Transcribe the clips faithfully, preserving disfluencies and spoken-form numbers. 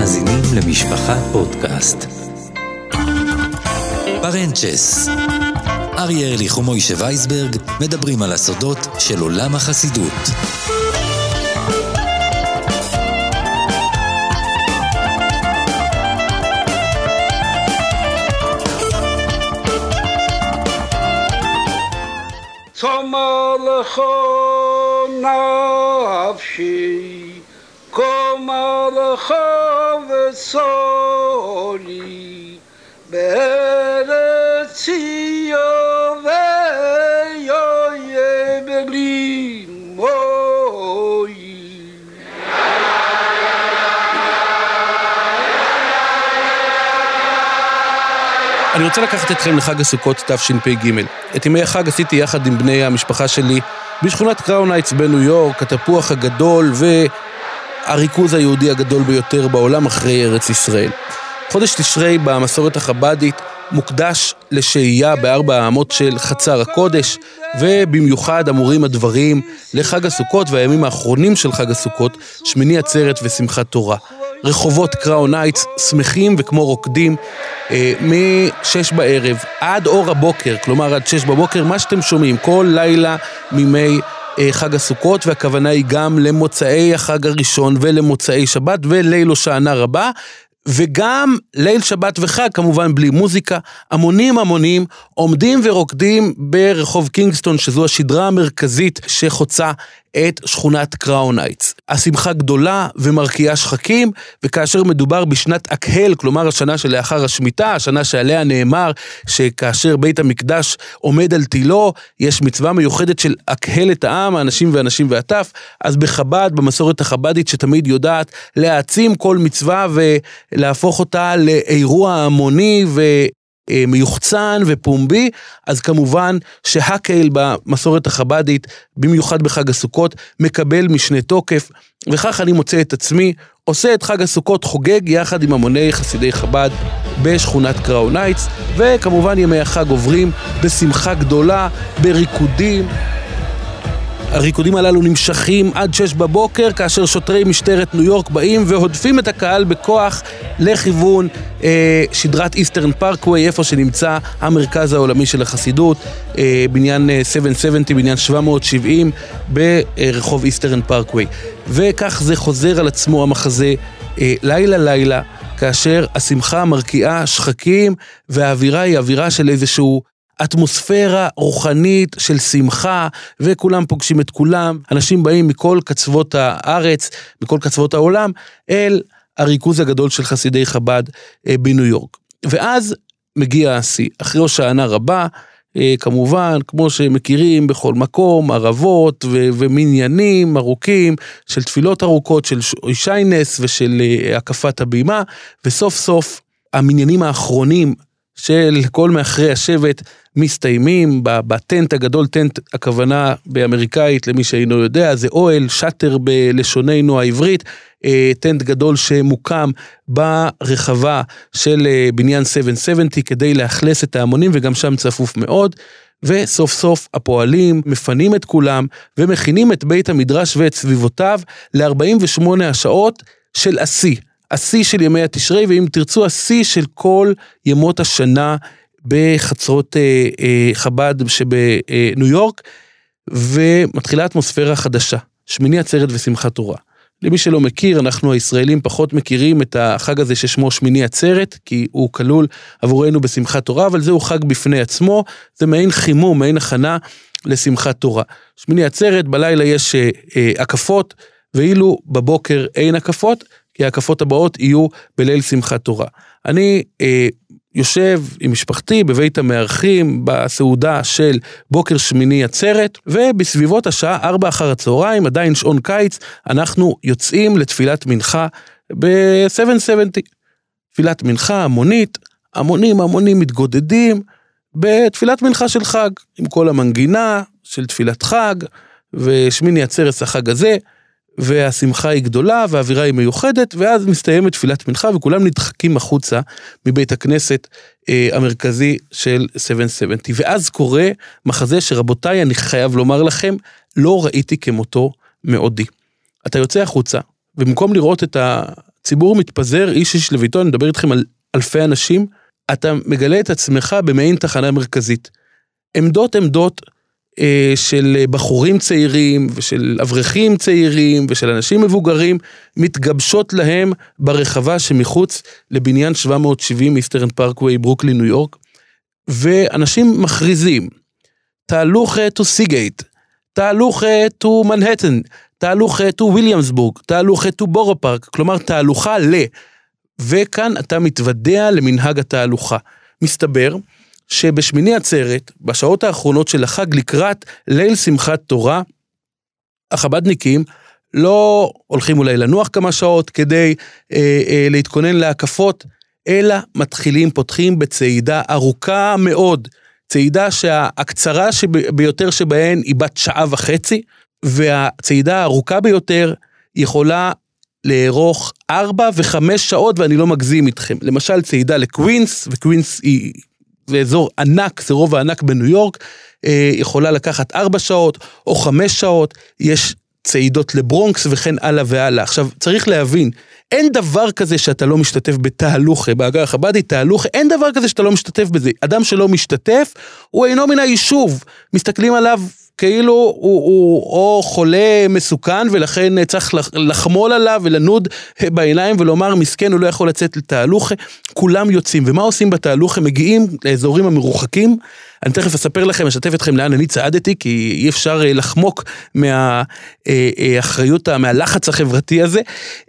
מאזינים למשפחה פודקאסט. פרנצ'ס. אריה ארליך ומוישה וייסברג מדברים על הסודות של עולם החסידות. צומר לך נפשי, קומר לך וסולי, בארץ ציון ויהיה בלי מוי. אני רוצה לקחת אתכם לחג הסוכות תשפ"ג. את ימי החג עשיתי יחד עם בני המשפחה שלי בשכונת קראון הייטס בניו יורק, התפוח הגדול והריכוז היהודי הגדול ביותר בעולם אחרי ארץ ישראל. חודש תשרי במסורת החבדית מוקדש לשהייה בארבע האמות של חצר הקודש, ובמיוחד אמורים הדברים לחג הסוכות והימים האחרונים של חג הסוכות, שמיני עצרת ושמחת תורה. רחובות קראון הייטס שמחים וכמו רוקדים אה, משש בערב עד אור הבוקר, כלומר עד שש בבוקר, מה שאתם שומעים כל לילה מימי אה, חג הסוכות, והכוונה היא גם למוצאי החג הראשון ולמוצאי שבת וליל הושענא רבה, וגם ליל שבת וחג, כמובן בלי מוזיקה. המונים המונים עומדים ורוקדים ברחוב קינגסטון, שזו השדרה המרכזית שחוצה את שכונת קראון הייטס. השמחה גדולה ומרקיעה שחקים, וכאשר מדובר בשנת אקהל, כלומר השנה שלאחר השמיטה, השנה שעליה נאמר שכאשר בית המקדש עומד על תילו, יש מצווה מיוחדת של אקהל את העם, האנשים ואנשים והטף. אז בחב"ד, במסורת החב"דית שתמיד יודעת להעצים כל מצווה ולהפוך אותה לאירוע המוני ו... מיוחצן ופומבי, אז כמובן שהקהל במסורת החבדית, במיוחד בחג הסוכות, מקבל משנה תוקף, וכך אני מוצא את עצמי, עושה את חג הסוכות חוגג יחד עם המוני חסידי חב"ד בשכונת קראון הייטס, וכמובן ימי החג עוברים בשמחה גדולה, בריקודים. הריקודים הללו נמשכים עד שש בבוקר, כאשר שוטרי משטרת ניו יורק באים והודפים את הקהל בכוח לכיוון אה, שדרת איסטרן פארקווי, איפה שנמצא המרכז העולמי של החסידות, אה, בניין אה, שבע מאות שבעים, בניין שבע מאות שבעים ברחוב איסטרן פארקווי. וכך זה חוזר על עצמו המחזה אה, לילה לילה, כאשר השמחה מרקיעה שחקים, והאווירה היא אווירה של איזשהו אטמוספירה רוחנית של שמחה, וכולם פוגשים את כולם. אנשים באים מכל קצוות הארץ, מכל קצוות העולם, אל הריכוז הגדול של חסידי חב"ד בניו יורק. ואז מגיע השיא, אחרי הושענא רבה, כמובן, כמו שמכירים בכל מקום, ערבות ו- ומניינים ארוכים, של תפילות ארוכות, של שיינס ושל הקפת הבימה, וסוף סוף המניינים האחרונים של כל מאחרי השבט מסתיימים בטנט הגדול. טנט, הכוונה באמריקאית, למי שאינו יודע, זה אוהל, שטר בלשוננו העברית, טנט גדול שמוקם ברחבה של בניין שבע מאות שבעים כדי לאכלס את ההמונים, וגם שם צפוף מאוד. וסוף סוף הפועלים מפנים את כולם ומכינים את בית המדרש ואת סביבותיו ל-ארבעים ושמונה השעות של השיא. השיא של ימי התשרי, ואם תרצו השיא של כל ימות השנה בחצרות אה, אה, חב"ד שבניו יורק, ומתחילה אטמוספירה חדשה, שמיני עצרת ושמחת תורה. למי שלא מכיר, אנחנו הישראלים פחות מכירים את החג הזה ששמו שמיני עצרת, כי הוא כלול עבורנו בשמחת תורה, אבל זהו חג בפני עצמו, זה מעין חימום, מעין הכנה לשמחת תורה. שמיני עצרת, בלילה יש אה, אה, הקפות, ואילו בבוקר אין הקפות, כי ההקפות הבאות יהיו בליל שמחת תורה. אני אה, יושב עם משפחתי בבית המארחים בסעודה של בוקר שמיני עצרת, ובסביבות השעה ארבע אחר הצהריים, עדיין שעון קיץ, אנחנו יוצאים לתפילת מנחה ב-שבע מאות שבעים. תפילת מנחה המונית, המונים המונים מתגודדים בתפילת מנחה של חג, עם כל המנגינה של תפילת חג, ושמיני עצרת החג הזה, והשמחה היא גדולה, והאווירה היא מיוחדת, ואז מסתיימת תפילת מנחה, וכולם נדחקים החוצה מבית הכנסת אה, המרכזי של שבע מאות שבעים. ואז קורה מחזה שרבותיי, אני חייב לומר לכם, לא ראיתי כמותו מעודי. אתה יוצא החוצה, ובמקום לראות את ציבור מתפזר, איש איש לביתו, אני מדבר איתכם על אלפי אנשים, אתה מגלה את עצמך במעין תחנה מרכזית. עמדות עמדות אה, של בחורים צעירים, ושל אברכים צעירים, ושל אנשים מבוגרים, מתגבשות להם ברחבה שמחוץ לבניין שבע מאות שבעים איסטרן פארקווי, ברוקלין, ניו יורק, ואנשים מכריזים, תהלוך to Seagate, תהלוך to מנהטן, תהלוך to וויליאמסבורג, תהלוך to בורו פארק, כלומר תהלוכה ל... וכאן אתה מתוודע למנהג התהלוכה. מסתבר שבשמיני עצרת, בשעות האחרונות של החג לקראת ליל שמחת תורה, החבדניקים לא הולכים אולי לנוח כמה שעות כדי אה, אה, להתכונן להקפות, אלא מתחילים, פותחים בצעידה ארוכה מאוד, צעידה שהקצרה ביותר שבהן היא בת שעה וחצי, והצעידה הארוכה ביותר יכולה לארוך ארבע וחמש שעות, ואני לא מגזים איתכם. למשל, צעידה לקווינס, וקווינס היא באזור ענק, זה רוב הענק בניו יורק, יכולה לקחת ארבע שעות או חמש שעות, יש צעידות לברונקס וכן הלאה והלאה. עכשיו, צריך להבין, אין דבר כזה שאתה לא משתתף בתהלוכה, בהגה החבדי, תהלוכה, אין דבר כזה שאתה לא משתתף בזה. אדם שלא משתתף, הוא אינו מן היישוב. מסתכלים עליו כאילו הוא, הוא או חולה מסוכן, ולכן צריך לחמול עליו ולנוד בעיניים ולומר, מסכן, הוא לא יכול לצאת לתהלוכה. כולם יוצאים. ומה עושים בתהלוכה? מגיעים לאזורים המרוחקים. אני תכף אספר לכם, אשתף אתכם לאן אני צעדתי, כי אי אפשר לחמוק מהאחריות, מהלחץ החברתי הזה,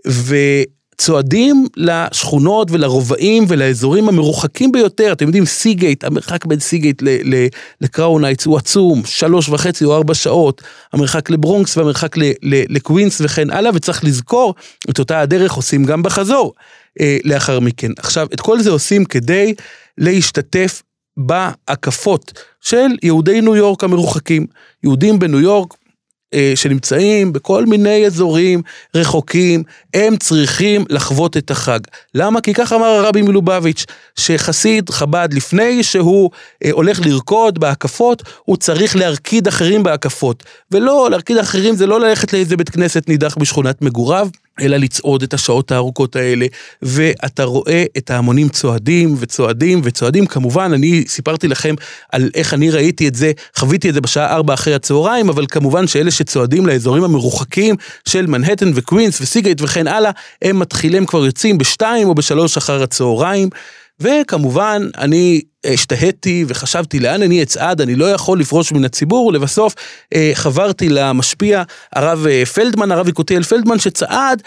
וצועדים לשכונות ולרובעים ולאזורים המרוחקים ביותר. אתם יודעים, סיגייט, המרחק בין סיגייט לקראון הייטס הוא עצום, שלוש וחצי או ארבע שעות, המרחק לברונקס והמרחק לקווינס וכן הלאה, וצריך לזכור, את אותה הדרך עושים גם בחזור לאחר מכן. עכשיו, את כל זה עושים כדי להשתתף בהקפות של יהודי ניו יורק המרוחקים, יהודים בניו יורק אה, שנמצאים בכל מיני אזורים רחוקים, הם צריכים לחוות את החג. למה? כי כך אמר הרבי מלובביץ', שחסיד חב"ד לפני שהוא אה, הולך לרקוד בהקפות, הוא צריך להרקיד אחרים בהקפות, ולא, להרקיד אחרים זה לא ללכת לאיזה בית כנסת נידח בשכונת מגוריו, אלא לצעוד את השעות הארוכות האלה, ואתה רואה את ההמונים צועדים וצועדים וצועדים. כמובן, אני סיפרתי לכם על איך אני ראיתי את זה, חוויתי את זה בשעה ארבע אחרי הצהריים, אבל כמובן שאלה שצועדים לאזורים המרוחקים של מנהטן וקווינס וסיגייט וכן הלאה, הם מתחילים כבר יוצאים בשתיים או בשלוש אחר הצהריים, וכמובן אני השתהיתי וחשבתי לאן אני אצעד, אני לא יכול לפרוש מן הציבור, ולבסוף אה, חברתי למשפיע הרב פלדמן, הרב יקותיאל פלדמן, שצעד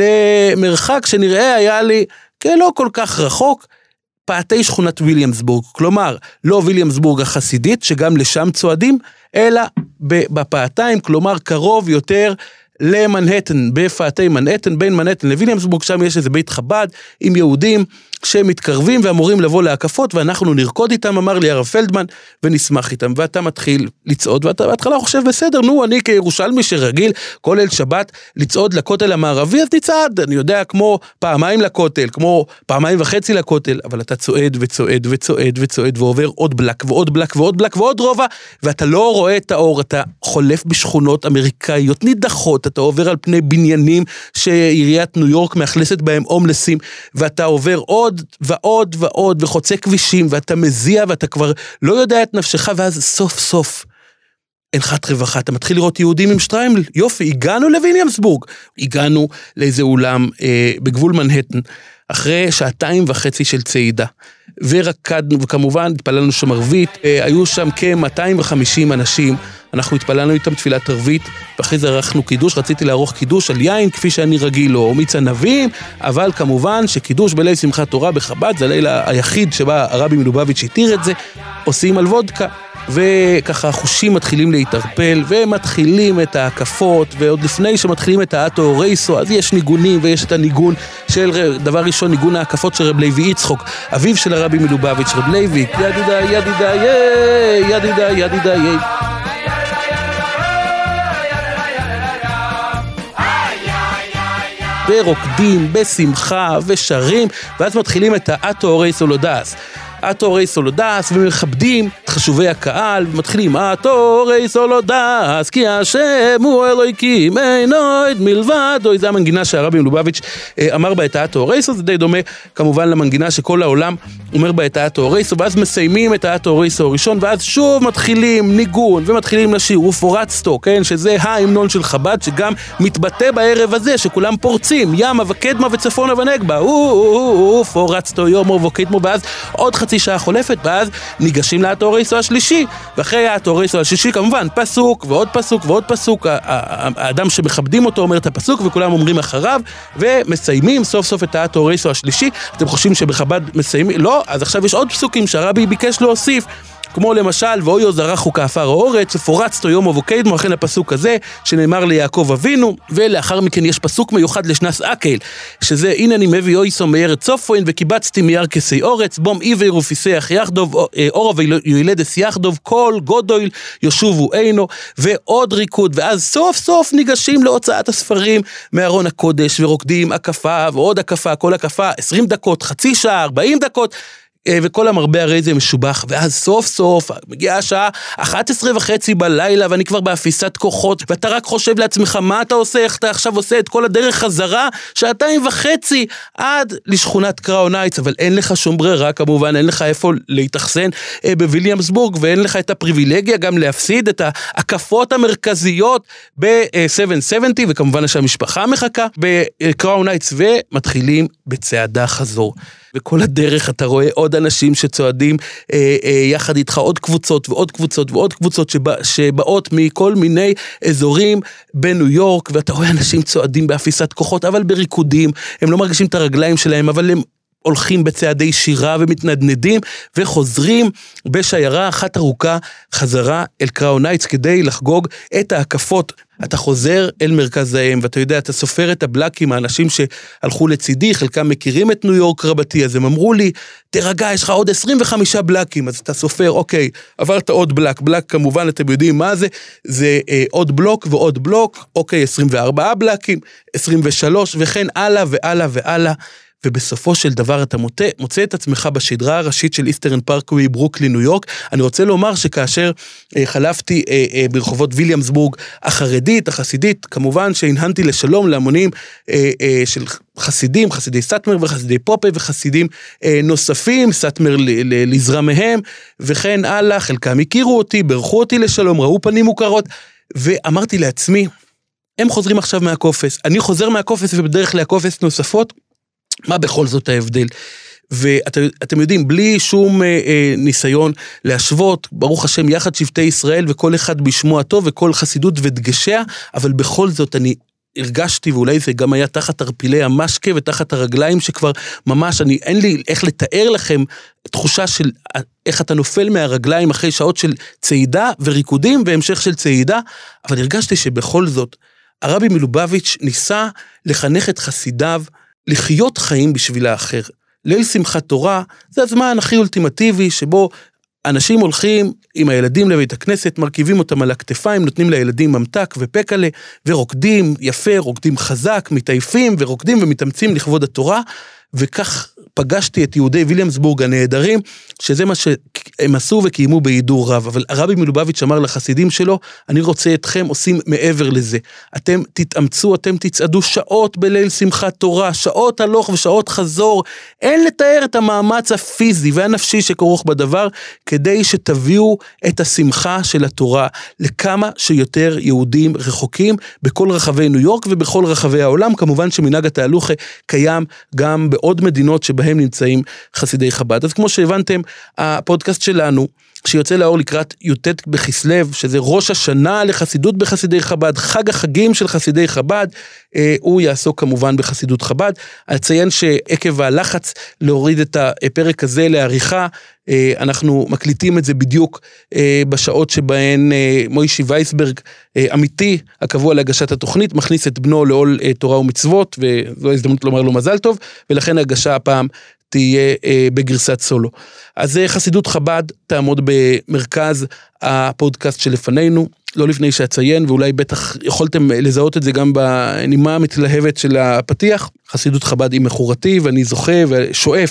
למרחק שנראה היה לי כלא כל כך רחוק, פעתי שכונת וויליאמסבורג, כלומר לא וויליאמסבורג החסידית שגם לשם צועדים, אלא בפעתיים, כלומר קרוב יותר למנהטן, בפעתי מנהטן, בין מנהטן לוויליאמסבורג, שם יש איזה בית חב"ד עם יהודים שמתקרבים ואמורים לבוא להקפות, ואנחנו נרקוד איתם, אמר לי הרב פלדמן, ונשמח איתם, ואתה מתחיל לצעוד, ואתה בהתחלה חושב בסדר, נו, אני כירושלמי שרגיל כל ליל שבת לצעוד לכותל המערבי, אז נצעד, אני יודע, כמו פעמיים לכותל, כמו פעמיים וחצי לכותל, אבל אתה צועד וצועד וצועד וצועד, ועובר עוד בלק ועוד בלק ועוד בלק ועוד רובע, ואתה לא רואה את האור, אתה חולף בשכונות אמריקאיות נידחות, אתה עובר על פני בניינים שעיריית ניו יורק מאכלסת בהם הומלסים, ואתה עובר עוד ועוד ועוד וחוצה כבישים, ואתה מזיע ואתה כבר לא יודע את נפשך, ואז סוף סוף אנחת רווחה, אתה מתחיל לראות יהודים עם שטריימל, יופי, הגענו לוויליאמסבורג, הגענו לאיזה אולם אה, בגבול מנהטן, אחרי שעתיים וחצי של צעידה, ורקדנו, וכמובן התפללנו שם ערבית, אה, היו שם כ-מאתיים וחמישים אנשים, אנחנו התפללנו איתם תפילת ערבית, ואחרי זה ערכנו קידוש, רציתי לערוך קידוש על יין, כפי שאני רגיל לו, או מיץ ענבים, אבל כמובן שקידוש בליל שמחת תורה בחב"ד, זה הליל היחיד שבה הרבי מלובביץ' התיר את זה, עושים על וודקה, וככה החושים מתחילים להתערפל, ומתחילים את ההקפות, ועוד לפני שמתחילים את האטו אורייסו, אז יש ניגונים, ויש את הניגון של, דבר ראשון, ניגון ההקפות של רב לוי יצחוק, אביו של הרבי מלובביץ', רב לוי, ידידה, ידידה, יי, ידידה, ידידה, יי. ורוקדים בשמחה ושרים, ואז מתחילים את האטו אורייסו לודס. התורי סולודס, ומכבדים את חשובי הקהל, ומתחילים, התורי סולודס, כי השם הוא אלוהיקים, אין עוד מלבדו. זה המנגינה שהרבי מלובביץ' אמר בה את התורי סולודס, זה די דומה כמובן למנגינה שכל העולם אומר בה את התורי סולודס, ואז מסיימים את התורי סולודס הראשון, ואז שוב מתחילים ניגון, ומתחילים לשיר, ופורצתו, כן, שזה ההמנון של חב"ד, שגם מתבטא בערב הזה, שכולם פורצים, ימה וקדמה וצפונה ונגבה, ופורצתו יומו וקדמו, ואז עוד חצי שעה חולפת, ואז ניגשים לתוריסו השלישי, ואחרי התוריסו השלישי כמובן פסוק ועוד פסוק ועוד פסוק, האדם שמכבדים אותו אומר את הפסוק וכולם אומרים אחריו, ומסיימים סוף סוף את התוריסו השלישי. אתם חושבים שבחב"ד מסיימים? לא, אז עכשיו יש עוד פסוקים שהרבי ביקש להוסיף, כמו למשל, ואויו זרחו כעפר האורץ, ופורצתו יום ובוקדמו, אכן הפסוק הזה, שנאמר ליעקב אבינו, ולאחר מכן יש פסוק מיוחד לשנס אקל, שזה, הנה אני מביא אויסו מארץ צופוין, וקיבצתי מירכסי אורץ, בום עבר ופיסח יחדוב, אורה וילדס יחדוב, כל גודויל יושובו אינו, ועוד ריקוד, ואז סוף סוף ניגשים להוצאת הספרים מארון הקודש, ורוקדים הקפה, ועוד הקפה, כל הקפה, עשרים דקות, חצי שעה, ארבעים דקות, וכל המרבה הרי זה משובח, ואז סוף סוף מגיעה השעה אחת עשרה וחצי בלילה, ואני כבר באפיסת כוחות, ואתה רק חושב לעצמך, מה אתה עושה, איך אתה עכשיו עושה את כל הדרך חזרה, שעתיים וחצי עד לשכונת קראון הייטס, אבל אין לך שום ברירה, כמובן, אין לך איפה להתאכסן בוויליאמסבורג, ואין לך את הפריבילגיה גם להפסיד את ההקפות המרכזיות ב-שבע שבעים, וכמובן שהמשפחה מחכה בקראון הייטס, ומתחילים בצעדה חזור. וכל הדרך אתה רואה עוד אנשים שצועדים אה, אה, יחד איתך, עוד קבוצות ועוד קבוצות ועוד קבוצות שבא, שבאות מכל מיני אזורים בניו יורק, ואתה רואה אנשים צועדים באפיסת כוחות, אבל בריקודים, הם לא מרגישים את הרגליים שלהם, אבל הם הולכים בצעדי שירה ומתנדנדים, וחוזרים בשיירה אחת ארוכה חזרה אל קראון הייטס, כדי לחגוג את ההקפות. אתה חוזר אל מרכז האם, ואתה יודע, אתה סופר את הבלקים, האנשים שהלכו לצידי, חלקם מכירים את ניו יורק רבתי, אז הם אמרו לי, תרגע, יש לך עוד עשרים וחמישה בלקים, אז אתה סופר, אוקיי, עברת עוד בלק, בלק כמובן, אתם יודעים מה זה, זה אה, עוד בלוק ועוד בלוק, אוקיי, עשרים וארבעה בלקים, עשרים ושלוש, וכן הלאה והלאה והלאה, ובסופו של דבר אתה מוצא, מוצא את עצמך בשדרה הראשית של איסטרן פארקווי, ברוקלין, ניו יורק. אני רוצה לומר שכאשר אה, חלפתי אה, אה, ברחובות ויליאמסבורג החרדית, החסידית, כמובן שהנהנתי לשלום להמונים אה, אה, של חסידים, חסידי סאטמר וחסידי פופה וחסידים אה, נוספים, סאטמר לזרמיהם, וכן הלאה, חלקם הכירו אותי, ברכו אותי לשלום, ראו פנים מוכרות, ואמרתי לעצמי, הם חוזרים עכשיו מהקופס, אני חוזר מהקופס ובדרך להקופס נוספות, מה בכל זאת ההבדל? ואתם יודעים, בלי שום אה, אה, ניסיון להשוות, ברוך השם יחד שבטי ישראל, וכל אחד בשמו הטוב, וכל חסידות ודגשיה, אבל בכל זאת אני הרגשתי, ואולי זה גם היה תחת הרפילי המשקה, ותחת הרגליים שכבר ממש, אני, אין לי איך לתאר לכם, תחושה של איך אתה נופל מהרגליים, אחרי שעות של צעידה וריקודים, והמשך של צעידה, אבל הרגשתי שבכל זאת, הרבי מלובביץ' ניסה לחנך את חסידיו, לחיות חיים בשביל האחר. ליל שמחת תורה, זה הזמן הכי אולטימטיבי, שבו אנשים הולכים עם הילדים לבית הכנסת, מרכיבים אותם על הכתפיים, נותנים לילדים ממתק ופקלה, ורוקדים יפה, רוקדים חזק, מתעייפים, ורוקדים ומתאמצים לכבוד התורה, וכך פגשתי את יהודי ויליאמסבורג הנהדרים, שזה מה שהם עשו וקיימו בהידור רב, אבל הרבי מלובביץ' אמר לחסידים שלו, אני רוצה אתכם עושים מעבר לזה, אתם תתאמצו, אתם תצעדו שעות בליל שמחת תורה, שעות הלוך ושעות חזור, אין לתאר את המאמץ הפיזי והנפשי שכרוך בדבר, כדי שתביאו את השמחה של התורה, לכמה שיותר יהודים רחוקים, בכל רחבי ניו יורק ובכל רחבי העולם, כמובן שמנהג התהלוכה קיים גם בעוד מדינות שבהם נמצאים חסידי חב"ד. אז כמו שהבנתם, הפודקאסט שלנו, שיוצא לאור לקראת י"ט בכסלו, שזה ראש השנה לחסידות בחסידי חב"ד, חג החגים של חסידי חב"ד, אה, הוא יעסוק כמובן בחסידות חב"ד. אציין שעקב הלחץ להוריד את הפרק הזה לעריכה, אה, אנחנו מקליטים את זה בדיוק אה, בשעות שבהן אה, מוישי וייסברג, אה, אמיתי, הקבוע להגשת התוכנית, מכניס את בנו לעול אה, תורה ומצוות, וזו ההזדמנות לומר לו מזל טוב, ולכן הגשה הפעם תהיה אה, בגרסת סולו. אז אה, חסידות חב"ד תעמוד במרכז הפודקאסט שלפנינו, לא לפני שאציין, ואולי בטח יכולתם לזהות את זה גם בנימה המתלהבת של הפתיח, חסידות חב"ד היא מחורתי, ואני זוכה ושואף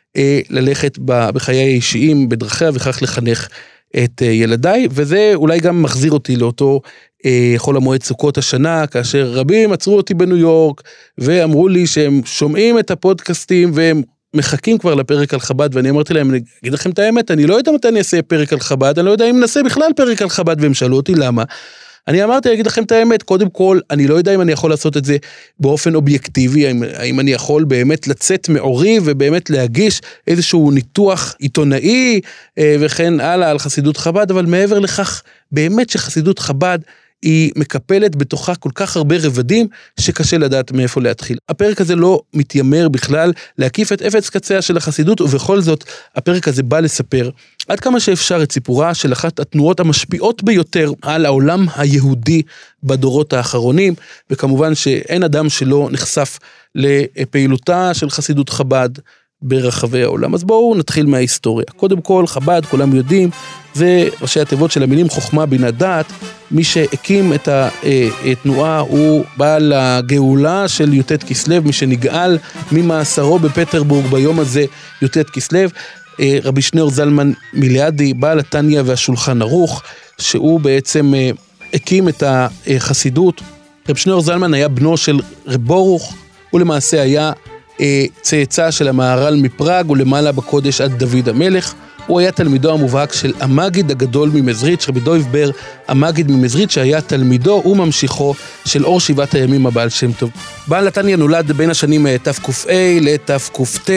ללכת בחיי האישיים, בדרכיה, וכך לחנך את ילדיי, וזה אולי גם מחזיר אותי לאותו חול המועד סוכות השנה, כאשר רבים עצרו אותי בניו יורק, ואמרו לי שהם שומעים את הפודקאסטים, והם מחכים כבר לפרק על חב"ד, ואני אמרתי להם, אני אגיד לכם את האמת, אני לא יודע מתי אני אעשה פרק על חב"ד, אני לא יודע אם נעשה בכלל פרק על חב"ד, והם שאלו אותי למה. אני אמרתי, אני אגיד לכם את האמת, קודם כל, אני לא יודע אם אני יכול לעשות את זה באופן אובייקטיבי, האם, האם אני יכול באמת לצאת מאורי, ובאמת להגיש איזשהו ניתוח עיתונאי, וכן הלאה על חסידות חב"ד, אבל מעבר לכך, באמת שחסידות חב"ד, היא מקפלת בתוכה כל כך הרבה רבדים, שקשה לדעת מאיפה להתחיל. הפרק הזה לא מתיימר בכלל להקיף את אפס קציה של החסידות, ובכל זאת, הפרק הזה בא לספר עד כמה שאפשר את סיפורה של אחת התנועות המשפיעות ביותר על העולם היהודי בדורות האחרונים, וכמובן שאין אדם שלא נחשף לפעילותה של חסידות חב"ד ברחבי העולם. אז בואו נתחיל מההיסטוריה. קודם כל, חב"ד, כולם יודעים, זה ראשי התיבות של המילים חוכמה בינה דעת. מי שהקים את התנועה הוא בעל הגאולה של י"ט כסלו, מי שנגאל ממאסרו בפטרבורג ביום הזה י"ט כסלו, רבי שניאור זלמן מיליאדי, בעל התניא והשולחן ערוך, שהוא בעצם הקים את החסידות. רבי שניאור זלמן היה בנו של רב ברוך, הוא למעשה היה צאצא של המהר"ל מפראג, ולמעלה בקודש עד דוד המלך. הוא היה תלמידו המובהק של המגיד הגדול ממזריץ', רבי דויב בר, המגיד ממזריץ', שהיה תלמידו וממשיכו של אור שבעת הימים הבעל שם טוב. בעל התניא נולד בין השנים תק"א לתק"ט,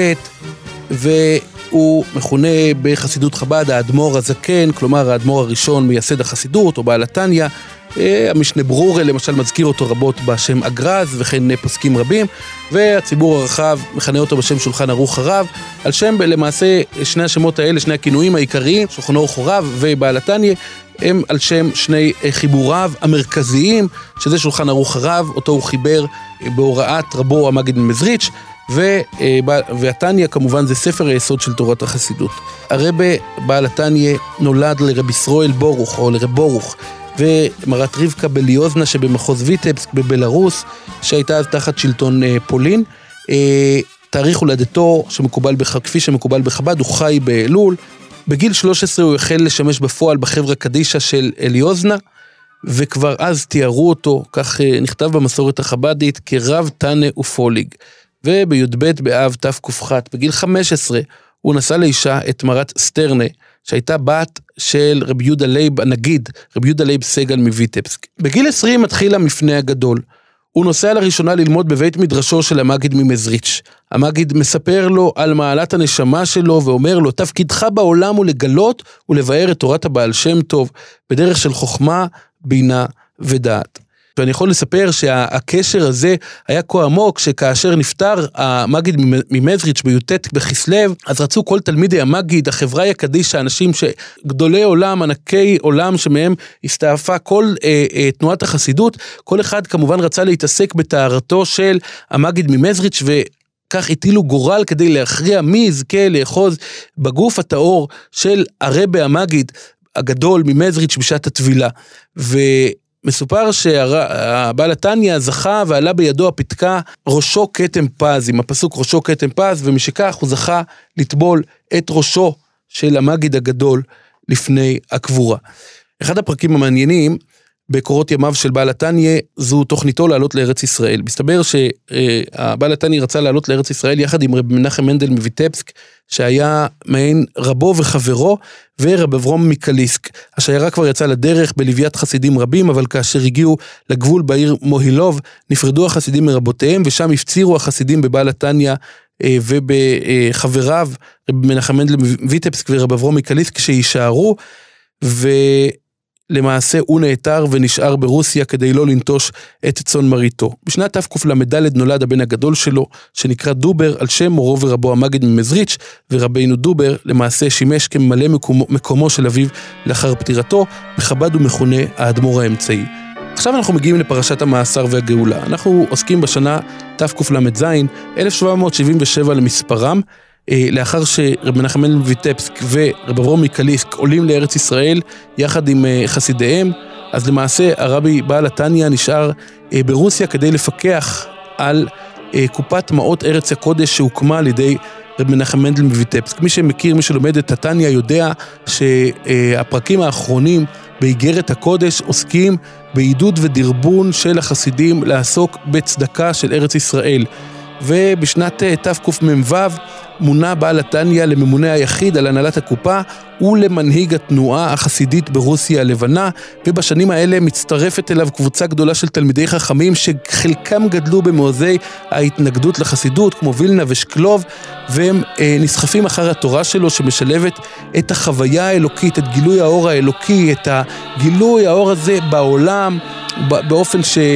והוא מכונה בחסידות חב"ד האדמו"ר הזקן, כלומר האדמו"ר הראשון מייסד החסידות, או בעל התניא. המשנה ברורה למשל מזכיר אותו רבות בשם אגרז, וכן פוסקים רבים, והציבור הרחב מכנה אותו בשם שולחן ערוך הרב, על שם למעשה שני השמות האלה, שני הכינויים העיקריים, שולחן ערוך הרב ובעל התניא, הם על שם שני חיבוריו המרכזיים, שזה שולחן ערוך הרב, אותו הוא חיבר בהוראת רבו המגיד ממזריץ', והתניא כמובן זה ספר היסוד של תורת החסידות. הרבי בעל התניא נולד לרבי ישראל ברוך, או לרב ברוך, ומרת רבקה בליוזנה שבמחוז ויטבסק בבלרוס, שהייתה אז תחת שלטון פולין. תאריך הולדתו שמקובל בח... כפי שמקובל בחב"ד, הוא חי באלול. בגיל שלוש עשרה הוא החל לשמש בפועל בחברה קדישה של אליוזנה, וכבר אז תיארו אותו, כך נכתב במסורת החב"דית, כרב תנא ופוליג. ובי"ב באב תק"ח, בגיל חמש עשרה, הוא נשא לאישה את מרת סטרנה, שהייתה בת של רבי יהודה לייב הנגיד, רבי יהודה לייב סגל מויטבסק. בגיל עשרים מתחיל המפנה הגדול. הוא נוסע לראשונה ללמוד בבית מדרשו של המגיד ממזריץ'. המגיד מספר לו על מעלת הנשמה שלו, ואומר לו, תפקידך בעולם הוא לגלות ולבאר את תורת הבעל שם טוב, בדרך של חוכמה, בינה ודעת. ואני יכול לספר שהקשר הזה היה כה עמוק, שכאשר נפטר המגיד ממזריץ' בי"ט בכסלו, אז רצו כל תלמידי המגיד, החברה הקדישה, אנשים שגדולי עולם, ענקי עולם, שמהם הסתעפה כל אה, אה, תנועת החסידות, כל אחד כמובן רצה להתעסק בתארתו של המגיד ממזריץ', ו... כך הטילו גורל כדי להכריע מי יזכה לאחוז בגוף הטהור של הרבי המגיד הגדול ממזריץ' בשעת הטבילה. ו... מסופר שהבעל התניא זכה ועלה בידו הפתקה ראשו כתם פז, עם הפסוק ראשו כתם פז, ומשכך הוא זכה לטבול את ראשו של המגיד הגדול לפני הקבורה. אחד הפרקים המעניינים בקורות ימיו של בעל התניא זו תוכניתו לעלות לארץ ישראל. מסתבר שהבעל התניא רצה לעלות לארץ ישראל יחד עם רב מנחם מנדל מויטבסק, שהיה מעין רבו וחברו, ורב אברום מקליסק. השיירה כבר יצאה לדרך בלוויית חסידים רבים, אבל כאשר הגיעו לגבול בעיר מוהילוב, נפרדו החסידים מרבותיהם, ושם הפצירו החסידים בבעל התניא ובחבריו, רב מנחם מנדל מויטבסק ורב אברום מקליסק, שישארו, ו... למעשה הוא נעתר ונשאר ברוסיה כדי לא לנטוש את צאן מרעיתו. בשנת תקל"ד נולד הבן הגדול שלו, שנקרא דובר, על שם מורו ורבו המגיד ממזריץ', ורבינו דובר למעשה שימש כממלא מקומו, מקומו של אביו לאחר פטירתו. בחב"ד הוא מכונה האדמו"ר האמצעי. עכשיו אנחנו מגיעים לפרשת המאסר והגאולה. אנחנו עוסקים בשנה תקל"ז, אלף שבע מאות שבעים ושבע למספרם, לאחר שרב מנחם מנדל מויטבסק ורב אברום מקליסק עולים לארץ ישראל יחד עם חסידיהם, אז למעשה הרבי בעל התניא נשאר ברוסיה כדי לפקח על קופת מעות ארץ הקודש שהוקמה על ידי רב מנחם מנדל מויטבסק. מי שמכיר, מי שלומד את התניא יודע שהפרקים האחרונים באיגרת הקודש עוסקים בעידוד ודרבון של החסידים לעסוק בצדקה של ארץ ישראל. ובשנת תקמ"ו מונה בעל התניא לממונה היחיד על הנהלת הקופה ולמנהיג התנועה החסידית ברוסיה הלבנה, ובשנים האלה מצטרפת אליו קבוצה גדולה של תלמידי חכמים שחלקם גדלו במעוזי ההתנגדות לחסידות כמו וילנה ושקלוב, והם אה, נסחפים אחר התורה שלו שמשלבת את החוויה האלוקית, את גילוי האור האלוקי, את הגילוי האור הזה בעולם באופן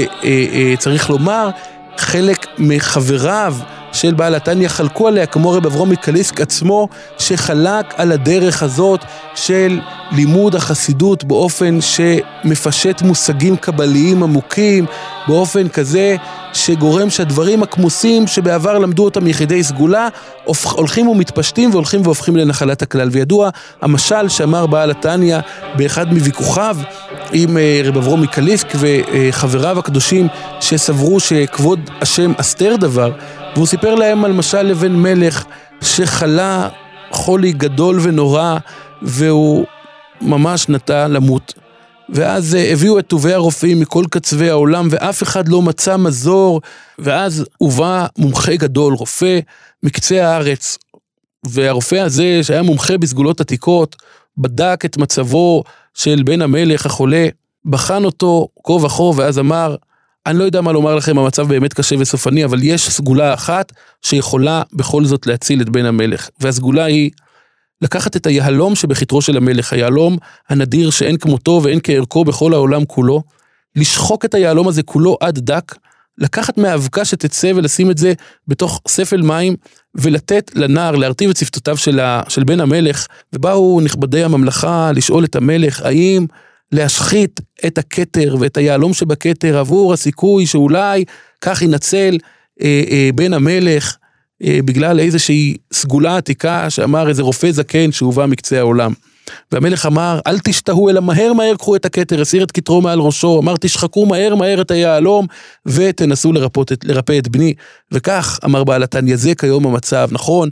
שצריך לומר חלק מחבריו של בעל התניא חלקו עליה, כמו רב אברום מקליסק עצמו, שחלק על הדרך הזאת של לימוד החסידות באופן שמפשט מושגים קבליים עמוקים, באופן כזה שגורם שהדברים הכמוסים שבעבר למדו אותם יחידי סגולה, הולכים ומתפשטים והולכים והופכים לנחלת הכלל. וידוע המשל שאמר בעל התניא באחד מוויכוחיו עם רב אברום מקליסק וחבריו הקדושים שסברו שכבוד השם אסתר דבר, והוא סיפר להם על משל לבן מלך שחלה חולי גדול ונורא, והוא ממש נטה למות. ואז הביאו את טובי הרופאים מכל קצווי העולם, ואף אחד לא מצא מזור, ואז הובא מומחה גדול, רופא מקצה הארץ, והרופא הזה שהיה מומחה בסגולות עתיקות, בדק את מצבו של בן המלך החולה, בחן אותו כה וכה, ואז אמר, אני לא יודע מה לומר לכם, המצב באמת קשה וסופני, אבל יש סגולה אחת שיכולה בכל זאת להציל את בן המלך, והסגולה היא לקחת את היהלום שבחיתרו של המלך, היהלום הנדיר שאין כמותו ואין כערכו בכל העולם כולו, לשחוק את היהלום הזה כולו עד דק, לקחת מהאבקה שתצא ולשים את זה בתוך ספל מים, ולתת לנער להרטיב את שפתותיו של, ה, של בן המלך, ובאו נכבדי הממלכה לשאול את המלך, האם להשחית את הכתר ואת היהלום שבכתר עבור הסיכוי שאולי כך ינצל אה, אה, בן המלך, אה, בגלל איזושהי סגולה עתיקה שאמר איזה רופא זקן שהובא מקצה העולם. והמלך אמר, אל תשתהו אלא מהר מהר קחו את הכתר, הסיר את כתרו מעל ראשו, אמר תשחקו מהר מהר את היהלום ותנסו לרפות, לרפא את בני. וכך אמר בעל התניא, זה כיום המצב. נכון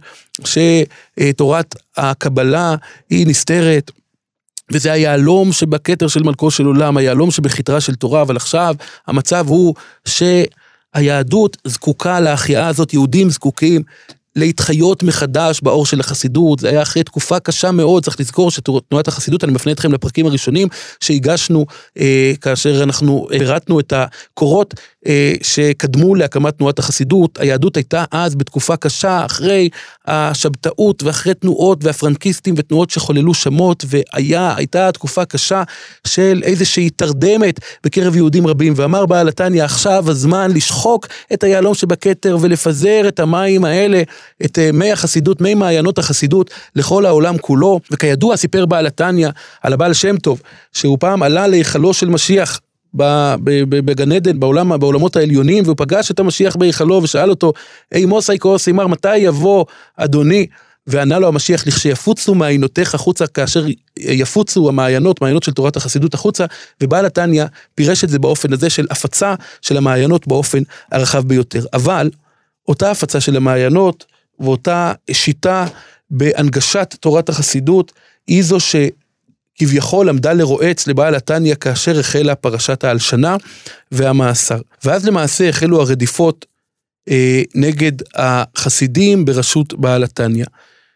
שתורת הקבלה היא נסתרת, וזה היהלום שבכתר של מלכו של עולם, היהלום שבחיתרה של תורה, אבל עכשיו המצב הוא שהיהדות זקוקה להחייאה הזאת, יהודים זקוקים להתחיות מחדש באור של החסידות. זה היה אחרי תקופה קשה מאוד, צריך לזכור שתנועת החסידות, אני מפנה אתכם לפרקים הראשונים שהגשנו אה, כאשר אנחנו פירטנו את הקורות אה, שקדמו להקמת תנועת החסידות. היהדות הייתה אז בתקופה קשה, אחרי השבתאות ואחרי תנועות והפרנקיסטים ותנועות שחוללו שמות, והייתה תקופה קשה של איזושהי תרדמת בקרב יהודים רבים, ואמר בעל התניא, עכשיו הזמן לשחוק את היהלום שבכתר ולפזר את המים האלה, את מי החסידות, מי מעיינות החסידות לכל העולם כולו. וכידוע סיפר בעל התניא על הבעל שם טוב, שהוא פעם עלה להיכלו של משיח בגן עדן, בעולם, בעולמות העליונים, והוא פגש את המשיח בהיכלו ושאל אותו, אי מוסי כעוס אמר, מתי יבוא אדוני? וענה לו המשיח, לכשיפוצו מעיינותיך החוצה, כאשר יפוצו המעיינות, מעיינות של תורת החסידות החוצה, ובעל התניא פירש את זה באופן הזה של הפצה של המעיינות באופן הרחב ביותר. אבל אותה הפצה של המעיינות, ואותה שיטה בהנגשת תורת החסידות, היא זו שכביכול עמדה לרועץ לבעל התניא, כאשר החלה פרשת ההלשנה והמאסר. ואז למעשה החלו הרדיפות אה, נגד החסידים בראשות בעל התניא.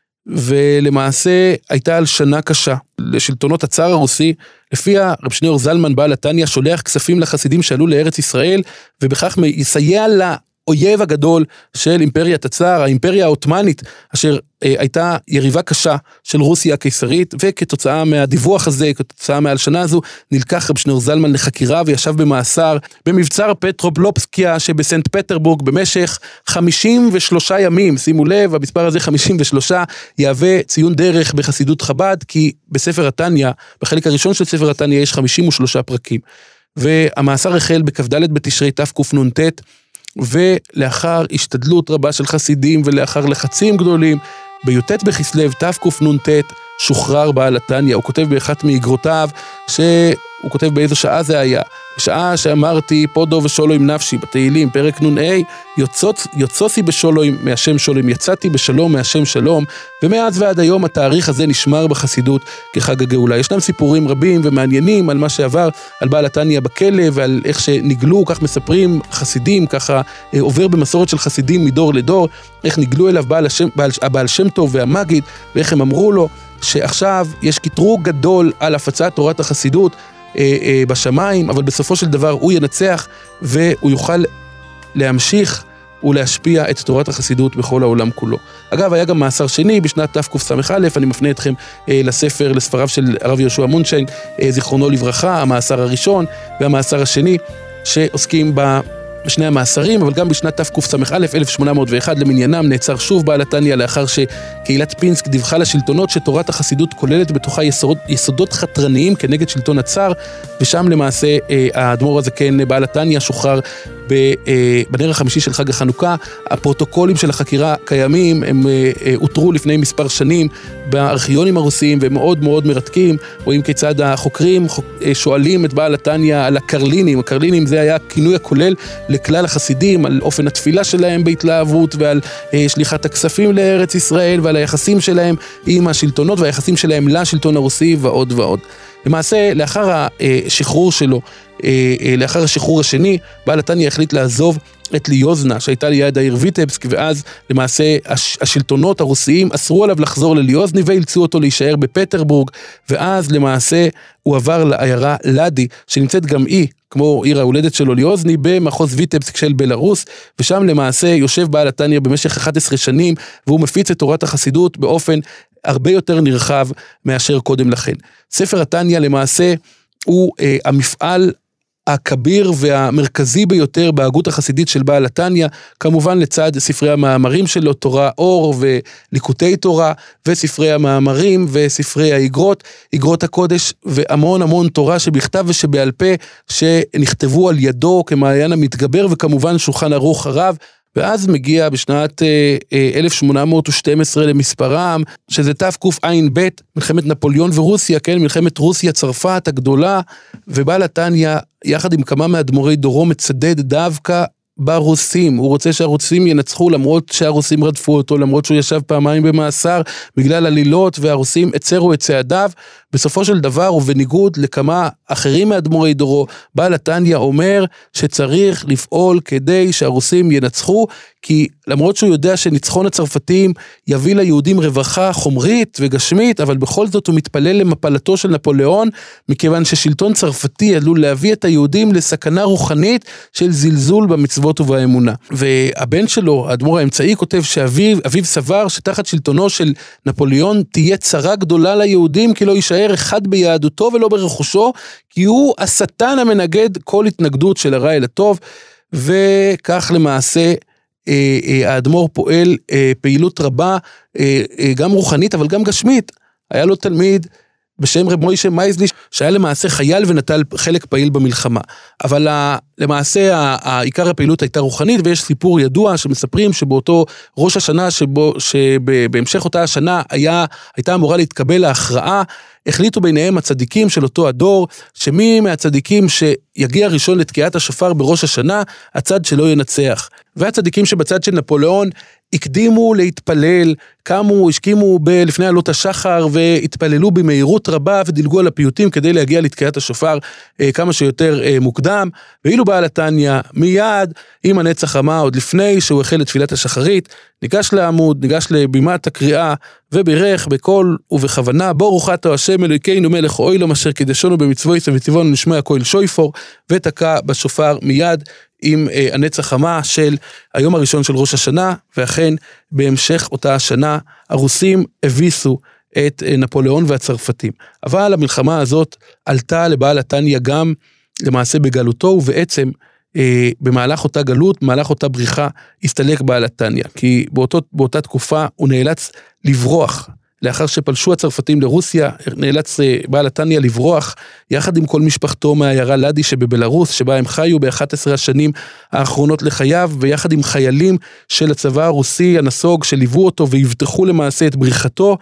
ולמעשה הייתה הלשנה קשה לשלטונות הצאר הרוסי, לפיה רב שניאור זלמן בעל התניא שולח כספים לחסידים שעלו לארץ ישראל, ובכך יסייע לה אויב הגדול של אימפריית הצאר, האימפריה העות'מאנית, אשר אה, הייתה יריבה קשה של רוסיה הקיסרית, וכתוצאה מהדיווח הזה, כתוצאה מההלשנה הזו, נלקח רב שניאור זלמן לחקירה, וישב במאסר במבצר פטרופולובסקיה שבסנט פטרבורג, במשך חמישים ושלושה ימים. שימו לב, המספר הזה חמישים ושלושה, יהווה ציון דרך בחסידות חב"ד, כי בספר התניא, בחלק הראשון של ספר התניא, יש חמישים ושלושה פרקים. והמאסר החל בכ"ד בתשרי תקנ"ט, ולאחר השתדלות רבה של חסידים, ולאחר לחצים גדולים, בי"ט בכסלו תקנ"ט, שוחרר בעל התניא. הוא כותב באחת מאגרותיו, שהוא כותב באיזו שעה זה היה, בשעה שאמרתי פודו ושולוים נפשי, בתהילים, פרק נ"ה, יוצוץ, יוצוסי בשולוים מהשם שולוים, יצאתי בשלום מהשם שלום, ומאז ועד היום התאריך הזה נשמר בחסידות כחג הגאולה. ישנם סיפורים רבים ומעניינים על מה שעבר על בעל התניא בכלא, ועל איך שנגלו, כך מספרים חסידים, ככה עובר במסורת של חסידים מדור לדור, איך נגלו אליו בעל השם, בעל, הבעל שם טוב והמגיד, ואיך הם אמרו לו שעכשיו יש קטרוג גדול על הפצת תורת החסידות אה, אה, בשמיים, אבל בסופו של דבר הוא ינצח והוא יוכל להמשיך ולהשפיע את תורת החסידות בכל העולם כולו. אגב, היה גם מאסר שני בשנת תקס"א, אני מפנה אתכם אה, לספר, לספריו של הרב יהושע מונשיין, אה, זיכרונו לברכה, המאסר הראשון והמאסר השני, שעוסקים ב... בשני המאסרים, אבל גם בשנת תקס"א, אלף שמונה מאות ואחת למניינם, נעצר שוב בעל התניא לאחר שקהילת פינסק דיווחה לשלטונות שתורת החסידות כוללת בתוכה יסוד, יסודות חתרניים כנגד שלטון הצאר, ושם למעשה האדמו"ר הזקן בעל התניא שוחרר בנר החמישי של חג החנוכה. הפרוטוקולים של החקירה קיימים, הם הותרו לפני מספר שנים בארכיונים הרוסיים, והם מאוד מאוד מרתקים. רואים כיצד החוקרים שואלים את בעל התניא על הקרלינים. הקרלינים זה היה כינוי הכולל לכלל החסידים, על אופן התפילה שלהם בהתלהבות, ועל שליחת הכספים לארץ ישראל, ועל היחסים שלהם עם השלטונות, והיחסים שלהם לשלטון הרוסי, ועוד ועוד. למעשה, לאחר השחרור שלו, לאחר השחרור השני, בעל התניא החליט לעזוב את ליוזנה, שהייתה ליד העיר ויטבסק, ואז למעשה השלטונות הרוסיים אסרו עליו לחזור לליוזני, ואילצו אותו להישאר בפטרבורג, ואז למעשה הוא עבר לעיירה לדי, שנמצאת גם היא, כמו עיר ההולדת שלו ליוזני, במחוז ויטבסק של בלרוס, ושם למעשה יושב בעל התניא במשך אחת עשרה שנים, והוא מפיץ את תורת החסידות באופן הרבה יותר נרחב מאשר קודם לכן. ספר התניא למעשה הוא אה, המפעל הכביר והמרכזי ביותר בהגות החסידית של בעל התניא, כמובן לצד ספרי המאמרים שלו, תורה אור וליקוטי תורה, וספרי המאמרים וספרי האגרות, אגרות הקודש, והמון המון תורה שבכתב ושבעל פה, שנכתבו על ידו כמעיין המתגבר, וכמובן שולחן ערוך הרב. ואז מגיע בשנת אלף שמונה מאות ושתים עשרה למספרם, שזה תקע"ב, מלחמת נפוליאון ורוסיה, כן, מלחמת רוסיה צרפת הגדולה, ובעל התניא, יחד עם כמה מאדמו"רי דורו, מצדד דווקא ברוסים. הוא רוצה שהרוסים ינצחו, למרות שהרוסים רדפו אותו, למרות שהוא ישב פעמיים במאסר, בגלל עלילות, והרוסים הצרו את צעדיו. בסופו של דבר, ובניגוד לכמה אחרים מאדמו"רי דורו, בעל התניא אומר שצריך לפעול כדי שהרוסים ינצחו, כי למרות שהוא יודע שניצחון הצרפתים יביא ליהודים רווחה חומרית וגשמית, אבל בכל זאת הוא מתפלל למפלתו של נפוליאון, מכיוון ששלטון צרפתי עלול להביא את היהודים לסכנה רוחנית של זלזול במצוות ובאמונה. והבן שלו, האדמו"ר האמצעי, כותב שאביו, אביו סבר שתחת שלטונו של נפוליאון תהיה צרה גדולה ליהודים, כי לא יישאר אחד ביהדותו ולא ברכושו, כי הוא השטן המנגד כל התנגדות של הרע אל הטוב, וכך למעשה האדמו"ר פועל פעילות רבה, גם רוחנית אבל גם גשמית. היה לו תלמיד בשם רב מוישה מייזליש, שהיה למעשה חייל ונטל חלק פעיל במלחמה. אבל למעשה העיקר הפעילות הייתה רוחנית, ויש סיפור ידוע שמספרים שבאותו ראש השנה, שבו, שבהמשך אותה השנה היה, הייתה אמורה להתקבל ההכרעה, החליטו ביניהם הצדיקים של אותו הדור, שמי מהצדיקים שיגיע ראשון לתקיעת השופר בראש השנה, הצד שלא ינצח. והצדיקים שבצד של נפוליאון הקדימו להתפלל, קמו, השכימו ב- לפני עלות השחר, והתפללו במהירות רבה, ודילגו על הפיוטים כדי להגיע לתקיעת השופר אה, כמה שיותר אה, מוקדם, ואילו בעל התניא מיד עם הנץ החמה, עוד לפני שהוא החל את תפילת השחרית, ניגש לעמוד, ניגש לבימת הקריאה, ובירך בקול ובכוונה, ברוך אתה השם אלוהינו מלך אוהלם אשר קידשנו במצוות וציוונו לשמוע קול שויפור, ותקע בשופר מיד עם אה, הנץ החמה של היום הראשון של ראש השנה, ואכן בהמשך אותה השנה הרוסים הביסו את אה, נפוליאון והצרפתים. אבל המלחמה הזאת עלתה לבעל התניא גם למעשה בגלותו, ובעצם אה, במהלך אותה גלות, במהלך אותה בריחה, הסתלק בעל התניא, כי באותו, באותה תקופה הוא נאלץ לברוח, לאחר שפלשו הצרפתים לרוסיה, נאלץ בעל התניא לברוח, יחד עם כל משפחתו מהעיירה לדי שבבלרוס, שבה הם חיו ב-אחת עשרה השנים האחרונות לחייו, ויחד עם חיילים של הצבא הרוסי הנסוג, שליוו אותו והבטחו למעשה את בריחתו,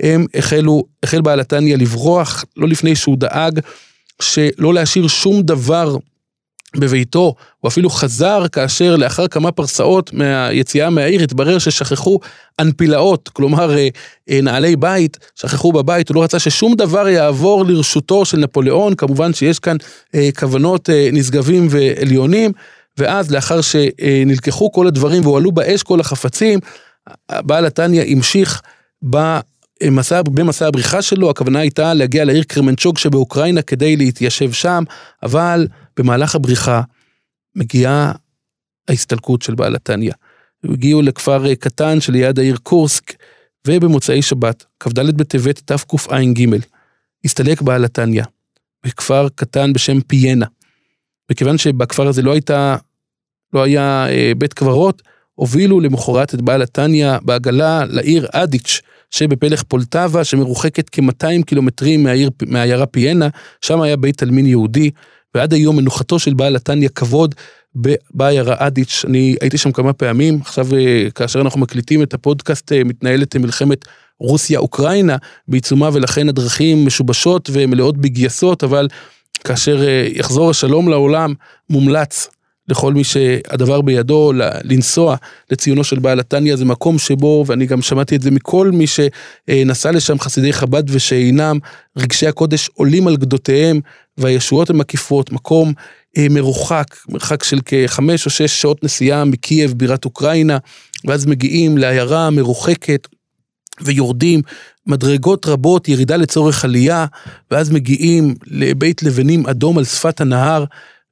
הם החלו, החל בעל התניא לברוח, לא לפני שהוא דאג, שלא להשאיר שום דבר בביתו, הוא אפילו חזר כאשר לאחר כמה פרסאות מהיציאה מהעיר, התברר ששכחו אנפילאות, כלומר נעלי בית, שכחו בבית, הוא לא רצה ששום דבר יעבור לרשותו של נפוליאון, כמובן שיש כאן כוונות נשגבים ועליונים, ואז לאחר שנלקחו כל הדברים והועלו באש כל החפצים, בעל התניא המשיך במסע, במסע הבריחה שלו, הכוונה הייתה להגיע לעיר קרמנצ'וג שבאוקראינה כדי להתיישב שם, אבל במהלך הבריחה מגיעה ההסתלקות של בעל התניא. הגיעו לכפר קטן שליד העיר קורסק, ובמוצאי שבת, כ"ד בטבת תקע"ג, הסתלק בעל התניא, בכפר קטן בשם פיינה. וכיוון שבכפר הזה לא הייתה, לא היה בית קברות, הובילו למחרת את בעל התניא בעגלה לעיר אדיץ' שבפלך פולטבה, שמרוחקת כ-מאתיים קילומטרים מהעיר, מהעיירה פיינה, שם היה בית עלמין יהודי, ועד היום מנוחתו של בעל התניא כבוד בעיירה אדיץ'. אני הייתי שם כמה פעמים, עכשיו כאשר אנחנו מקליטים את הפודקאסט, מתנהלת מלחמת רוסיה-אוקראינה בעיצומה, ולכן הדרכים משובשות ומלאות בגייסות, אבל כאשר יחזור השלום לעולם, מומלץ לכל מי שהדבר בידו לנסוע לציונו של בעל התניא, זה מקום שבו, ואני גם שמעתי את זה מכל מי שנסע לשם, חסידי חב"ד ושאינם, רגשי הקודש עולים על גדותיהם, והישועות הן מקיפות, מקום מרוחק, מרחק של כחמש או שש שעות נסיעה מקייב, בירת אוקראינה, ואז מגיעים לעיירה מרוחקת, ויורדים מדרגות רבות, ירידה לצורך עלייה, ואז מגיעים לבית לבנים אדום על שפת הנהר,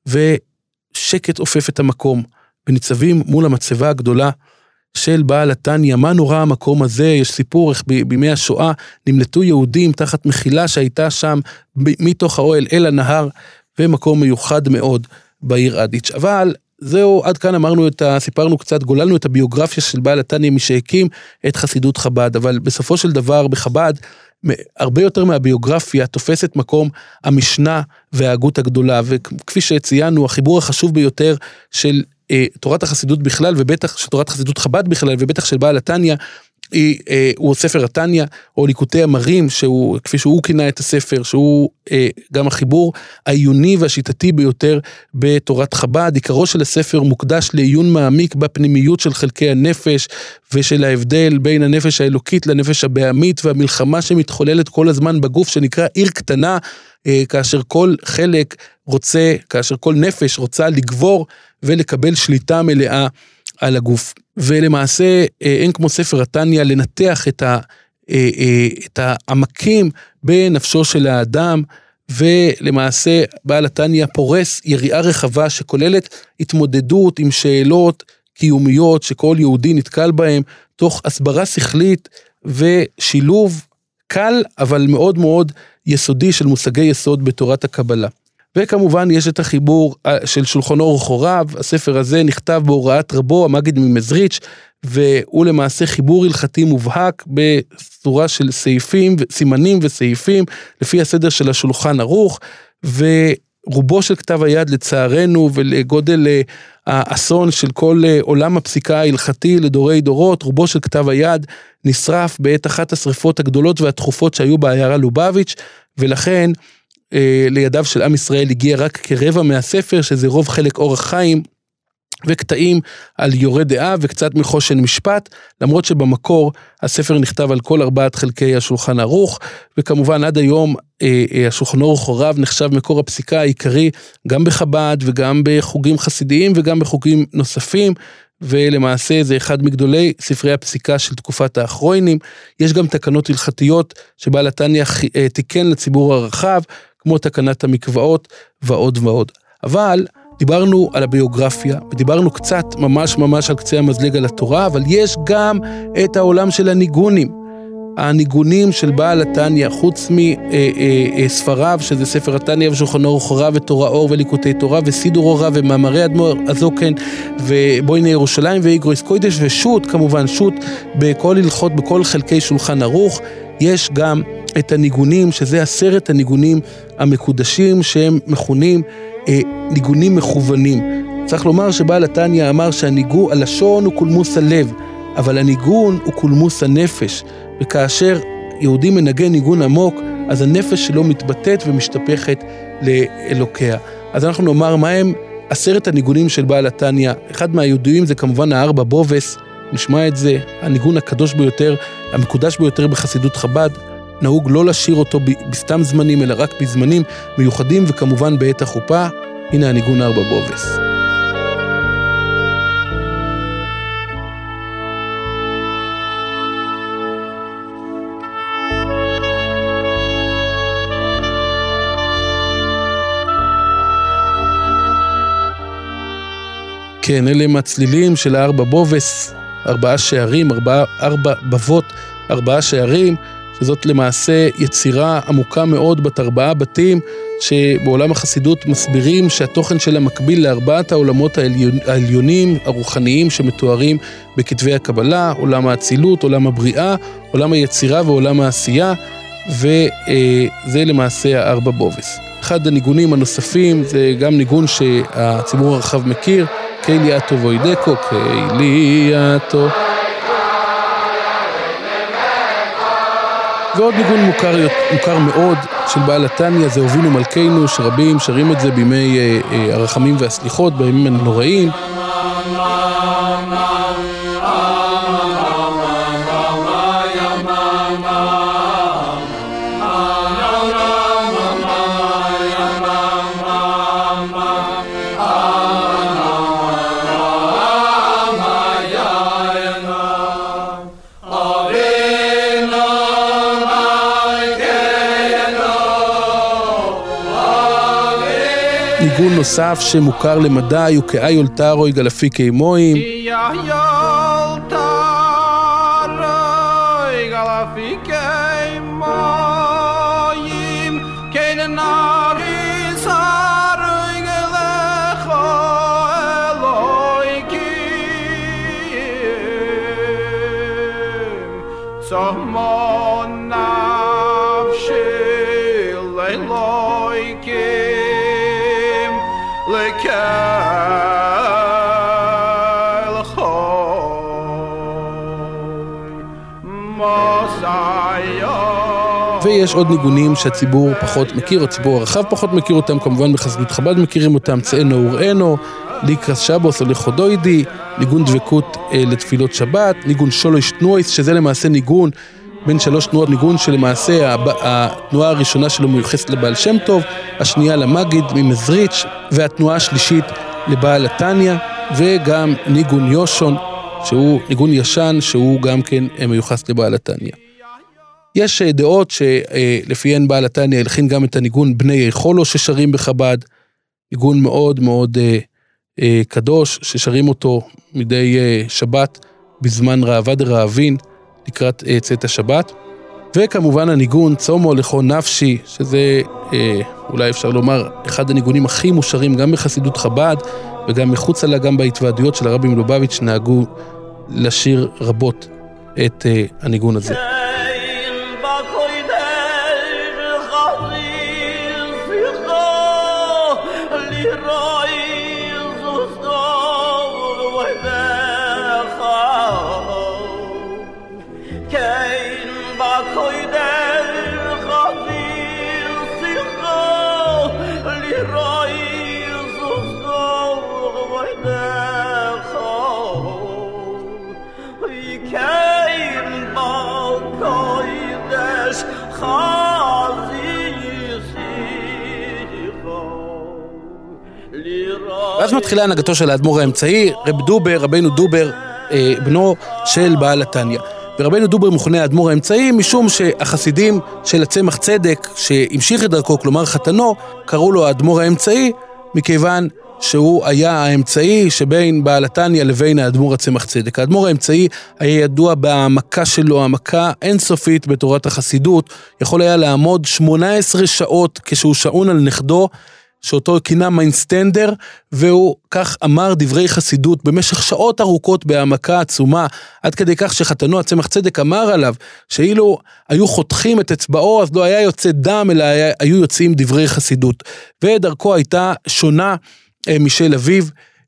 ושקט עופף את המקום, וניצבים מול המצבה הגדולה של בעל התניא. מה נורא המקום הזה? יש סיפור איך בימי השואה נמלטו יהודים תחת מחילה שהייתה שם מתוך האוהל אל הנהר, ומקום מיוחד מאוד בעיר אדיץ'. אבל זהו, עד כאן אמרנו את ה... סיפרנו קצת, גוללנו את הביוגרפיה של בעל התניא, מי שהקים את חסידות חב"ד, אבל בסופו של דבר בחב"ד, הרבה יותר מהביוגרפיה תופסת מקום המשנה וההגות הגדולה, וכפי שציינו, החיבור החשוב ביותר של אה, תורת החסידות בכלל, ובטח של תורת חסידות חב"ד בכלל, ובטח של בעל התניא, היא, אה, הוא ספר התניא, או ליקוטי המרים, שהוא, כפי שהוא כינה את הספר, שהוא אה, גם החיבור העיוני והשיטתי ביותר בתורת חב"ד. עיקרו של הספר מוקדש לעיון מעמיק בפנימיות של חלקי הנפש, ושל ההבדל בין הנפש האלוקית לנפש הבהמית, והמלחמה שמתחוללת כל הזמן בגוף, שנקרא עיר קטנה, אה, כאשר כל חלק רוצה, כאשר כל נפש רוצה לגבור, ולקבל שליטה מלאה על הגוף. ולמעשה אין כמו ספר התניא לנתח את, ה, את העמקים בנפשו של האדם, ולמעשה בעל התניא פורס יריעה רחבה שכוללת התמודדות עם שאלות קיומיות שכל יהודי נתקל בהם, תוך הסברה שכלית ושילוב קל אבל מאוד מאוד יסודי של מושגי יסוד בתורת הקבלה. וכמובן יש את החיבור של שולחן אורך הוריו, הספר הזה נכתב בהוראת רבו, המגיד ממזריץ', והוא למעשה חיבור הלכתי מובהק בצורה של סעיפים, סימנים וסעיפים, לפי הסדר של השולחן ערוך, ורובו של כתב היד לצערנו ולגודל האסון של כל עולם הפסיקה ההלכתי לדורי דורות, רובו של כתב היד נשרף בעת אחת השריפות הגדולות והתכופות שהיו בעיירה לובביץ', ולכן לידיו של עם ישראל הגיע רק כרבע מהספר, שזה רוב חלק אורח חיים, וקטעים על יורה דעה וקצת מחושן משפט, למרות שבמקור הספר נכתב על כל ארבעת חלקי השולחן ערוך, וכמובן עד היום השולחן ערוך הוריו נחשב מקור הפסיקה העיקרי, גם בחב"ד וגם בחוגים חסידיים וגם בחוגים נוספים, ולמעשה זה אחד מגדולי ספרי הפסיקה של תקופת האחרונים. יש גם תקנות הלכתיות שבעל התניא תיקן לציבור הרחב, כמו תקנת המקוואות ועוד ועוד. אבל דיברנו על הביוגרפיה, ודיברנו קצת ממש ממש על קצה המזלג על התורה, אבל יש גם את העולם של הניגונים. הניגונים של בעל התניא, חוץ מספריו, שזה ספר התניא ושולחן אורך הוריו ותורה אור וליקוטי תורה וסידור הוריו ומאמרי אדמו"ר הזוקן ובויני ירושלים ואיגרויס קוידש ושו"ת, כמובן שו"ת בכל הלכות, בכל חלקי שולחן ערוך. יש גם את הניגונים, שזה עשרת הניגונים המקודשים שהם מכונים אה, ניגונים מכוונים. צריך לומר שבעל התניא אמר שהניגון, הלשון הוא קולמוס הלב, אבל הניגון הוא קולמוס הנפש, וכאשר יהודי מנגן ניגון עמוק, אז הנפש שלו מתבטאת ומשתפכת לאלוקיה. אז אנחנו נאמר מהם עשרת הניגונים של בעל התניא. אחד מהיהודיים זה כמובן הארבע בובס, נשמע את זה, הניגון הקדוש ביותר, המקודש ביותר בחסידות חב"ד, נהוג לא לשיר אותו בסתם זמנים, אלא רק בזמנים מיוחדים, וכמובן בעת החופה. הנה הניגון ארבע בובס. כן, אלה הם הצלילים של הארבע בובס, ארבעה שערים, ארבע, ארבע בבות, ארבעה שערים, שזאת למעשה יצירה עמוקה מאוד בת ארבעה בתים, שבעולם החסידות מסבירים שהתוכן שלה מקביל לארבעת העולמות העליון, העליונים, הרוחניים, שמתוארים בכתבי הקבלה, עולם האצילות, עולם הבריאה, עולם היצירה ועולם העשייה, וזה למעשה הארבע בובס. אחד הניגונים הנוספים זה גם ניגון שהציבור הרחב מכיר, קייליאטו ואוידקו, קייליאטו. ועוד ניגון מוכר, מוכר מאוד של בעל התניא, זה הובינו מלכנו, שרבים שרים את זה בימי אה, אה, הרחמים והסליחות, בימים הנוראים. ניגון נוסף שמוכר למדי הוא כאיול תארוי גלפיקי מוים. כאיול תארוי גלפיקי מוים כננרי סארוי גלכו אלויקים צומו נפשי לאלויקים לקל חוי מוסאיו. ויש עוד ניגונים שהציבור פחות מכיר, הציבור הרחב פחות מכיר אותם, כמובן בחסידות חב"ד מכירים אותם, צאנו וראינו, ליקרס שבוס או לחודוידי, ניגון דבקות אה, לתפילות שבת, ניגון שולש תנועיס, שזה למעשה ניגון בין שלוש תנועות, ניגון שלמעשה התנועה הראשונה שלו מיוחסת לבעל שם טוב, השנייה למגיד ממזריץ', והתנועה השלישית לבעל התניא, וגם ניגון יושון, שהוא ניגון ישן, שהוא גם כן מיוחס לבעל התניא. יש דעות שלפיהן בעל התניא הלחין גם את הניגון בני איכולו ששרים בחב"ד, ניגון מאוד מאוד קדוש, ששרים אותו מדי שבת בזמן ראווה דרעבין, לקראת צאת השבת, וכמובן הניגון צומו לכו נפשי, שזה אה, אולי אפשר לומר אחד הניגונים הכי מושרים גם בחסידות חב"ד, וגם מחוץ לה, גם בהתוועדויות של הרבי מלובביץ' נהגו לשיר רבות את אה, הניגון הזה. ואז מתחילה הנהגתו של האדמו"ר האמצעי, רב דובר, רבנו דובר, בנו של בעל התניא. ורבנו דובר מכונה האדמו"ר האמצעי, משום שהחסידים של הצמח צדק, שהמשיך את דרכו, כלומר חתנו, קראו לו האדמו"ר האמצעי, מכיוון שהוא היה האמצעי שבין בעל התניא לבין האדמו"ר הצמח צדק. האדמו"ר האמצעי היה ידוע בהעמקה שלו, העמקה אינסופית בתורת החסידות, יכול היה לעמוד שמונה עשרה שעות כשהוא שעון על נכדו, שאותו כינה מיינסטנדר, והוא כך אמר דברי חסידות במשך שעות ארוכות בהעמקה עצומה, עד כדי כך שחתנו הצמח צדק אמר עליו, שאילו היו חותכים את אצבעו, אז לא היה יוצא דם, אלא היו יוצאים דברי חסידות. ודרכו הייתה שונה משל אביו,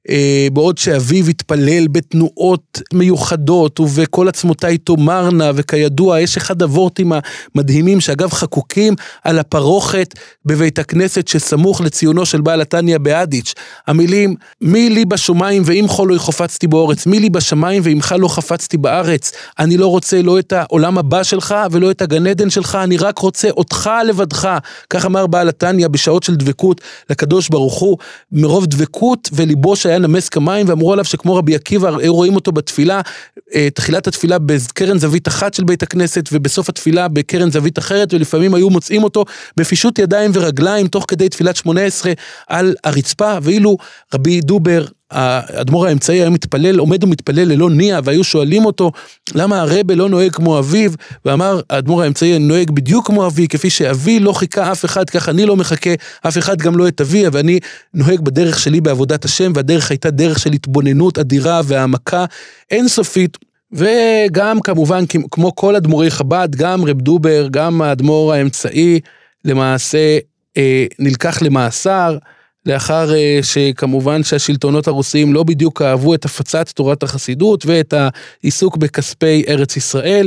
בעוד שאביו התפלל בתנועות מיוחדות, ובכל עצמותיי תאמרנה, וכידוע, יש אחד הוורטים המדהימים, שאגב חקוקים על הפרוכת בבית הכנסת שסמוך לציונו של בעל התניא באדיץ'. המילים, מי לי בשמיים ואמך לא חפצתי בארץ, מי לי בשמיים ואמך לא חפצתי בארץ, אני לא רוצה לא את העולם הבא שלך ולא את הגן עדן שלך, אני רק רוצה אותך לבדך, כך אמר בעל התניא בשעות של דבקות לקדוש ברוך הוא, מרוב דבקות וליבו שהיה נמס כמים, ואמרו עליו שכמו רבי עקיבא, רואים אותו בתפילה, תחילת התפילה בקרן זווית אחת של בית הכנסת, ובסוף התפילה בקרן זווית אחרת, ולפעמים היו מוצאים אותו בפישוט ידיים ורגליים, תוך כדי תפילת שמונה עשרה על הרצפה, ואילו רבי דובר, האדמו"ר האמצעי היה מתפלל, עומד ומתפלל ללא ניע, והיו שואלים אותו, למה הרבי לא נוהג כמו אביו, ואמר, האדמו"ר האמצעי נוהג בדיוק כמו אבי, כפי שאבי לא חיכה אף אחד, כך אני לא מחכה אף אחד גם לא את אבי, ואני נוהג בדרך שלי בעבודת השם, והדרך הייתה דרך של התבוננות אדירה והעמקה אינסופית, וגם כמובן, כמו כל אדמו"רי חב"ד, גם רב דובר, גם האדמו"ר האמצעי, למעשה אה, נלקח למאסר, לאחר שכמובן שהשלטונות הרוסיים לא בדיוק אהבו את הפצת תורת החסידות ואת העיסוק בכספי ארץ ישראל,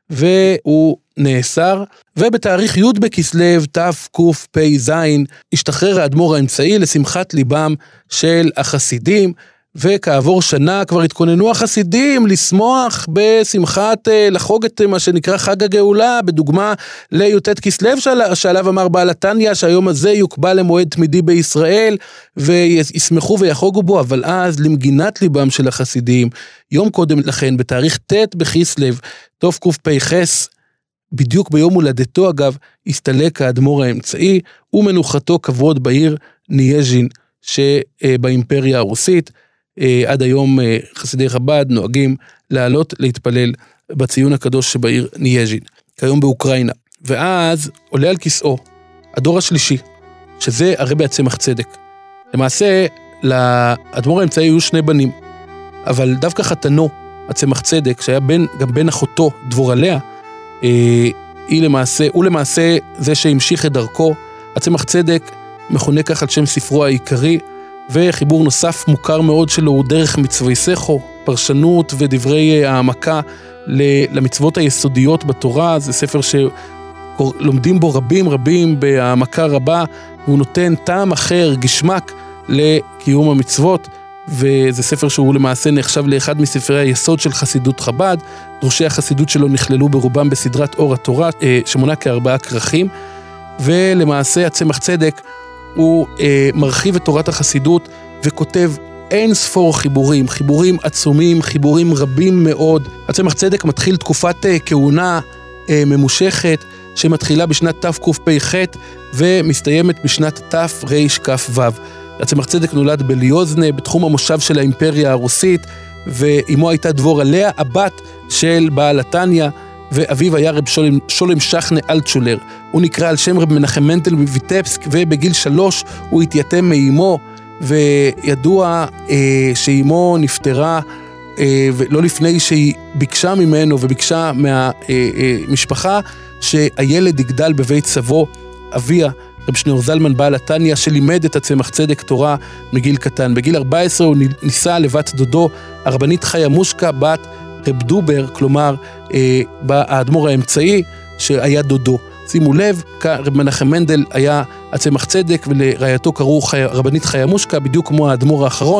והוא נאסר, ובתאריך י' בכסלו תקפ"ז השתחרר האדמו"ר האמצעי לשמחת ליבם של החסידים, וכעבור שנה כבר התכוננו החסידים לשמוח בשמחת, לחוג את מה שנקרא חג הגאולה, בדוגמה לי"ט כסלו שעליו אמר בעל התניא, שהיום הזה יוקבע למועד תמידי בישראל, וישמחו ויחוגו בו, אבל אז למגינת ליבם של החסידים, יום קודם לכן, בתאריך ט' בכסלו, תקפ"ח, בדיוק ביום הולדתו אגב, הסתלק האדמו"ר האמצעי, ומנוחתו כבוד בעיר נייז'ין, שבאימפריה הרוסית, עד היום חסידי חב"ד נוהגים לעלות להתפלל בציון הקדוש שבעיר נייז'ין, כיום באוקראינה. ואז עולה על כיסאו הדור השלישי, שזה הרבי הצמח צדק. למעשה, לאדמו"ר האמצעי היו שני בנים, אבל דווקא חתנו, הצמח צדק, שהיה בן, גם בן אחותו, דבורליה, היא למעשה, הוא למעשה זה שהמשיך את דרכו. הצמח צדק מכונה כך על שם ספרו העיקרי, וחיבור נוסף מוכר מאוד שלו הוא דרך מצווי סכו, פרשנות ודברי העמקה למצוות היסודיות בתורה. זה ספר שלומדים בו רבים רבים בהעמקה רבה, והוא נותן טעם אחר, גשמק לקיום המצוות, וזה ספר שהוא למעשה נחשב לאחד מספרי היסוד של חסידות חב"ד. דרושי החסידות שלו נכללו ברובם בסדרת אור התורה, שמונה כארבעה כרכים, ולמעשה הצמח צדק הוא אה, מרחיב את תורת החסידות וכותב אין ספור חיבורים, חיבורים עצומים, חיבורים רבים מאוד. הצמח צדק מתחיל תקופת אה, כהונה אה, ממושכת, שמתחילה בשנת תקפ"ח ומסתיימת בשנת תרכ"ו. הצמח צדק נולד בליוזנה, בתחום המושב של האימפריה הרוסית, ואימו הייתה דבורליה, הבת של בעל התניא, ואביו היה רב שולם, שולם שכנה אלטשולר. הוא נקרא על שם רב מנחם מנדל מויטבסק, ובגיל שלוש הוא התייתם מאימו, וידוע אה, שאימו נפטרה, אה, ולא לפני שהיא ביקשה ממנו וביקשה מהמשפחה, אה, אה, שהילד יגדל בבית סבו, אביה, רב שניאור זלמן בעל התניא, שלימד את הצמח צדק תורה מגיל קטן. בגיל ארבע עשרה הוא נישא לבת דודו, הרבנית חיה מושקה, בת רב דובר, כלומר, אה, האדמו"ר האמצעי, שהיה דודו. שימו לב, רב מנחם מנדל היה הצמח צדק, ולרעייתו קראו חי, רבנית חיה מושקה, בדיוק כמו האדמו"ר האחרון,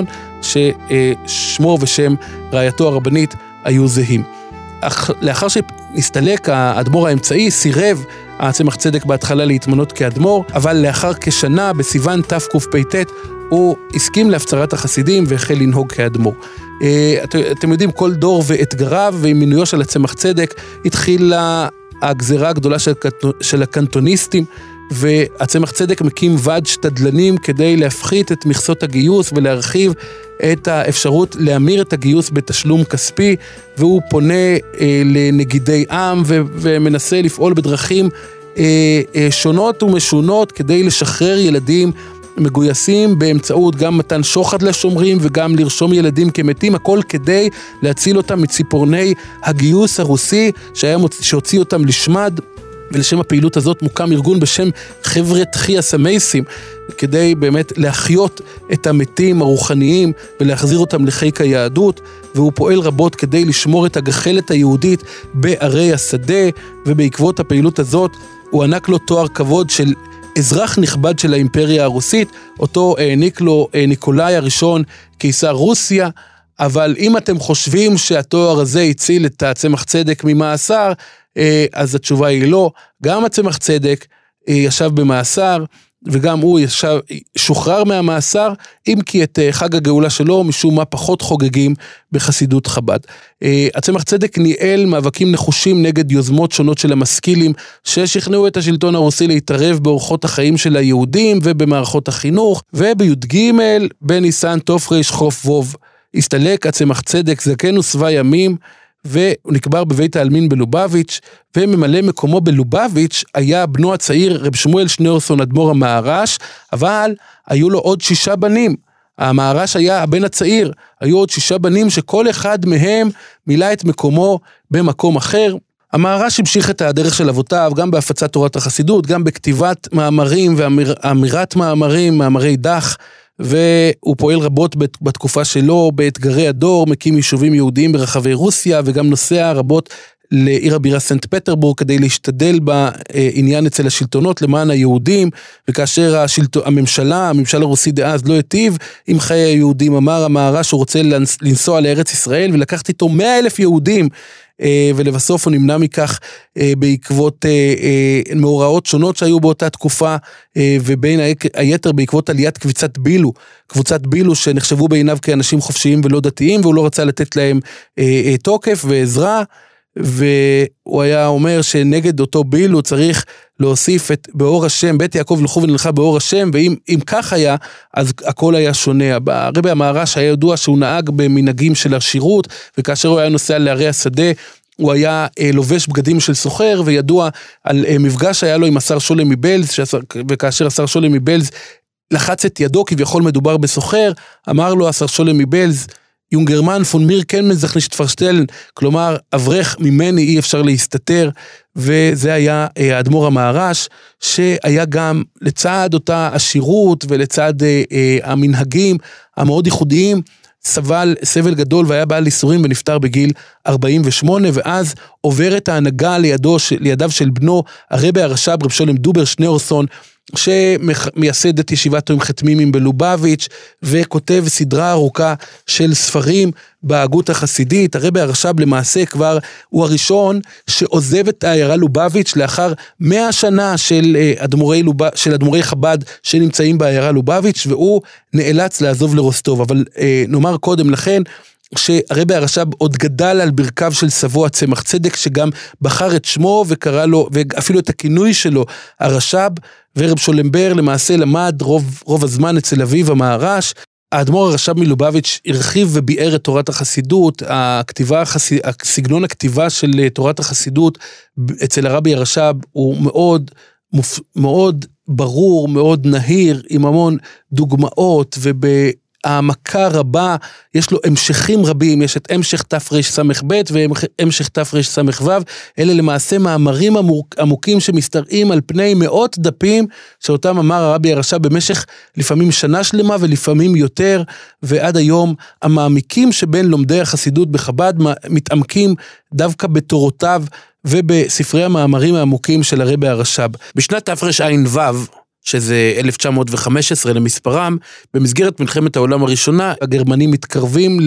ששמו ושם רעייתו הרבנית היו זהים. אך לאחר שהסתלק האדמו"ר האמצעי, סירב הצמח צדק בהתחלה להתמנות כאדמו"ר, אבל לאחר כשנה, בסיוון תקפ"ט, הוא הסכים להפצרת החסידים והחל לנהוג כאדמו"ר. אתם יודעים, כל דור ואתגריו, ועם מינויו של הצמח צדק התחילה הגזרה הגדולה של, של הקנטוניסטים, והצמח צדק מקים ועד שתדלנים כדי להפחית את מכסות הגיוס ולהרחיב את האפשרות להמיר את הגיוס בתשלום כספי, והוא פונה אה, לנגידי עם ו- ומנסה לפעול בדרכים אה, אה, שונות ומשונות כדי לשחרר ילדים מגויסים, באמצעות גם מתן שוחד לשומרים וגם לרשום ילדים כמתים, הכל כדי להציל אותם מציפורני הגיוס הרוסי שהיה, שהוציא אותם לשמד. ולשם הפעילות הזאת מוקם ארגון בשם חברת חייס המייסים, כדי באמת להחיות את המתים הרוחניים ולהחזיר אותם לחיק היהדות, והוא פועל רבות כדי לשמור את הגחלת היהודית בערי השדה, ובעקבות הפעילות הזאת הוא ענק לו תואר כבוד של אזרח נכבד של האימפריה הרוסית, אותו העניק לו ניקולאי הראשון קיסר רוסיה. אבל אם אתם חושבים שהתואר הזה הציל את הצמח צדק ממאסר, אז התשובה היא לא. גם הצמח צדק ישב במאסר, וגם הוא ישב, שוחרר מהמאסר, אם כי את חג הגאולה שלו משום מה פחות חוגגים בחסידות חב"ד. הצמח צדק ניהל מאבקים נחושים נגד יוזמות שונות של המשכילים, ששכנעו את השלטון הרוסי להתערב באורחות החיים של היהודים ובמערכות החינוך, ובי"ג בניסן תר"ש חוף ווב, הסתלק הצמח צדק זקן ושבע ימים, והוא נקבר בבית העלמין בלובביץ', וממלא מקומו בלובביץ' היה בנו הצעיר רב שמואל שניאורסון אדמו"ר המהר"ש, אבל היו לו עוד שישה בנים. המהר"ש היה הבן הצעיר, היו עוד שישה בנים שכל אחד מהם מילא את מקומו במקום אחר. המהר"ש המשיך את הדרך של אבותיו, גם בהפצת תורת החסידות, גם בכתיבת מאמרים ואמירת מאמרים, מאמרי דח, והוא פועל רבות בתקופה שלו, באתגרי הדור, מקים יישובים יהודיים ברחבי רוסיה, וגם נוסע רבות לעיר הבירה סנט פטרבורג, כדי להשתדל בעניין אצל השלטונות למען היהודים, וכאשר השלטון, הממשלה, הממשל הרוסי דאז לא היטיב עם חיי היהודים, אמר המהר"ש שהוא רוצה לנסוע לארץ ישראל, ולקחת איתו מאה אלף יהודים, ולבסוף הוא נמנע מכך בעקבות מאורעות שונות שהיו באותה תקופה, ובין היתר בעקבות עליית קבוצת בילו, קבוצת בילו שנחשבו בעיניו כאנשים חופשיים ולא דתיים, והוא לא רצה לתת להם תוקף ועזרה, והוא היה אומר שנגד אותו בילו צריך להוסיף את באור השם, בית יעקב לכו ונלכה באור השם, ואם אם כך היה, אז הכל היה שונה. הרבי המהר"ש היה ידוע שהוא נהג במנהגים של השירות, וכאשר הוא היה נוסע לערי השדה, הוא היה אה, לובש בגדים של סוחר, וידוע על אה, מפגש היה לו עם השר שולם מבלז, שהשר, וכאשר השר שולם מבלז לחץ את ידו, כביכול מדובר בסוחר, אמר לו השר שולם מבלז, יונגרמן פון מיר כן מזכ נשט פרשטלן, כלומר, אברך ממני אי אפשר להסתתר, וזה היה האדמו"ר המהר"ש, שהיה גם לצד אותה השירות, ולצד אה, אה, המנהגים המאוד ייחודיים, סבל סבל גדול, והיה בעל איסורים, ונפטר בגיל ארבעים ושמונה, ואז עובר את ההנהגה לידו, לידיו של בנו, הרבי הרש"ב, רב שולם דובר שניאורסון, שמייסד את ישיבת תוים חתמימים בלובביץ', וכותב סדרה ארוכה של ספרים בהגות החסידית. הרבי הרש"ב למעשה כבר הוא הראשון שעוזב את העיירה לובביץ' לאחר מאה שנה של אדמו"רי לוב... של אדמו"רי חב"ד שנמצאים בעיירה לובביץ', והוא נאלץ לעזוב לרוסטוב. אבל נאמר קודם לכן, שהרבי הרש"ב עוד גדל על ברכיו של סבו הצמח צדק, שגם בחר את שמו וקרא לו, ואפילו את הכינוי שלו, הרש"ב, ורב שולמבר למעשה למד רוב, רוב הזמן אצל אביו המהר"ש. האדמו"ר הרש"ב מלובביץ' הרחיב וביאר את תורת החסידות, הכתיבה, סגנון הכתיבה של תורת החסידות אצל הרבי הרש"ב הוא מאוד, מאוד ברור, מאוד נהיר, עם המון דוגמאות וב... העמקה רבה, יש לו המשכים רבים, יש את המשך תרס"ב והמשך תרס"ו, אלה למעשה מאמרים עמוק, עמוקים שמסתרעים על פני מאות דפים, שאותם אמר הרבי הרש"ב במשך לפעמים שנה שלמה ולפעמים יותר, ועד היום המעמיקים שבין לומדי החסידות בחב"ד מתעמקים דווקא בתורותיו ובספרי המאמרים העמוקים של הרבי הרש"ב. בשנת תרע"ו, שזה אלף תשע מאות וחמש עשרה למספרם, במסגרת מלחמת העולם הראשונה, הגרמנים מתקרבים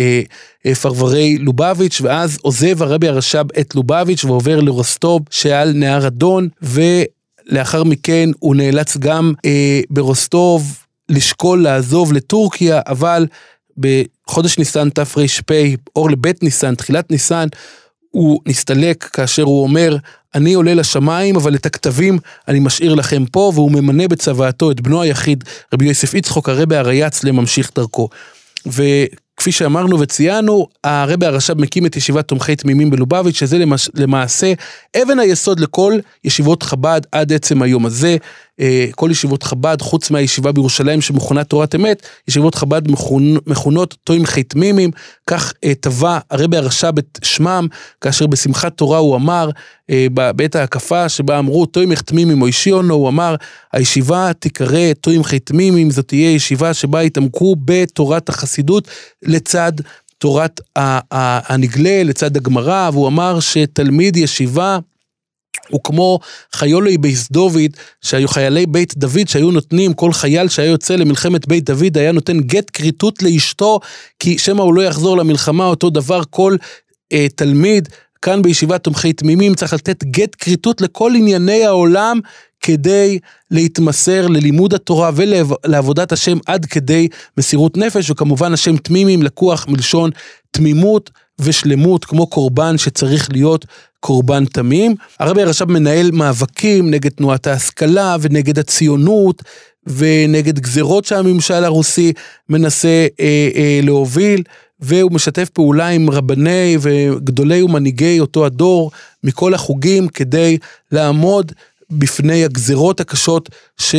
לפרברי לובביץ', ואז עוזב הרבי הרש"ב את לובביץ' ועובר לרוסטוב שעל נהר אדון, ולאחר מכן הוא נאלץ גם אה, ברוסטוב לשקול לעזוב לטורקיה, אבל בחודש ניסן תר"פ, אור לבית ניסן, תחילת ניסן, הוא נסתלק כאשר הוא אומר, אני עולה לשמיים, אבל את הכתבים אני משאיר לכם פה, והוא ממנה בצוואתו את בנו היחיד, רבי יוסף יצחוק, הרבי הריי"צ, לממשיך דרכו. וכפי שאמרנו וציינו, הרבי הרש"ב מקים את ישיבת תומכי תמימים בלובביץ', שזה למעשה אבן היסוד לכל ישיבות חב"ד עד עצם היום הזה. כל ישיבות חב"ד, חוץ מהישיבה בירושלים שמכונה תורת אמת, ישיבות חב"ד מכונות תוים חתמימים, כך טבע הרבי הרש"ב את שמם, כאשר בשמחת תורה הוא אמר, בבית ההקפה שבה אמרו תוים חתמימים או אישיונו, הוא אמר, הישיבה תיקרא תוים חתמימים, זאת תהיה ישיבה שבה יתעמקו בתורת החסידות, לצד תורת הנגלה, לצד הגמרא, והוא אמר שתלמיד ישיבה, הוא כמו חיולי בית דוד, שהיו חיילי בית דוד, שהיו נותנים, כל חייל שהיה יוצא למלחמת בית דוד, היה נותן גט כריתות לאשתו, כי שמה הוא לא יחזור למלחמה, אותו דבר כל אה, תלמיד, כאן בישיבת תומכי תמימים, צריך לתת גט כריתות לכל ענייני העולם, כדי להתמסר ללימוד התורה ולעבודת השם עד כדי מסירות נפש, וכמובן השם תמימים לקוח מלשון תמימות ושלמות, כמו קורבן שצריך להיות קורבן תמים. הרבי הרש"ב מנהל מאבקים נגד תנועת ההשכלה ונגד הציונות ונגד גזרות שהממשל הרוסי מנסה אה, אה, להוביל, והוא משתף פעולה עם רבני וגדולי ומנהיגי אותו הדור מכל החוגים כדי לעמוד בפני הגזרות הקשות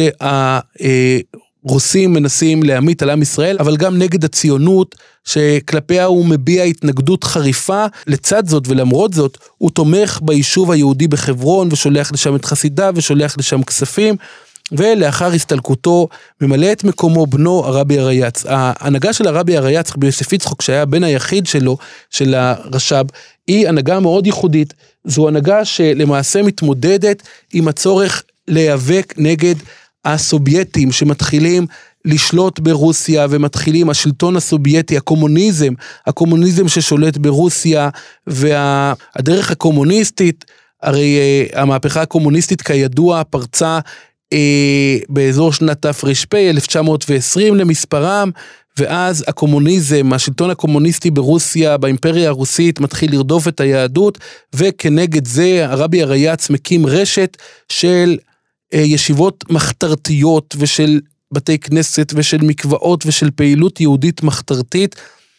שהרוסים מנסים להמיט על עם ישראל, אבל גם נגד הציונות שכלפיה הוא מביע התנגדות חריפה. לצד זאת ולמרות זאת הוא תומך ביישוב היהודי בחברון ושולח לשם את חסידיו ושולח לשם כספים, ולאחר הסתלקותו ממלא את מקומו בנו הרבי הרייץ. ההנהגה של הרבי הרייץ ביוסף יצחק שהיה בן היחיד שלו, של הרש"ב, היא הנהגה מאוד ייחודית. זו הנהגה שלמעשה מתמודדת עם הצורך להיאבק נגד הסובייטים שמתחילים לשלוט ברוסיה, ומתחילים השלטון הסובייטי, הקומוניזם, הקומוניזם ששולט ברוסיה, והדרך הקומוניסטית, הרי המהפכה הקומוניסטית כידוע פרצה אה, באזור שנת תר"פ, אלף תשע מאות ועשרים למספרם, ואז הקומוניזם, השלטון הקומוניסטי ברוסיה, באימפריה הרוסית, מתחיל לרדוף את היהדות, וכנגד זה הרבי הרייץ מקים רשת של אה, ישיבות מחתרתיות, ושל בתי כנסת, ושל מקוואות, ושל פעילות יהודית מחתרתית,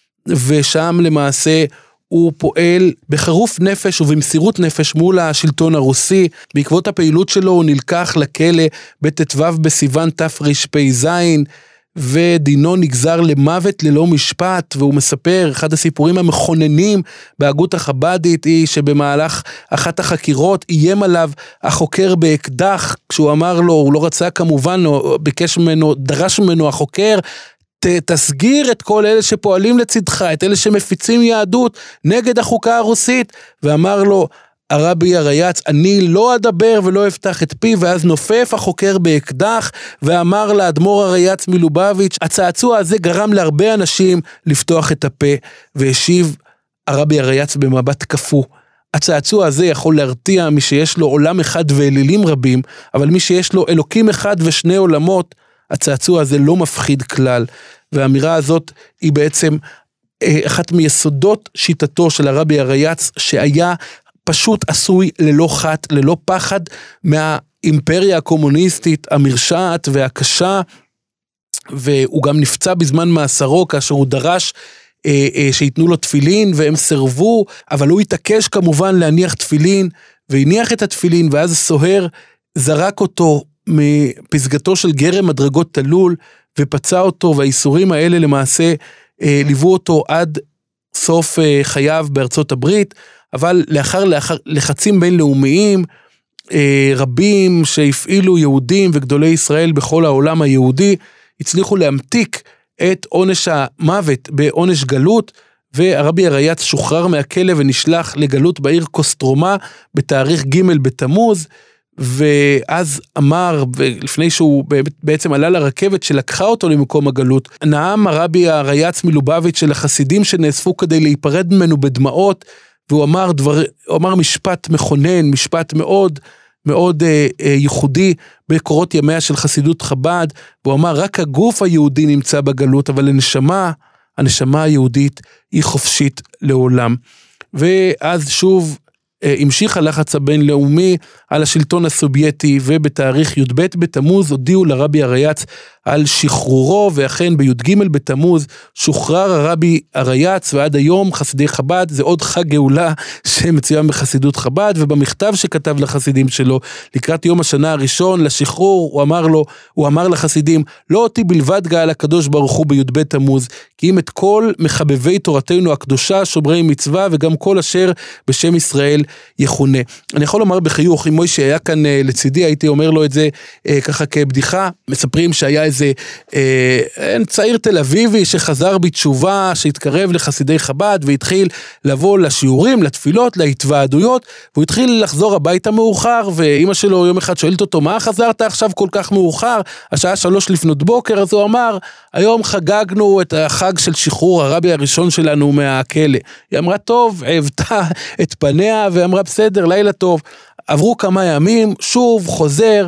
ושם למעשה הוא פועל בחרוף נפש ובמסירות נפש מול השלטון הרוסי. בעקבות הפעילות שלו הוא נלקח לכלא בט"ו בסיוון תרפ"ז, ודינו נגזר למוות ללא משפט, והוא מספר, אחד הסיפורים המכוננים בהגות החבדית היא שבמהלך אחת החקירות איים עליו החוקר באקדח, כשהוא אמר לו, הוא לא רצה כמובן, ביקש ממנו, דרש ממנו החוקר, ת, תסגיר את כל אלה שפועלים לצדך, את אלה שמפיצים יהדות נגד החוקה הרוסית, ואמר לו, הרבי הרייץ, אני לא אדבר ולא אפתח את פי, ואז נופף החוקר באקדח, ואמר לאדמו"ר הרייץ מלובביץ', הצעצוע הזה גרם להרבה אנשים לפתוח את הפה, והשיב הרבי הרייץ במבט כפו, הצעצוע הזה יכול להרתיע מי שיש לו עולם אחד ואלילים רבים, אבל מי שיש לו אלוקים אחד ושני עולמות, הצעצוע הזה לא מפחיד כלל, והאמירה הזאת היא בעצם אחת מיסודות שיטתו של הרבי הרייץ, שהיה פשוט עשוי ללא חת, ללא פחד, מהאימפריה הקומוניסטית המרשעת והקשה, והוא גם נפצע בזמן מאסרו, כאשר הוא דרש אה, אה, שיתנו לו תפילין, והם סרבו, אבל הוא התעקש כמובן להניח תפילין, והניח את התפילין, ואז הסוהר זרק אותו מפסגתו של גרם מדרגות תלול, ופצע אותו, והאיסורים האלה למעשה אה, ליוו אותו עד סוף אה, חייו בארצות הברית, אבל לאחר, לאחר לחצים בינלאומיים אה, רבים שהפעילו יהודים וגדולי ישראל בכל העולם היהודי, הצליחו להמתיק את עונש המוות בעונש גלות, והרבי הרייץ שוחרר מהכלא ונשלח לגלות בעיר קוסטרומה בתאריך ג' בתמוז, ואז אמר, לפני שהוא בעצם עלה לרכבת שלקחה אותו למקום הגלות, נאם הרבי הרייץ מלובביץ' של החסידים שנאספו כדי להיפרד ממנו בדמעות, והוא אמר, דבר, הוא אמר משפט מכונן, משפט מאוד מאוד אה, אה, ייחודי בקורות ימיה של חסידות חב"ד, והוא אמר, רק הגוף היהודי נמצא בגלות, אבל הנשמה, הנשמה היהודית היא חופשית לעולם. ואז שוב אה, המשיך הלחץ הבינלאומי על השלטון הסובייטי, ובתאריך י"ב בתמוז הודיעו לרבי הרייץ על שחרורו, ואכן בי"ג בתמוז שוחרר הרבי הרייץ, ועד היום חסידי חב"ד, זה עוד חג גאולה שמצוין בחסידות חב"ד, ובמכתב שכתב לחסידים שלו, לקראת יום השנה הראשון לשחרור, הוא אמר לו, הוא אמר לחסידים, לא אותי בלבד גאל הקדוש ברוך הוא בי"ב תמוז, כי אם את כל מחבבי תורתנו הקדושה, שומרי מצווה, וגם כל אשר בשם ישראל יכונה. אני יכול לומר בחיוך, אם מוישה היה כאן אה, לצידי, הייתי אומר לו את זה אה, ככה כבדיחה, מספרים שהיה איזה אה, צעיר תל אביבי שחזר בתשובה, שהתקרב לחסידי חב"ד, והתחיל לבוא לשיעורים, לתפילות, להתוועדויות, והוא התחיל לחזור הביתה מאוחר, ואמא שלו יום אחד שואלת אותו, מה חזרת עכשיו כל כך מאוחר? השעה שלוש לפנות בוקר, אז הוא אמר, היום חגגנו את החג של שחרור הרבי הראשון שלנו מהכלא. היא אמרה, טוב, עבתה את פניה, ואמרה, בסדר, לילה טוב. עברו כמה ימים, שוב חוזר,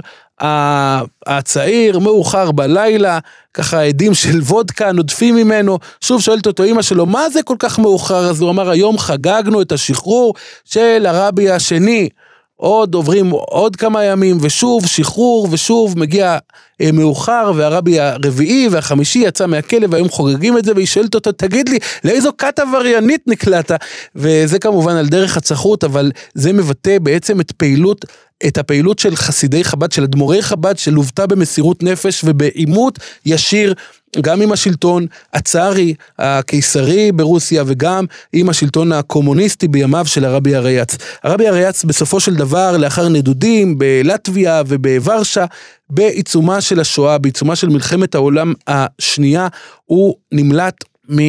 הצעיר מאוחר בלילה, ככה עדים של וודקה נודפים ממנו, שוב שואלת אותו אמא שלו, מה זה כל כך מאוחר? אז הוא אמר, היום חגגנו את השחרור של הרבי השני, עוד עוברים עוד כמה ימים, ושוב שחרור, ושוב מגיע אה, מאוחר, והרבי הרביעי והחמישי יצא מהכלא, והיום חוגגים את זה, והיא שואלת אותו, תגיד לי, לאיזו כת עבריינית נקלעת? וזה כמובן על דרך הצחות, אבל זה מבטא בעצם את פעילות, את הפעילות של חסידי חב"ד, של אדמו"רי חב"ד, שלוותה במסירות נפש ובעימות ישיר, גם עם השלטון הצארי, הקיסרי ברוסיה, וגם עם השלטון הקומוניסטי בימיו של הרבי הרייץ. הרבי הרייץ בסופו של דבר, לאחר נדודים בלטביה ובוורשה, בעיצומה של השואה, בעיצומה של מלחמת העולם השנייה, הוא נמלט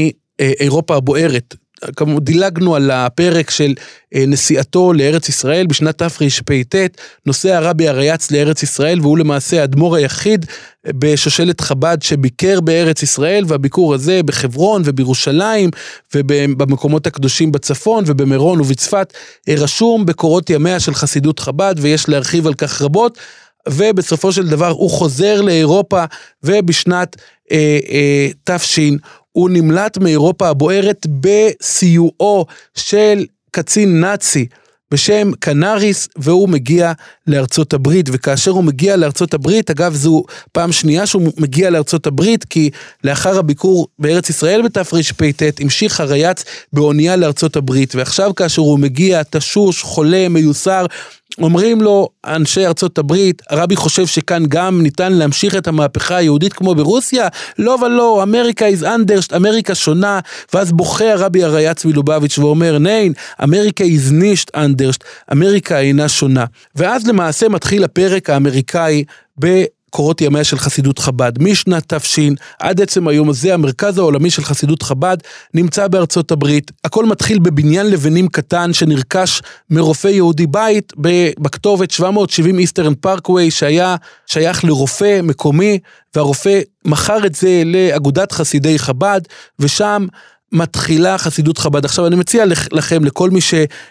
מאירופה הבוערת. כמו דילגנו על הפרק של נסיעתו לארץ ישראל בשנת תרפ"ט, נוסע הרבי הרייץ לארץ ישראל, והוא למעשה האדמו"ר היחיד בשושלת חב"ד שביקר בארץ ישראל, והביקור הזה בחברון ובירושלים ובמקומות הקדושים בצפון ובמירון ובצפת, רשום בקורות ימיה של חסידות חב"ד, ויש להרחיב על כך רבות. ובסופו של דבר הוא חוזר לאירופה, ובשנת אה, אה, תפשין הוא נמלט מאירופה הבוערת בסיועו של קצין נאצי בשם קנריס, והוא מגיע לארצות הברית. וכאשר הוא מגיע לארצות הברית, אגב זו פעם שנייה שהוא מגיע לארצות הברית, כי לאחר הביקור בארץ ישראל בתרפ"ט המשיך הרייץ באונייה לארצות הברית, ועכשיו כאשר הוא מגיע תשוש, חולה, מיוסר, אומרים לו אנשי ארצות הברית, הרבי חושב שכאן גם ניתן להמשיך את המהפכה היהודית כמו ברוסיה? לא ולא, אמריקה is underst, אמריקה שונה. ואז בוכה הרבי הרייץ מלובביץ' ואומר, נין, אמריקה is nicht underst, אמריקה אינה שונה. ואז למעשה מתחיל הפרק האמריקאי ב... קורות ימיה של חסידות חב"ד. משנת תפשין עד עצם היום הזה, המרכז העולמי של חסידות חב"ד נמצא בארצות הברית. הכל מתחיל בבניין לבנים קטן שנרכש מרופא יהודי בית בכתובת שבע מאות שבעים איסטרן פארקווי, שהיה שייך לרופא מקומי, והרופא מכר את זה לאגודת חסידי חב"ד, ושם מתחילה חסידות חב"ד. עכשיו אני מציע לכם, לכל מי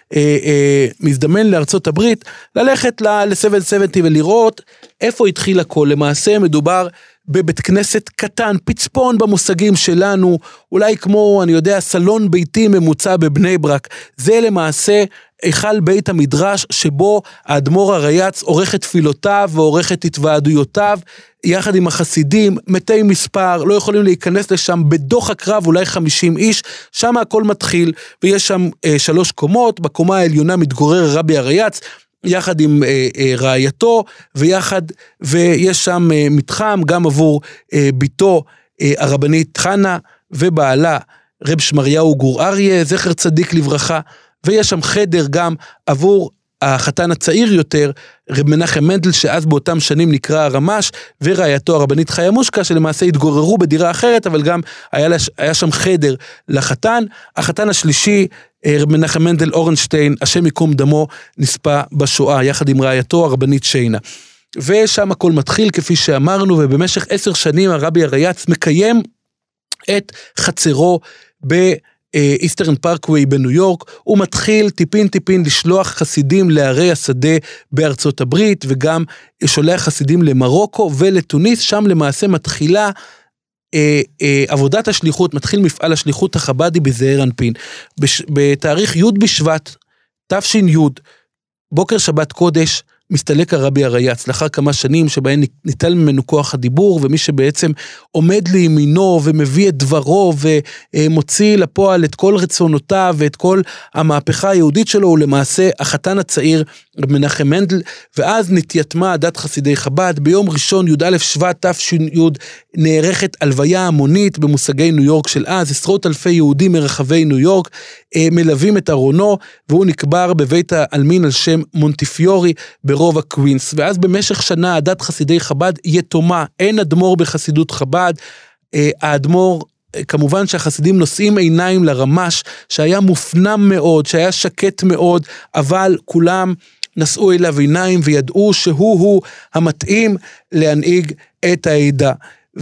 שמזדמן לארצות הברית, ללכת ל-שבע שבעים ולראות איפה התחיל הכל. למעשה מדובר בבית כנסת קטן, פצפון במושגים שלנו, אולי כמו, אני יודע, סלון ביתי ממוצע בבני ברק. זה למעשה היכל בית המדרש, שבו האדמו"ר הרייץ עורך את תפילותיו ועורך את התוועדויותיו, יחד עם החסידים, מתי מספר, לא יכולים להיכנס לשם, בדוח הקרב אולי חמישים איש, שם הכל מתחיל, ויש שם אה, שלוש קומות, בקומה העליונה מתגורר הרבי הרייץ, יחד עם אה, אה, רעייתו, ויחד, ויש שם אה, מתחם, גם עבור אה, ביתו אה, הרבנית חנה, ובעלה רב שמריהו גור אריה, זכר צדיק לברכה, ויש שם חדר גם עבור החתן הצעיר יותר, רב מנחם מנדל, שאז באותם שנים נקרא הרמש, ורעייתו הרבנית חיה מושקה, שלמעשה התגוררו בדירה אחרת, אבל גם היה, היה שם חדר לחתן. החתן השלישי, רב מנחם מנדל אורנשטיין, השם יקום דמו, נספה בשואה, יחד עם רעייתו הרבנית שיינה. ושם הכל מתחיל, כפי שאמרנו, ובמשך עשר שנים הרבי הרייץ מקיים את חצרו ב... איסטרן פארקווי בניו יורק. הוא מתחיל טיפין טיפין לשלוח חסידים לערי השדה בארצות הברית, וגם שולח חסידים למרוקו ולטוניס. שם למעשה מתחילה אה, אה, עבודת השליחות, מתחיל מפעל השליחות החבדי בזעיר אנפין. בש, בתאריך י' בשבט תש"י, בוקר שבת קודש, מסתלק הרבי הרייץ, לאחר כמה שנים שבהן ניטל ממנו כוח הדיבור, ומי שבעצם עומד לימינו ומביא את דברו ומוציא לפועל את כל רצונותיו ואת כל המהפכה היהודית שלו, הוא למעשה החתן הצעיר מנחם מנדל, ואז נתייתמה דת חסידי חב"ד. ביום ראשון י"א שבט תש"י נערכת הלוויה המונית במושגי ניו יורק של אז, עשרות אלפי יהודים מרחבי ניו יורק מלווים את ארונו, והוא נקבר בבית העלמין על שם מונטיפיורי ברוב הקווינס. ואז במשך שנה דת חסידי חב"ד יתומה, אין אדמו"ר בחסידות חב"ד. האדמו"ר, כמובן שהחסידים נושאים עיניים לרמש, שהיה מופנם מאוד, שהיה שקט מאוד, אבל כולם נשאו אליו עיניים וידעו שהוא-הוא המתאים להנהיג את העדה.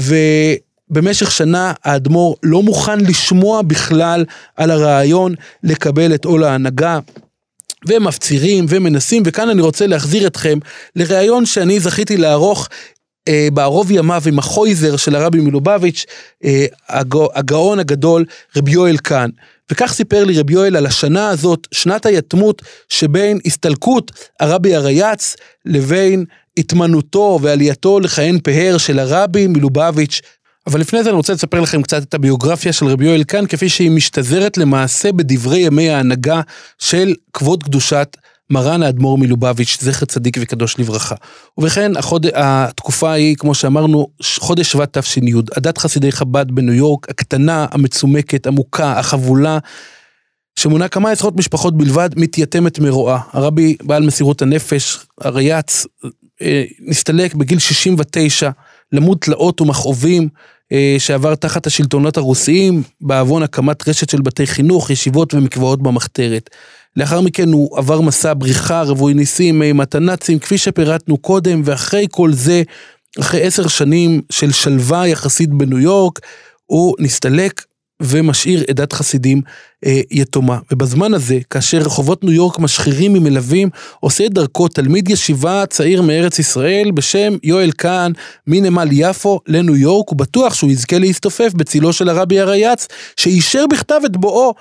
ובמשך שנה האדמו"ר לא מוכן לשמוע בכלל על הרעיון לקבל את עול ההנהגה, והם מפצירים ומנסים, וכאן אני רוצה להחזיר אתכם לרעיון שאני זכיתי לערוך אה, בערוב ימיו עם החויזר של הרבי מלובביץ', אה, הגאון הגדול רבי יואל קאן. וכך סיפר לי רבי יואל על השנה הזאת, שנת היתמות שבין הסתלקות הרבי הרייץ לבין התמנותו ועלייתו לכהן פאר של הרבי מלובביץ'. אבל לפני זה אני רוצה לספר לכם קצת את הביוגרפיה של רבי יואל קאן, כפי שהיא משתזרת למעשה בדברי ימי ההנהגה של כבוד קדושת מרן האדמו"ר מלובביץ', זכר צדיק וקדוש לברכה. ובכן, החוד... התקופה היא, כמו שאמרנו, חודש שבט תש"י, עדת חסידי חב"ד בניו יורק, הקטנה, המצומקת, עמוקה, החבולה, שמונה כמה עשרות משפחות בלבד, מתייתמת מרועה. הרבי בעל מסירות הנפש, הרייץ, נסתלק בגיל שישים ותשע, למות תלאות ומכאובים, שעבר תחת השלטונות הרוסיים, בעוון הקמת רשת של בתי חינוך, ישיבות ומקוואות במחתרת. לאחר מכן הוא עבר מסע בריחה, רבוי ניסים, מאימת הנאצים, כפי שפירטנו קודם, ואחרי כל זה, אחרי עשר שנים של שלווה יחסית בניו יורק, הוא נסתלק ומשאיר עדת חסידים אה, יתומה. ובזמן הזה, כאשר רחובות ניו יורק משחירים ממלווים, עושה את דרכו תלמיד ישיבה צעיר מארץ ישראל, בשם יואל קאן, מנמל יפו לניו יורק, הוא בטוח שהוא יזכה להסתופף בצילו של הרבי הרייץ, שאישר בכתב את בואו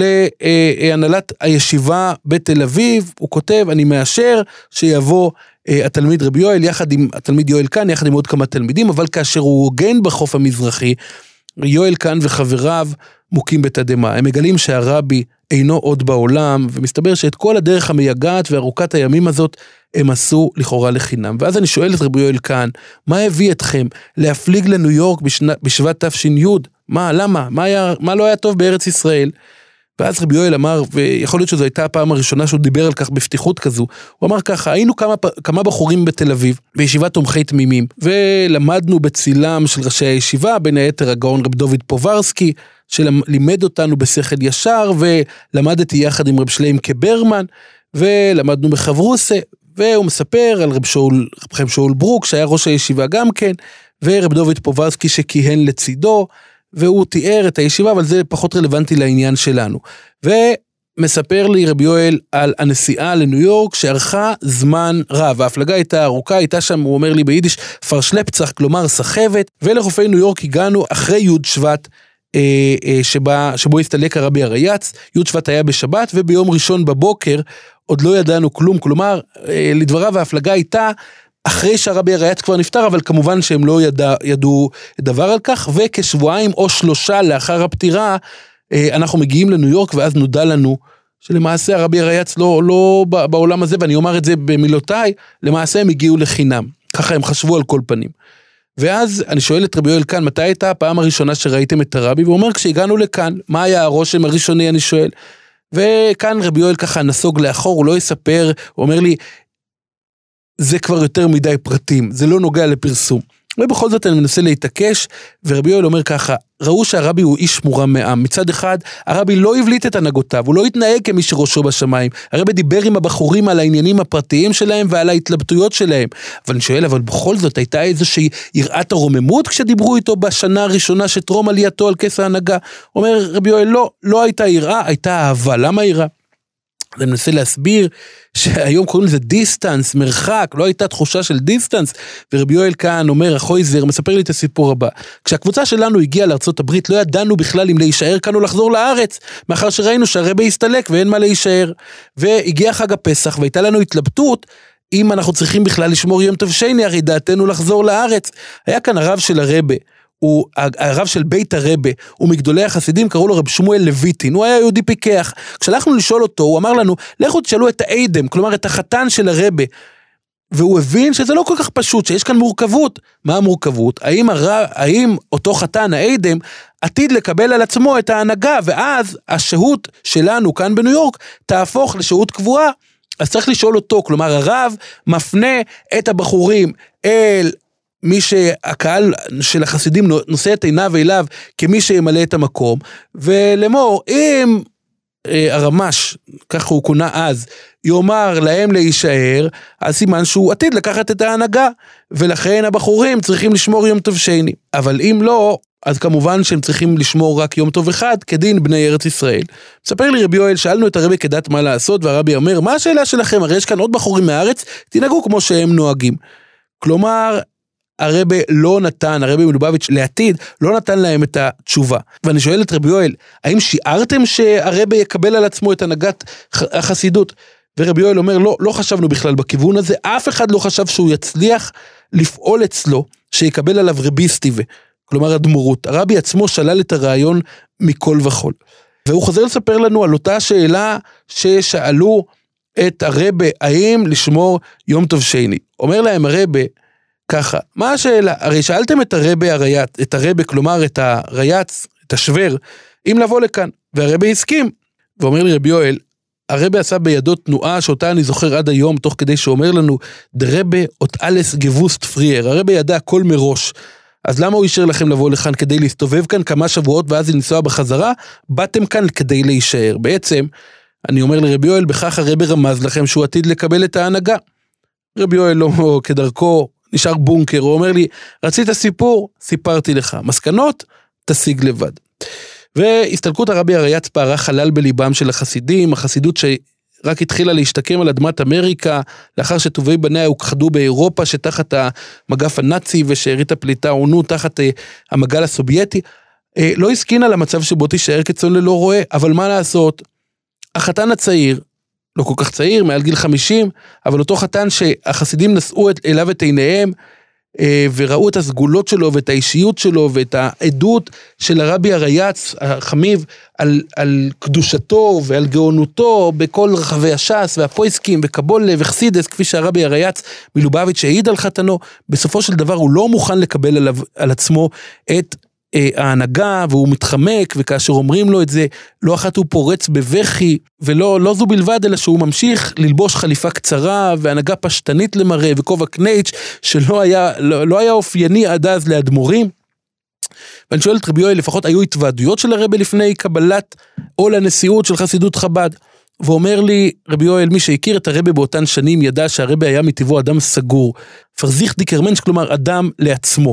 להנהלת הישיבה בתל אביב. הוא כותב, אני מאשר שיבוא התלמיד רבי יואל, יחד עם התלמיד יואל קאן, יחד עם עוד כמה תלמידים, אבל כאשר הוא הוגן בחוף המזרחי, יואל קאן וחבריו מוכים בתדמה. הם מגלים שהרבי אינו עוד בעולם, ומסתבר שאת כל הדרך המייגעת וארוכת הימים הזאת, הם עשו לכאורה לחינם. ואז אני שואל את רבי יואל קאן, מה הביא אתכם להפליג לניו יורק בשבט תש"י? מה, למה? מה, היה, מה לא היה טוב בארץ ישראל? ואז רבי יואל אמר, ויכול להיות שזו הייתה הפעם הראשונה שהוא דיבר על כך בפתיחות כזו, הוא אמר ככה, היינו כמה, כמה בחורים בתל אביב, בישיבת תומכי תמימים, ולמדנו בצילם של ראשי הישיבה, בין היתר הגאון רב דוד פוברסקי, שלימד אותנו בשכל ישר, ולמדתי יחד עם רב שליים קברמן, ולמדנו בחברוסה, והוא מספר על רב שאול, רב שאול ברוק, שהיה ראש הישיבה גם כן, ורב דוד פוברסקי שכיהן לצידו, והוא תיאר את הישיבה, אבל זה פחות רלוונטי לעניין שלנו. ומספר לי רבי יואל על הנסיעה לניו יורק, שערכה זמן רב. ההפלגה הייתה ארוכה, הייתה שם, הוא אומר לי ביידיש, פרשלפצח, כלומר סחבת, ולחופי ניו יורק הגענו אחרי י' שבט, אה, אה, שבה, שבו הסתלק הרבי הרייץ. י' שבט היה בשבת, וביום ראשון בבוקר, עוד לא ידענו כלום, כלומר, אה, לדבריו ההפלגה הייתה, אחרי שהרבי הרייץ כבר נפטר, אבל כמובן שהם לא ידע, ידעו דבר על כך, וכשבועיים או שלושה לאחר הפטירה, אנחנו מגיעים לניו יורק, ואז נודע לנו, שלמעשה הרבי הרייץ לא, לא בעולם הזה, ואני אומר את זה במילותיי, למעשה הם הגיעו לחינם, ככה הם חשבו על כל פנים. ואז אני שואל את רבי יואל קאן, מתי הייתה הפעם הראשונה שראיתם את הרבי? והוא אומר, כשהגענו לכאן, מה היה הרושם הראשוני, אני שואל. וכאן רבי יואל ככה נסוג לאחור, הוא לא יספר, הוא אומר לי, זה כבר יותר מדי פרטים, זה לא נוגע לפרסום. ובכל זאת אני מנסה להתעקש, ורבי יואל אומר ככה, ראו שהרבי הוא איש מורם מעם. מצד אחד, הרבי לא הבליט את הנהגותיו, הוא לא התנהג כמי שראשו בשמיים. הרבי דיבר עם הבחורים על העניינים הפרטיים שלהם ועל ההתלבטויות שלהם. אבל אני שואל, אבל בכל זאת הייתה איזושהי יראת הרוממות כשדיברו איתו בשנה הראשונה שטרום עלייתו על כס ההנהגה. אומר רבי יואל, לא, לא הייתה יראה, הייתה אהבה. למה יראה? אני מנסה להסביר שהיום קוראים לזה דיסטנס, מרחק, לא הייתה תחושה של דיסטנס, ורבי יואל קאן אומר, החויזר, מספר לי את הסיפור הבא, כשהקבוצה שלנו הגיעה לארצות הברית, לא ידענו בכלל אם להישאר כאן או לחזור לארץ, מאחר שראינו שהרבי הסתלק ואין מה להישאר, והגיע חג הפסח, והייתה לנו התלבטות, אם אנחנו צריכים בכלל לשמור יום טוב שני, הרי דעתנו לחזור לארץ. היה כאן הרב של הרבה, הוא, הרב של בית הרבה, הוא מגדולי החסידים, קראו לו רב שמואל לויטין, הוא היה יהודי פיקח. כשהלכנו לשאול אותו, הוא אמר לנו, לכו תשאלו את האדם, כלומר את החתן של הרבה, והוא הבין שזה לא כל כך פשוט, שיש כאן מורכבות. מה המורכבות? האם, הרב, האם אותו חתן, האדם, עתיד לקבל על עצמו את ההנהגה, ואז השהות שלנו כאן בניו יורק, תהפוך לשהות קבועה, אז צריך לשאול אותו, כלומר הרב מפנה את הבחורים אל מי שהקהל של החסידים נושא את עיניו אליו, כמי שימלא את המקום, ולמור, אם הרמש, ככה הוא קונה אז, יאמר להם להישאר, אז סימן שהוא עתיד לקחת את ההנהגה, ולכן הבחורים צריכים לשמור יום טוב שני, אבל אם לא, אז כמובן שהם צריכים לשמור רק יום טוב אחד, כדין בני ארץ ישראל. מספר לי רבי יואל, שאלנו את הרבי כדת מה לעשות, והרבי אומר, מה השאלה שלכם? הרי יש כאן עוד בחורים מהארץ, תנהגו כמו שהם נוהגים. כלומר, הרבי לא נתן, הרבי מלובביץ' לעתיד, לא נתן להם את התשובה. ואני שואל את רבי יואל, האם שיערתם שהרבי יקבל על עצמו את הנהגת החסידות? ורבי יואל אומר, לא, לא חשבנו בכלל בכיוון הזה, אף אחד לא חשב שהוא יצליח לפעול אצלו, שיקבל עליו רביסטיבה, כלומר הדמורות. הרבי עצמו שלל את הרעיון מכל וכל. והוא חוזר לספר לנו על אותה שאלה ששאלו את הרבי, האם לשמור יום טוב שני. אומר להם הרבי, ככה, מה השאלה? הרי שאלתם את הרבי הרייץ, את הרבי, כלומר את הרייץ, את השוור, אם לבוא לכאן, והרבי הסכים. ואומר לי רבי יואל, הרבי עשה בידו תנועה שאותה אני זוכר עד היום, תוך כדי שאומר לנו, דרבי אות אלס גבוסט פרייר, הרבי ידע הכל מראש, אז למה הוא אישר לכם לבוא לכאן כדי להסתובב כאן כמה שבועות ואז לנסוע בחזרה? באתם כאן כדי להישאר. בעצם, אני אומר לרבי יואל, בכך הרבי רמז לכם שהוא עתיד לקבל את ההנהגה. רבי יואל לא כדרכו, נשאר בונקר, הוא אומר לי, רצית סיפור? סיפרתי לך. מסקנות? תשיג לבד. והסתלקות הרבי הרייץ פערה חלל בליבם של החסידים, החסידות שרק התחילה להשתקם על אדמת אמריקה, לאחר שטובי בניה הוכחדו באירופה, שתחת המגף הנאצי ושארית הפליטה עונו תחת המגל הסובייטי, לא הסכינה למצב שבו תישאר כצאן ללא רועה, אבל מה לעשות? החתן הצעיר, לא כל כך צעיר, מעל גיל חמישים, אבל אותו חתן שהחסידים נשאו אליו את עיניהם, וראו את הסגולות שלו, ואת האישיות שלו, ואת העדות של הרבי הרייץ, החמיב, על, על קדושתו, ועל גאונותו, בכל רחבי הש"ס, והפויסקים, וקבולה, וחסידס, כפי שהרבי הרייץ מלובביץ' שהעיד על חתנו, בסופו של דבר הוא לא מוכן לקבל עליו, על עצמו את ההנהגה, והוא מתחמק, וכאשר אומרים לו את זה, לא אחת הוא פורץ בבכי, ולא לא זו בלבד, אלא שהוא ממשיך ללבוש חליפה קצרה, והנהגה פשטנית למראה, וכובע קנייץ' שלא היה, לא, לא היה אופייני עד אז לאדמו"רים. ואני שואל את רבי יואל, לפחות היו התוועדויות של הרבי לפני קבלת או לנשיאות של חסידות חב"ד, ואומר לי, רבי יואל, מי שהכיר את הרבי באותן שנים, ידע שהרבי היה מטבעו אדם סגור, פרזיך דיקרמנש, כלומר אדם לעצמו.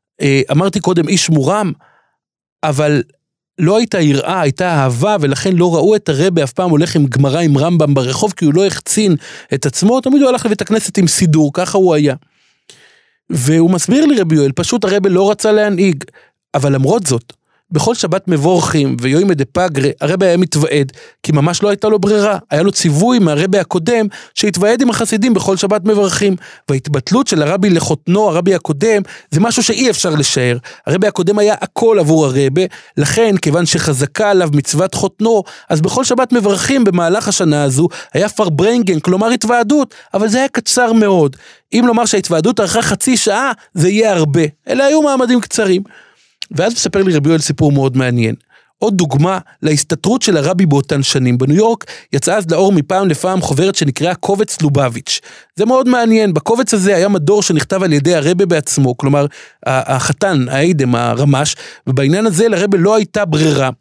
אמרתי קודם איש מורם, אבל לא הייתה יראה, הייתה אהבה, ולכן לא ראו את הרבי אף פעם הולך עם גמרא עם רמב"ם ברחוב, כי הוא לא החצין את עצמו, תמיד הוא הלך לבית הכנסת עם סידור, ככה הוא היה. והוא מסביר לי רבי יואל, פשוט הרבי לא רצה להנהיג, אבל למרות זאת, בכל שבת מבורכים ויומא דפגרא, הרבי היה מתוועד, כי ממש לא הייתה לו ברירה, היה לו ציווי מהרבי הקודם, שהתוועד עם החסידים בכל שבת מברכים, וההתבטלות של הרבי לחותנו, הרבי הקודם, זה משהו שאי אפשר לשער, הרבי הקודם היה הכל עבור הרבי, לכן כיוון שחזקה עליו מצוות חותנו, אז בכל שבת מברכים במהלך השנה הזו, היה פרברנגן, כלומר התוועדות, אבל זה היה קצר מאוד, אם לומר שההתוועדות ארכה חצי שעה, זה יהיה הרבה, אלה היו מעמדים קצרים. ואז מספר לי רבי יואל סיפור מאוד מעניין. עוד דוגמה להסתתרות של הרבי באותן שנים. בניו יורק יצאה אז לאור מפעם לפעם חוברת שנקראה קובץ לובביץ'. זה מאוד מעניין. בקובץ הזה היה מדור שנכתב על ידי הרבי בעצמו, כלומר החתן, האדם, הרמש, ובעניין הזה לרבי לא הייתה ברירה.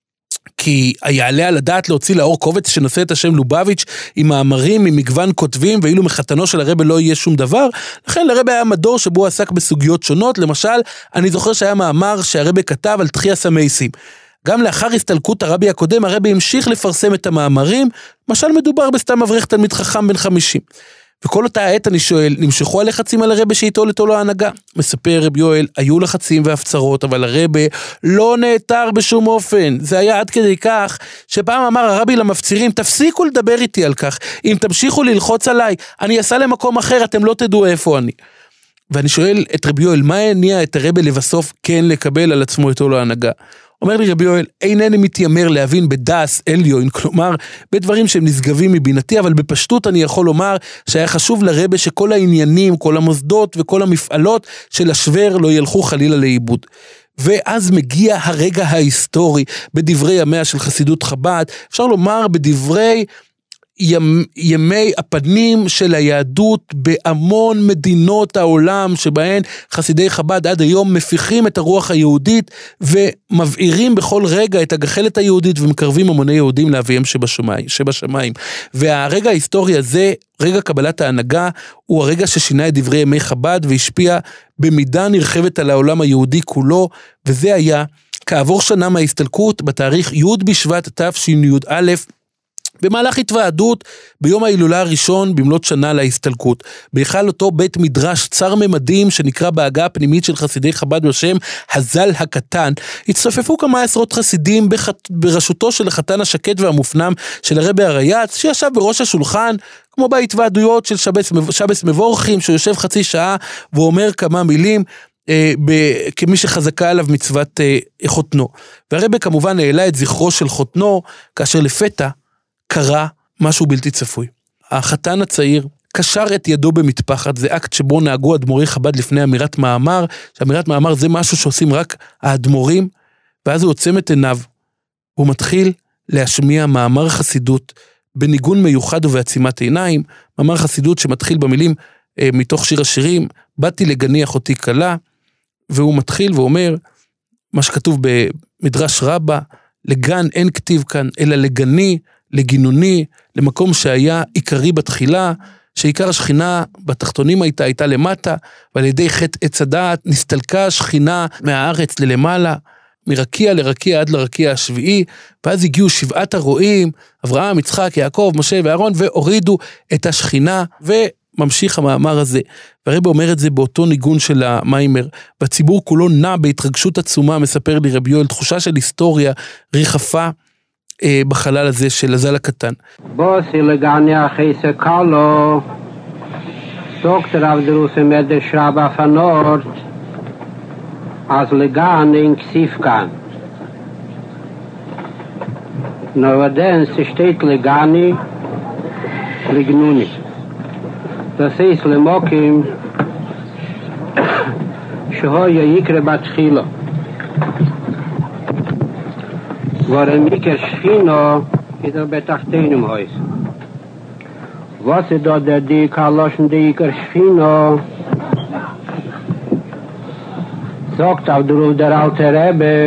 כי יעלה על הדעת להוציא לאור קובץ שנושא את השם לובביץ' עם מאמרים, עם מגוון כותבים, ואילו מחתנו של הרבי לא יהיה שום דבר. לכן לרבי היה מדור שבו הוא עסק בסוגיות שונות, למשל, אני זוכר שהיה מאמר שהרבי כתב על תחייה המייסים. גם לאחר הסתלקות הרבי הקודם, הרבי המשיך לפרסם את המאמרים, משל מדובר בסתם אברך תלמיד חכם בן חמישים. וכל אותה העת אני שואל, נמשכו הלחצים על הרבה שאיתו לתו לו ההנהגה? מספר רב יואל, היו לחצים והפצרות, אבל הרבה לא נעתר בשום אופן. זה היה עד כדי כך, שפעם אמר הרבי למפצירים, תפסיקו לדבר איתי על כך, אם תמשיכו ללחוץ עליי, אני אסע למקום אחר, אתם לא תדעו איפה אני. ואני שואל את רבי יואל, מה הניע את הרבה לבסוף כן לקבל על עצמו את לו ההנהגה? אומר לי רבי יואל, אינני מתיימר להבין בדס עליון, כלומר, בדברים שהם נשגבים מבינתי, אבל בפשטות אני יכול לומר שהיה חשוב לרבה שכל העניינים, כל המוסדות וכל המפעלות של השוור לא ילכו חלילה לאיבוד. ואז מגיע הרגע ההיסטורי בדברי ימיה של חסידות חב"ד, אפשר לומר בדברי ימי הפנים של היהדות בהמון מדינות העולם שבהן חסידי חב"ד עד היום מפיחים את הרוח היהודית ומבעירים בכל רגע את הגחלת היהודית ומקרבים המוני יהודים לאביהם שבשמיים, שבשמיים. והרגע ההיסטורי הזה, רגע קבלת ההנהגה, הוא הרגע ששינה את דברי ימי חב"ד והשפיע במידה נרחבת על העולם היהודי כולו, וזה היה כעבור שנה מההסתלקות בתאריך י' בשבט תשי"א, במהלך התוועדות ביום ההילולה הראשון במלאת שנה להסתלקות, בהיכל אותו בית מדרש צר ממדים שנקרא בהגה הפנימית של חסידי חב"ד בשם הזל הקטן, הצטופפו כמה עשרות חסידים בחת... בראשותו של החתן השקט והמופנם של הרבי הרייץ, שישב בראש השולחן, כמו בהתוועדויות של שבס, שבס מבורכים, שהוא יושב חצי שעה ואומר כמה מילים, אה, ב- כמי שחזקה עליו מצוות אה, חותנו. והרבי כמובן העלה את זכרו של חותנו, כאשר לפתע קרה משהו בלתי צפוי. החתן הצעיר קשר את ידו במטפחת, זה אקט שבו נהגו אדמו"רי חב"ד לפני אמירת מאמר, שאמירת מאמר זה משהו שעושים רק האדמו"רים, ואז הוא עוצם את עיניו, הוא מתחיל להשמיע מאמר חסידות, בניגון מיוחד ובעצימת עיניים, מאמר חסידות שמתחיל במילים אה, מתוך שיר השירים, באתי לגני אחותי קלה, והוא מתחיל ואומר, מה שכתוב במדרש רבה, לגן אין כתיב כאן, אלא לגני, לגינוני, למקום שהיה עיקרי בתחילה, שעיקר השכינה בתחתונים הייתה, הייתה למטה, ועל ידי חטא עץ הדעת נסתלקה השכינה מהארץ ללמעלה, מרקיע לרקיע עד לרקיע השביעי, ואז הגיעו שבעת הרועים, אברהם, יצחק, יעקב, משה ואהרון, והורידו את השכינה, וממשיך המאמר הזה. והרבי אומר את זה באותו ניגון של המיימר, והציבור כולו נע בהתרגשות עצומה, מספר לי רבי יואל, תחושה של היסטוריה רחפה, בחלל הזה של הזל הקטן. בוסי לגני אחי סקלו, דוקטור אבדרוס מדש רבה פנורט, אז לגן אין כסיף כאן. נורדן סשתית לגני, לגנוני. דסיס למוקים, שהוי יקרה בתחילו. Warum ich Schino ist er betachtet im Haus. Was ist da der die Kaloschen die ich Schino? Sagt auf der der alte Rebbe,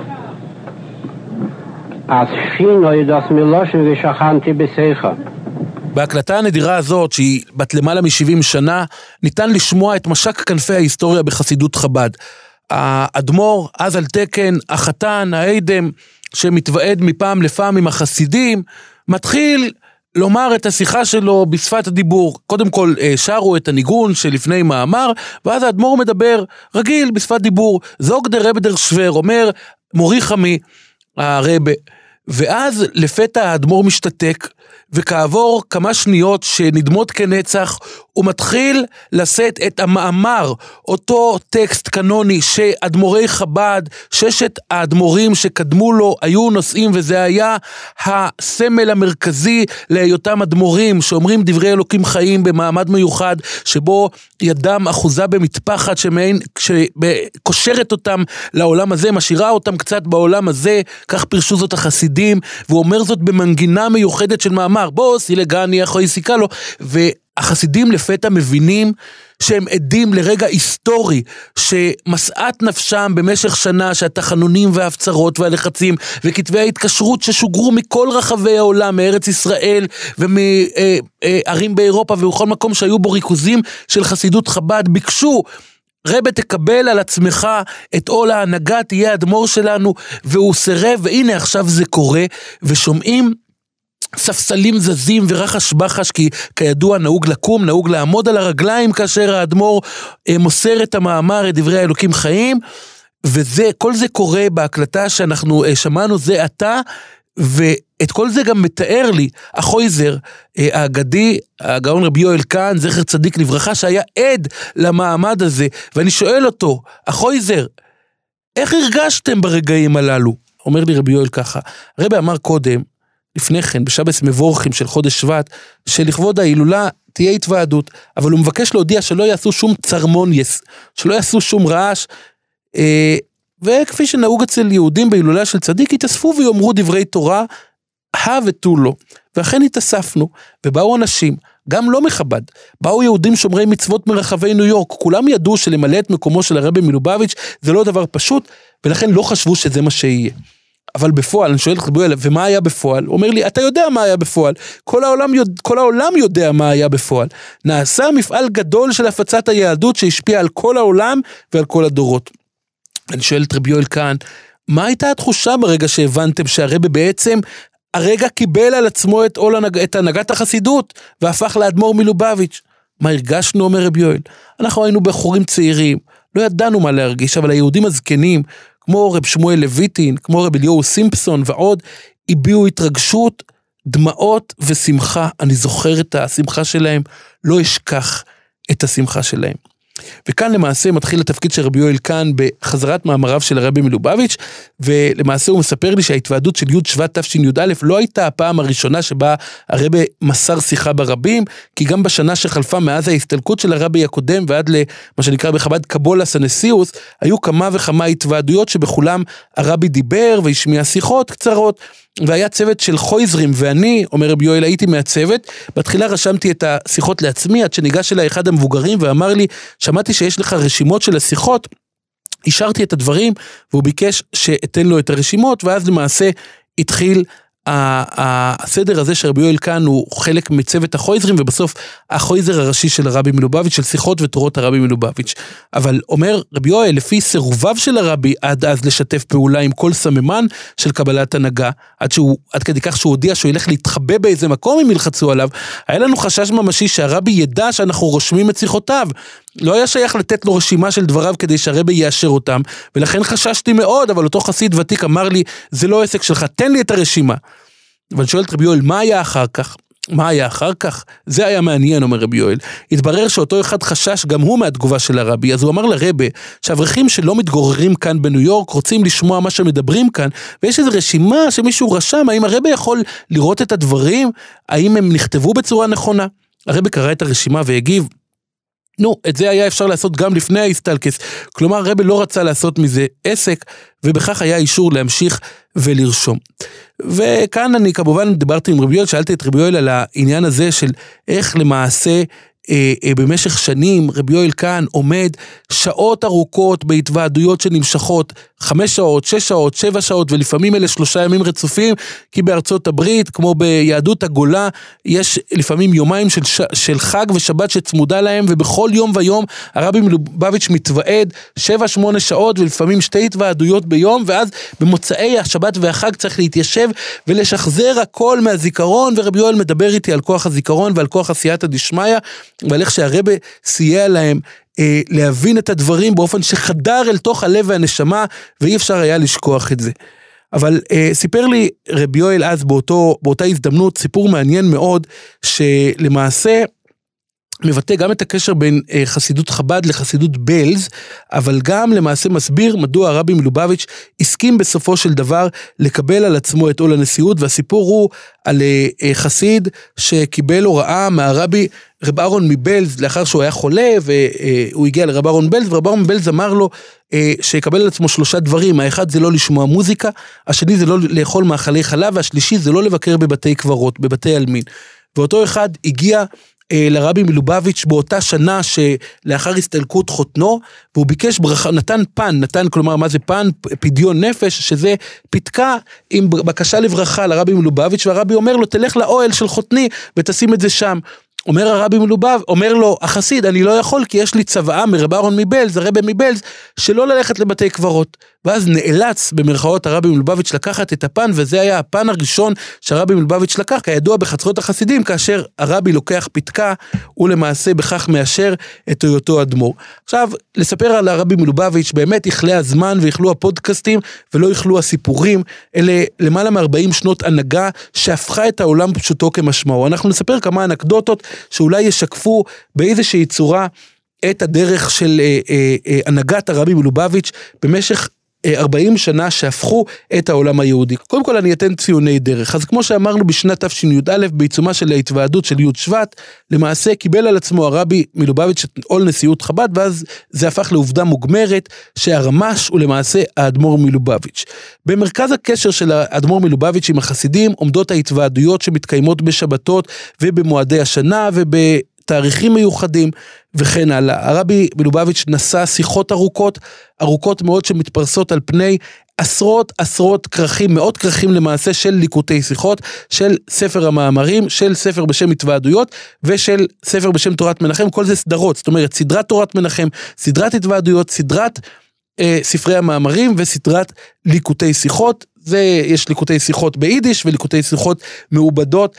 als Schino ist das Miloschen ושכנתי בשיחה. בהקלטה הנדירה הזאת, שהיא בת למעלה מ-שבעים שנה, ניתן לשמוע את משק כנפי ההיסטוריה בחסידות חב"ד. האדמו"ר, אז על תקן, החתן, האדם, שמתוועד מפעם לפעם עם החסידים, מתחיל לומר את השיחה שלו בשפת הדיבור. קודם כל שרו את הניגון שלפני מאמר, ואז האדמו"ר מדבר רגיל בשפת דיבור. זוג דר רב דר שוור, אומר מורי חמי הרבה, ואז לפתע האדמו"ר משתתק, וכעבור כמה שניות שנדמות כנצח, הוא מתחיל לשאת את המאמר, אותו טקסט קנוני שאדמו"רי חב"ד, ששת האדמו"רים שקדמו לו היו נושאים, וזה היה הסמל המרכזי להיותם אדמו"רים, שאומרים דברי אלוקים חיים במעמד מיוחד, שבו ידם אחוזה במטפחת שמעין, שקושרת אותם לעולם הזה, משאירה אותם קצת בעולם הזה, כך פרשו זאת החסידים, והוא אומר זאת במנגינה מיוחדת של מאמר, בוס, ילגני, אחוי סיכה לו, והחסידים לפתע מבינים שהם עדים לרגע היסטורי, שמסעת נפשם במשך שנה, שהתחנונים וההפצרות והלחצים, וכתבי ההתקשרות ששוגרו מכל רחבי העולם, מארץ ישראל, ומערים באירופה, ובכל מקום שהיו בו ריכוזים של חסידות חב"ד, ביקשו, רבי תקבל על עצמך את עול ההנהגה, תהיה אדמו"ר שלנו, והוא סירב, והנה עכשיו זה קורה, ושומעים ספסלים זזים ורחש בחש, כי כידוע נהוג לקום, נהוג לעמוד על הרגליים, כאשר האדמו"ר מוסר את המאמר, את דברי האלוקים חיים, וזה, כל זה קורה בהקלטה שאנחנו שמענו זה עתה, ואת כל זה גם מתאר לי החויזר האגדי, הגאון רבי יואל כהן, זכר צדיק לברכה, שהיה עד למעמד הזה, ואני שואל אותו, החויזר, איך הרגשתם ברגעים הללו? אומר לי רבי יואל ככה, הרבי אמר קודם, לפני כן, בשבס מבורכים של חודש שבט, שלכבוד ההילולה תהיה התוועדות, אבל הוא מבקש להודיע שלא יעשו שום צרמוניאס, שלא יעשו שום רעש, אה, וכפי שנהוג אצל יהודים בהילולה של צדיק, יתאספו ויאמרו דברי תורה, הא ותו לו, ואכן התאספנו, ובאו אנשים, גם לא מכבד, באו יהודים שומרי מצוות מרחבי ניו יורק, כולם ידעו שלמלא את מקומו של הרבי מלובביץ' זה לא דבר פשוט, ולכן לא חשבו שזה מה שיהיה. אבל בפועל, אני שואל את רבי יואל, ומה היה בפועל? הוא אומר לי, אתה יודע מה היה בפועל, כל העולם, יודע, כל העולם יודע מה היה בפועל. נעשה מפעל גדול של הפצת היהדות שהשפיע על כל העולם ועל כל הדורות. אני שואל את רבי יואל כהן, מה הייתה התחושה ברגע שהבנתם שהרבי בעצם הרגע קיבל על עצמו את, הנג... את הנהגת החסידות והפך לאדמו"ר מלובביץ'? מה הרגשנו, אומר רבי יואל? אנחנו היינו בחורים צעירים, לא ידענו מה להרגיש, אבל היהודים הזקנים, כמו רב שמואל לויטין, כמו רב אליהו סימפסון ועוד, הביעו התרגשות, דמעות ושמחה. אני זוכר את השמחה שלהם, לא אשכח את השמחה שלהם. וכאן למעשה מתחיל התפקיד של רבי יואל כהן בחזרת מאמריו של הרבי מלובביץ', ולמעשה הוא מספר לי שההתוועדות של י' שבט תש"א לא הייתה הפעם הראשונה שבה הרבי מסר שיחה ברבים, כי גם בשנה שחלפה מאז ההסתלקות של הרבי הקודם ועד למה שנקרא בחב"ד קבולס הנשיאוס, היו כמה וכמה התוועדויות שבכולם הרבי דיבר והשמיע שיחות קצרות, והיה צוות של חויזרים, ואני, אומר רבי יואל, הייתי מהצוות, בתחילה רשמתי את השיחות לעצמי, עד שניגש אליי אחד המבוגרים ואמר לי, שמעתי שיש לך רשימות של השיחות, השארתי את הדברים, והוא ביקש שאתן לו את הרשימות, ואז למעשה התחיל הסדר הזה שרבי יואל כהן הוא חלק מצוות החויזרים, ובסוף החויזר הראשי של הרבי מלובביץ' של שיחות ותורות הרבי מלובביץ'. אבל אומר רבי יואל, לפי סירוביו של הרבי עד אז לשתף פעולה עם כל סממן של קבלת הנהגה, עד, שהוא, עד כדי כך שהוא הודיע שהוא ילך להתחבא באיזה מקום אם ילחצו עליו, היה לנו חשש ממשי שהרבי ידע שאנחנו רושמים את שיחותיו, לא היה שייך לתת לו רשימה של דבריו כדי שהרבי יאשר אותם, ולכן חששתי מאוד, אבל אותו חסיד ותיק אמר לי, זה לא עסק שלך, תן לי את הרשימה. ואני שואל את רבי יואל, מה היה אחר כך? מה היה אחר כך? זה היה מעניין, אומר רבי יואל. התברר שאותו אחד חשש גם הוא מהתגובה של הרבי, אז הוא אמר לרבי, שהאברכים שלא מתגוררים כאן בניו יורק, רוצים לשמוע מה שמדברים כאן, ויש איזו רשימה שמישהו רשם, האם הרבי יכול לראות את הדברים, האם הם נכתבו בצורה נכונה? הרבי קרא את הרשימה והגיב, נו, את זה היה אפשר לעשות גם לפני ההסתלקס, כלומר הרבי לא רצה לעשות מזה עסק, ובכך היה אישור להמשיך ולרשום. וכאן אני כמובן דיברתי עם רבי יואל, שאלתי את רבי יואל על העניין הזה של איך למעשה אה, אה, במשך שנים רבי יואל כהן עומד שעות ארוכות בהתוועדויות שנמשכות חמש שעות, שש שעות, שבע שעות, ולפעמים אלה שלושה ימים רצופים, כי בארצות הברית, כמו ביהדות הגולה, יש לפעמים יומיים של, ש... של חג ושבת שצמודה להם, ובכל יום ויום הרבי מלובביץ' מתוועד שבע, שמונה שעות, ולפעמים שתי התוועדויות ביום, ואז במוצאי השבת והחג צריך להתיישב ולשחזר הכל מהזיכרון, ורבי יואל מדבר איתי על כוח הזיכרון ועל כוח עשייתא דשמיא, ועל איך שהרבי סייע להם אה, להבין את הדברים באופן שחדר אל תוך הלב והנשמה, ואי אפשר היה לשכוח את זה. אבל אה, סיפר לי רבי יואל אז באותו, באותה הזדמנות, סיפור מעניין מאוד, שלמעשה מבטא גם את הקשר בין אה, חסידות חב"ד לחסידות בלז, אבל גם למעשה מסביר מדוע הרבי מלובביץ' הסכים בסופו של דבר לקבל על עצמו את עול הנשיאות, והסיפור הוא על אה, אה, חסיד שקיבל הוראה מהרבי רב אהרון מבלז, לאחר שהוא היה חולה, והוא הגיע לרב אהרון מבלז, ורב אהרון מבלז אמר לו שיקבל על עצמו שלושה דברים, האחד זה לא לשמוע מוזיקה, השני זה לא לאכול מאכלי חלב, והשלישי זה לא לבקר בבתי קברות, בבתי אלמין. ואותו אחד הגיע לרבי מלובביץ' באותה שנה שלאחר הסתלקות חותנו, והוא ביקש ברכה, נתן פן, נתן כלומר מה זה פן, פדיון נפש, שזה פתקה עם בקשה לברכה לרבי מלובביץ', והרבי אומר לו תלך לאוהל של חותני ותשים את זה שם. אומר הרבי מלובב, אומר לו, החסיד, אני לא יכול, כי יש לי צוואה מרב אהרון מבלז, הרבי מבלז, שלא ללכת לבתי קברות. ואז נאלץ במרכאות הרבי מלובביץ' לקחת את הפן, וזה היה הפן הראשון שהרבי מלובביץ' לקח, כידוע בחצרות החסידים, כאשר הרבי לוקח פתקה, הוא למעשה בכך מאשר את היותו אדמו"ר. עכשיו, לספר על הרבי מלובביץ', באמת יכלה הזמן ויכלו הפודקאסטים, ולא יכלו הסיפורים, אלה למעלה מ-ארבעים שנות הנהגה, שהפכה את העולם פשוטו כמשמעו. אנחנו נספר כמה אנקדוטות, שאולי ישקפו באיזושהי צורה, את הדרך של אה, אה, אה, הנהגת הרבי מלובביץ' במשך אה, ארבעים שנה שהפכו את העולם היהודי. קודם כל אני אתן ציוני דרך. אז כמו שאמרנו בשנת תשי"א, בעיצומה של ההתוועדות של י' שבט, למעשה קיבל על עצמו הרבי מלובביץ' את עול נשיאות חב"ד, ואז זה הפך לעובדה מוגמרת, שהרמ"ש הוא למעשה האדמו"ר מלובביץ'. במרכז הקשר של האדמו"ר מלובביץ' עם החסידים, עומדות ההתוועדויות שמתקיימות בשבתות ובמועדי השנה וב... תאריכים מיוחדים וכן הלאה. הרבי מלובביץ' נשא שיחות ארוכות, ארוכות מאוד שמתפרסות על פני עשרות עשרות כרכים, מאות כרכים למעשה של ליקוטי שיחות, של ספר המאמרים, של ספר בשם התוועדויות ושל ספר בשם תורת מנחם, כל זה סדרות, זאת אומרת סדרת תורת מנחם, סדרת התוועדויות, סדרת אה, ספרי המאמרים וסדרת ליקוטי שיחות, זה יש ליקוטי שיחות ביידיש וליקוטי שיחות מעובדות,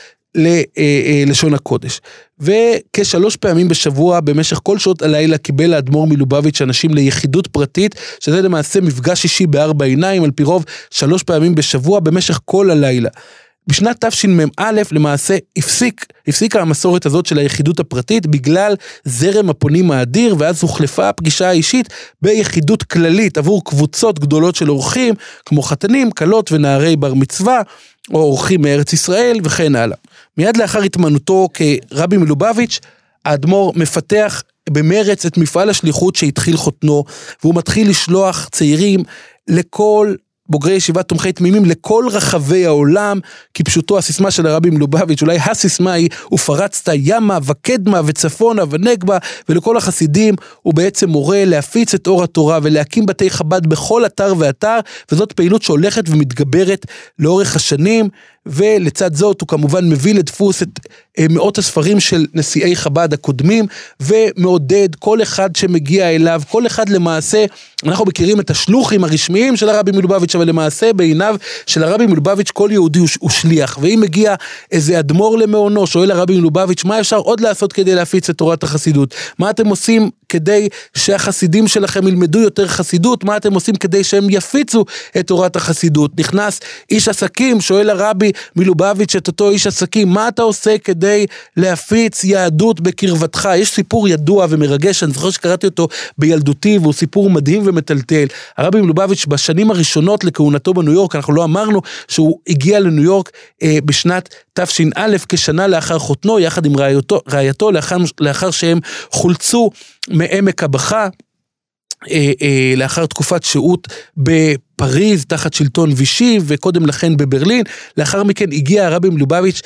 ללשון הקודש. וכשלוש פעמים בשבוע, במשך כל שעות הלילה, קיבל האדמו"ר מלובביץ' אנשים ליחידות פרטית, שזה למעשה מפגש אישי בארבע עיניים, על פי רוב שלוש פעמים בשבוע, במשך כל הלילה. בשנת תשמ"א למעשה הפסיק, הפסיקה המסורת הזאת של היחידות הפרטית, בגלל זרם הפונים האדיר, ואז הוחלפה הפגישה האישית ביחידות כללית, עבור קבוצות גדולות של אורחים, כמו חתנים, קלות ונערי בר מצווה, או אורחים מארץ ישראל וכן הלאה. מיד לאחר התמנותו כרבי מלובביץ', האדמו"ר מפתח במרץ את מפעל השליחות שהתחיל חותנו, והוא מתחיל לשלוח צעירים לכל בוגרי ישיבת תומכי תמימים, לכל רחבי העולם, כי פשוטו הסיסמה של הרבי מלובביץ', אולי הסיסמה היא, ופרצת ימה וקדמה וצפונה ונגבה, ולכל החסידים הוא בעצם מורה להפיץ את אור התורה, ולהקים בתי חב"ד בכל אתר ואתר, וזאת פעילות שהולכת ומתגברת לאורך השנים, ולצד זאת הוא כמובן מביא לדפוס את מאות הספרים של נשיאי חב"ד הקודמים, ומעודד כל אחד שמגיע אליו, כל אחד למעשה, אנחנו מכירים את השלוחים הרשמיים של הרבי מלובביץ', אבל למעשה בעיניו של הרבי מלובביץ' כל יהודי הוא, הוא שליח, ואם מגיע איזה אדמו"ר למעונו, שואל הרבי מלובביץ', מה אפשר עוד לעשות כדי להפיץ את תורת החסידות? מה אתם עושים כדי שהחסידים שלכם ילמדו יותר חסידות? מה אתם עושים כדי שהם יפיצו את תורת החסידות? נכנס איש עסקים, שואל הרבי מלובביץ' את אותו איש עסקים, מה אתה עושה כדי להפיץ יהדות בקרבתך? יש סיפור ידוע ומרגש, אני זוכר שקראתי אותו בילדותי, והוא סיפור מדהים ומטלטל. הרבי מלובביץ' בשנים הראשונות לכהונתו בניו יורק, אנחנו לא אמרנו שהוא הגיע לניו יורק אה, בשנת תש"א, כשנה לאחר חותנו, יחד עם רעייתו, רעייתו לאחר, לאחר שהם חולצו מעמק הבכה, אה, אה, לאחר תקופת שהות בפריז, תחת שלטון וישי, וקודם לכן בברלין. לאחר מכן הגיע הרבי מלובביץ'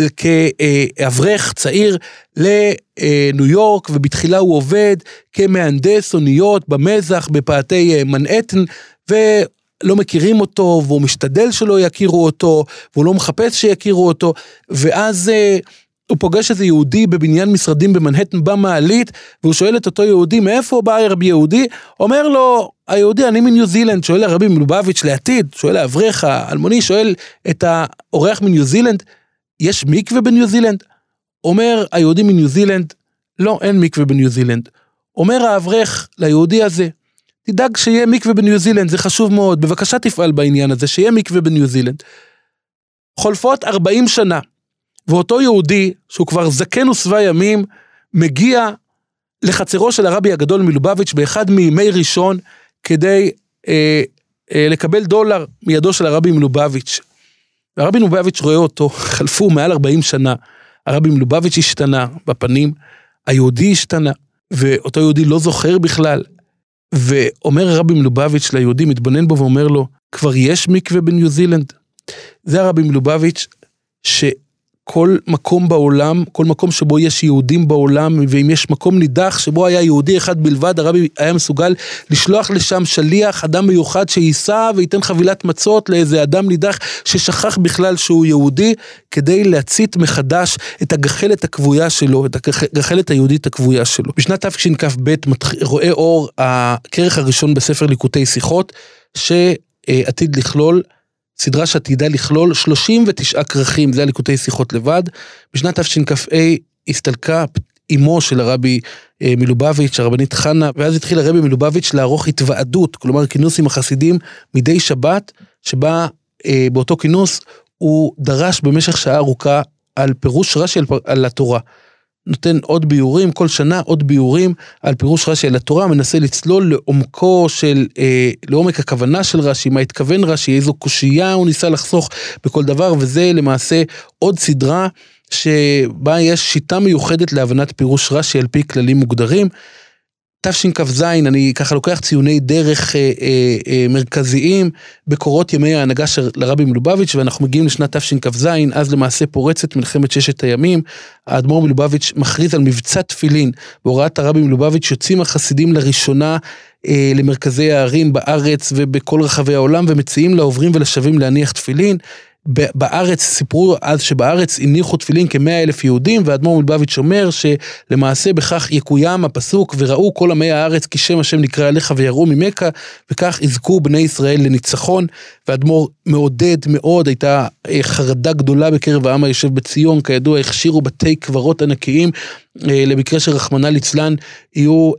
כאברך צעיר לניו יורק, ובתחילה הוא עובד כמהנדס אוניות במזח, בפאתי מנהטן, ולא מכירים אותו, והוא משתדל שלא יכירו אותו, והוא לא מחפש שיכירו אותו, ואז הוא פוגש איזה יהודי בבניין משרדים במנהטן במעלית, והוא שואל את אותו יהודי, מאיפה בא הרבי יהודי? אומר לו, היהודי, אני מניו זילנד. שואל הרבי מלובביץ' לעתיד, שואל האברך האלמוני, שואל את האורח מניו זילנד, יש מקווה בניו זילנד? אומר היהודי מניו זילנד, לא, אין מקווה בניו זילנד. אומר האברך ליהודי הזה, תדאג שיהיה מקווה בניו זילנד, זה חשוב מאוד, בבקשה תפעל בעניין הזה, שיהיה מקווה בניו זילנד. חולפות ארבעים שנה, ואותו יהודי, שהוא כבר זקן ושבע ימים, מגיע לחצרו של הרבי הגדול מלובביץ' באחד מימי ראשון, כדי אה, אה, לקבל דולר מידו של הרבי מלובביץ'. והרבי מלובביץ' רואה אותו, חלפו מעל ארבעים שנה, הרבי מלובביץ' השתנה בפנים, היהודי השתנה, ואותו יהודי לא זוכר בכלל, ואומר הרבי מלובביץ' ליהודי, מתבונן בו ואומר לו, כבר יש מקווה בניו זילנד? זה הרבי מלובביץ' ש... כל מקום בעולם, כל מקום שבו יש יהודים בעולם, ואם יש מקום נידח שבו היה יהודי אחד בלבד, הרבי היה מסוגל לשלוח לשם שליח, אדם מיוחד שייסע וייתן חבילת מצות לאיזה אדם נידח ששכח בכלל שהוא יהודי, כדי להצית מחדש את הגחלת הקבויה שלו, את הגחלת היהודית הקבויה שלו. בשנת תשכ"ב רואה אור הכרך הראשון בספר ליקוטי שיחות, שעתיד לכלול, סדרה שעתידה לכלול שלושים ותשעה כרכים, זה הליקוטי שיחות לבד. בשנת תשכ"ה הסתלקה אמו של הרבי מלובביץ', הרבנית חנה, ואז התחיל הרבי מלובביץ' לערוך התוועדות, כלומר כינוס עם החסידים מדי שבת, שבה באותו כינוס הוא דרש במשך שעה ארוכה על פירוש רש"י על התורה. נותן עוד ביורים, כל שנה עוד ביורים על פירוש רש"י על התורה, מנסה לצלול לעומקו של, אה, לעומק הכוונה של רש"י, מה התכוון רש"י, איזו קושייה הוא ניסה לחסוך בכל דבר, וזה למעשה עוד סדרה שבה יש שיטה מיוחדת להבנת פירוש רש"י על פי כללים מוגדרים. תשכ"ז, אני ככה לוקח ציוני דרך אה, אה, אה, מרכזיים בקורות ימי ההנהגה של הרבי מלובביץ', ואנחנו מגיעים לשנת תשכ"ז, אז למעשה פורצת מלחמת ששת הימים, האדמו"ר מלובביץ' מכריז על מבצע תפילין, בהוראת הרבי מלובביץ' יוצאים החסידים לראשונה אה, למרכזי הערים בארץ ובכל רחבי העולם, ומציעים לעוברים ולשבים להניח תפילין. בארץ, סיפרו אז שבארץ הניחו תפילין כמאה אלף יהודים, והאדמו"ר מלובביץ' אומר שלמעשה בכך יקוים הפסוק, וראו כל עמי הארץ כי שם השם נקרא עליך ויראו ממך, וכך יזכו בני ישראל לניצחון. והאדמו"ר מעודד מאוד, הייתה חרדה גדולה בקרב העם היושב בציון, כידוע הכשירו בתי קברות ענקיים, למקרה שרחמנא ליצלן יהיו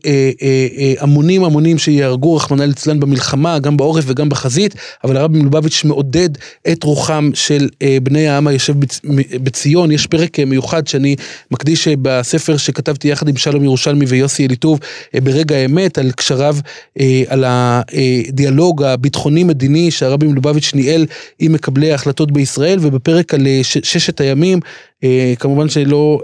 המונים המונים שיהרגו רחמנא ליצלן במלחמה, גם בעורף וגם בחזית, אבל הרבי מלובביץ' מעודד את רוחם של בני העם היושב בציון. יש פרק מיוחד שאני מקדיש בספר שכתבתי יחד עם שלום ירושלמי ויוסי אליטוב ברגע האמת, על קשריו, על הדיאלוג הביטחוני מדיני שהרבי מלובביץ' ניהל עם מקבלי ההחלטות בישראל, ובפרק על ששת הימים, כמובן שלא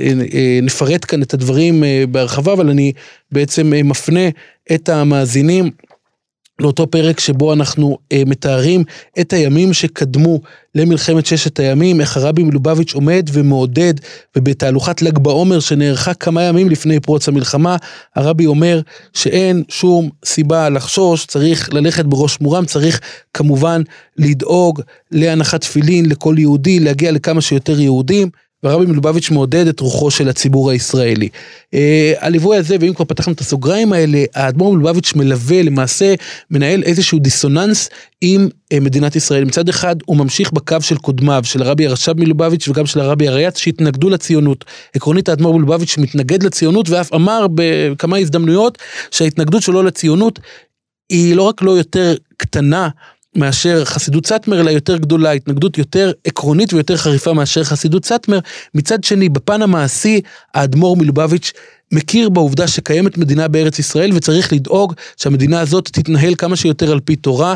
נפרט כאן את הדברים בהרחבה, אבל אני בעצם מפנה את המאזינים לאותו פרק שבו אנחנו מתארים את הימים שקדמו למלחמת ששת הימים, איך הרבי מלובביץ' עומד ומעודד, ובתהלוכת ל"ג בעומר שנערכה כמה ימים לפני פרוץ המלחמה, הרבי אומר שאין שום סיבה לחשוש, צריך ללכת בראש מורם, צריך כמובן לדאוג להנחת תפילין לכל יהודי, להגיע לכמה שיותר יהודים, והרבי מלובביץ' מעודד את רוחו של הציבור הישראלי. הליווי הזה, ואם כבר פתחנו את הסוגריים האלה, האדמו"ר מלובביץ' מלווה, למעשה מנהל איזשהו דיסוננס עם מדינת ישראל. מצד אחד הוא ממשיך בקו של קודמיו, של הרבי הרש"ב מלובביץ' וגם של הרבי הריי"צ, שהתנגדו לציונות. עקרונית האדמו"ר מלובביץ' מתנגד לציונות, ואף אמר בכמה הזדמנויות שההתנגדות שלו לציונות היא לא רק לא יותר קטנה מאשר חסידות סאטמר, אלא יותר גדולה, התנגדות יותר עקרונית ויותר חריפה מאשר חסידות סאטמר. מצד שני, בפן המעשי, האדמו"ר מלובביץ' מכיר בעובדה שקיימת מדינה בארץ ישראל, וצריך לדאוג שהמדינה הזאת תתנהל כמה שיותר על פי תורה,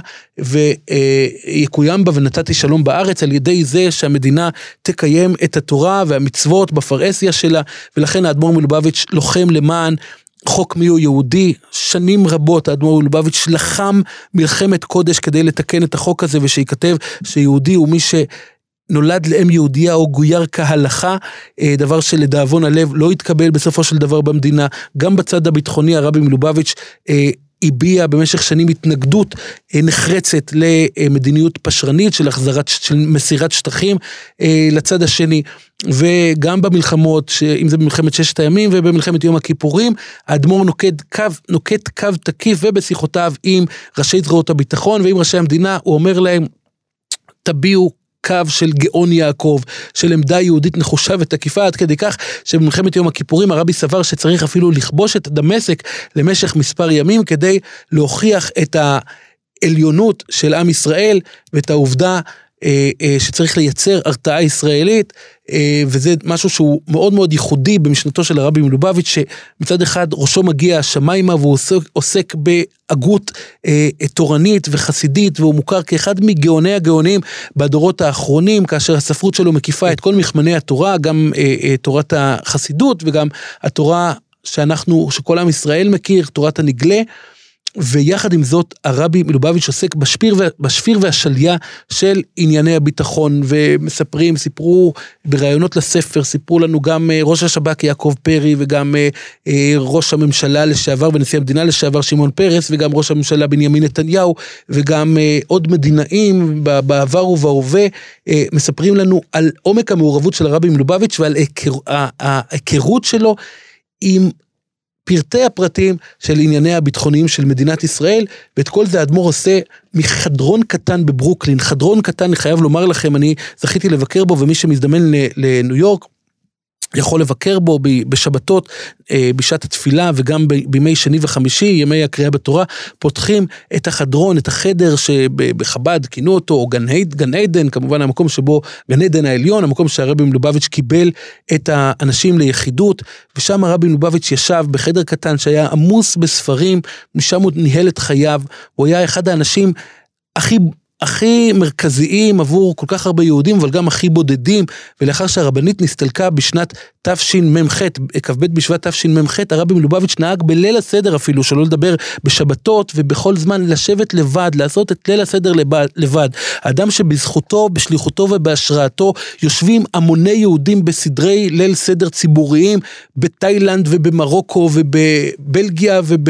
ויקוים בה ונתתי שלום בארץ, על ידי זה שהמדינה תקיים את התורה והמצוות בפרהסיה שלה, ולכן האדמו"ר מלובביץ' לוחם למען חוק מיהו יהודי. שנים רבות האדמו"ר מלובביץ' לחם מלחמת קודש כדי לתקן את החוק הזה, ושיכתב שיהודי הוא מי שנולד לאם יהודיה או גויר כהלכה, דבר שלדאבון הלב לא התקבל בסופו של דבר במדינה. גם בצד הביטחוני הרבי מלובביץ' הביע במשך שנים התנגדות נחרצת למדיניות פשרנית של החזרת, של מסירת שטחים לצד השני, וגם במלחמות, אם זה במלחמת ששת הימים ובמלחמת יום הכיפורים, האדמו"ר נוקט קו, נוקט קו תקיף, ובשיחותיו עם ראשי זרועות הביטחון ועם ראשי המדינה, הוא אומר להם, תביעו קו של גאון יעקב, של עמדה יהודית נחושה ותקיפה, עד כדי כך שבמלחמת יום הכיפורים הרבי סבר שצריך אפילו לכבוש את דמשק למשך מספר ימים, כדי להוכיח את העליונות של עם ישראל, ואת העובדה שצריך לייצר הרתעה ישראלית, וזה משהו שהוא מאוד מאוד ייחודי במשנתו של הרבי מלובביץ', שמצד אחד ראשו מגיע השמיימה, והוא עוסק, עוסק בהגות תורנית וחסידית, והוא מוכר כאחד מגאוני הגאונים בדורות האחרונים, כאשר הספרות שלו מקיפה את כל מכמני התורה, גם תורת החסידות, וגם התורה שאנחנו, שכל עם ישראל מכיר, תורת הנגלה, ויחד עם זאת, הרבי מלובביץ' עוסק בשפיר, בשפיר והשליה של ענייני הביטחון, ומספרים, סיפרו ברעיונות לספר, סיפרו לנו גם ראש השב"כ יעקב פרי, וגם ראש הממשלה לשעבר, ונשיא המדינה לשעבר שמעון פרס, וגם ראש הממשלה בנימין נתניהו, וגם עוד מדינאים בעבר ובהווה, מספרים לנו על עומק המעורבות של הרבי מלובביץ' ועל ההיכרות שלו עם פרטי הפרטים של ענייניה הביטחוניים של מדינת ישראל, ואת כל זה האדמו"ר עושה מחדרון קטן בברוקלין, חדרון קטן, אני חייב לומר לכם, אני זכיתי לבקר בו, ומי שמזדמן לניו יורק, יכול לבקר בו בשבתות, בשעת התפילה, וגם בימי שני וחמישי, ימי הקריאה בתורה, פותחים את החדרון, את החדר שבחב"ד כינו אותו, או גן, גן עדן, כמובן המקום שבו, גן עדן העליון, המקום שהרבי מלובביץ' קיבל את האנשים ליחידות, ושם הרבי מלובביץ' ישב בחדר קטן שהיה עמוס בספרים, משם הוא ניהל את חייו, הוא היה אחד האנשים הכי הכי מרכזיים עבור כל כך הרבה יהודים, אבל גם הכי בודדים, ולאחר שהרבנית נסתלקה בשנת תשמ"ח, כ"ב בשבט תשמ"ח, הרבי מלובביץ' נהג בליל הסדר אפילו, שלא לדבר בשבתות, ובכל זמן לשבת לבד, לעשות את ליל הסדר לבד. האדם שבזכותו, בשליחותו ובהשראתו, יושבים המוני יהודים בסדרי ליל סדר ציבוריים, בתאילנד ובמרוקו ובבלגיה וב...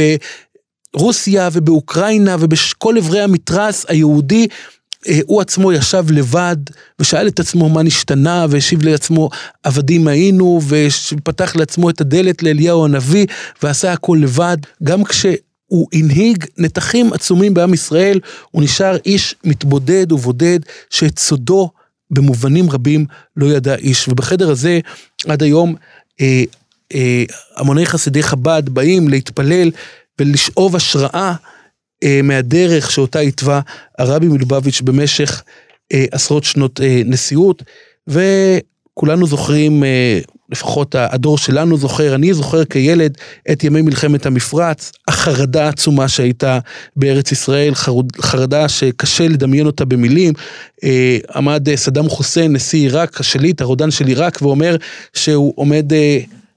רוסיה ובאוקראינה ובכל עברי המתרס היהודי, הוא עצמו ישב לבד ושאל את עצמו מה נשתנה, והשיב לעצמו עבדים היינו, ופתח לעצמו את הדלת לאליהו הנביא, ועשה הכל לבד. גם כשהוא הנהיג נתחים עצומים בעם ישראל, הוא נשאר איש מתבודד ובודד, שאת סודו במובנים רבים לא ידע איש. ובחדר הזה עד היום אה, אה, המוני חסידי חב"ד באים להתפלל ולשאוב השראה אה, מהדרך שאותה התווה הרבי מלובביץ' במשך אה, עשרות שנות אה, נשיאות, וכולנו זוכרים, אה, לפחות הדור שלנו זוכר, אני זוכר כילד את ימי מלחמת המפרץ, החרדה העצומה שהייתה בארץ ישראל, חרד, חרדה שקשה לדמיין אותה במילים. אה, עמד סדאם חוסיין, נשיא עיראק, השליט, הרודן של עיראק, ואומר שהוא עומד... אה,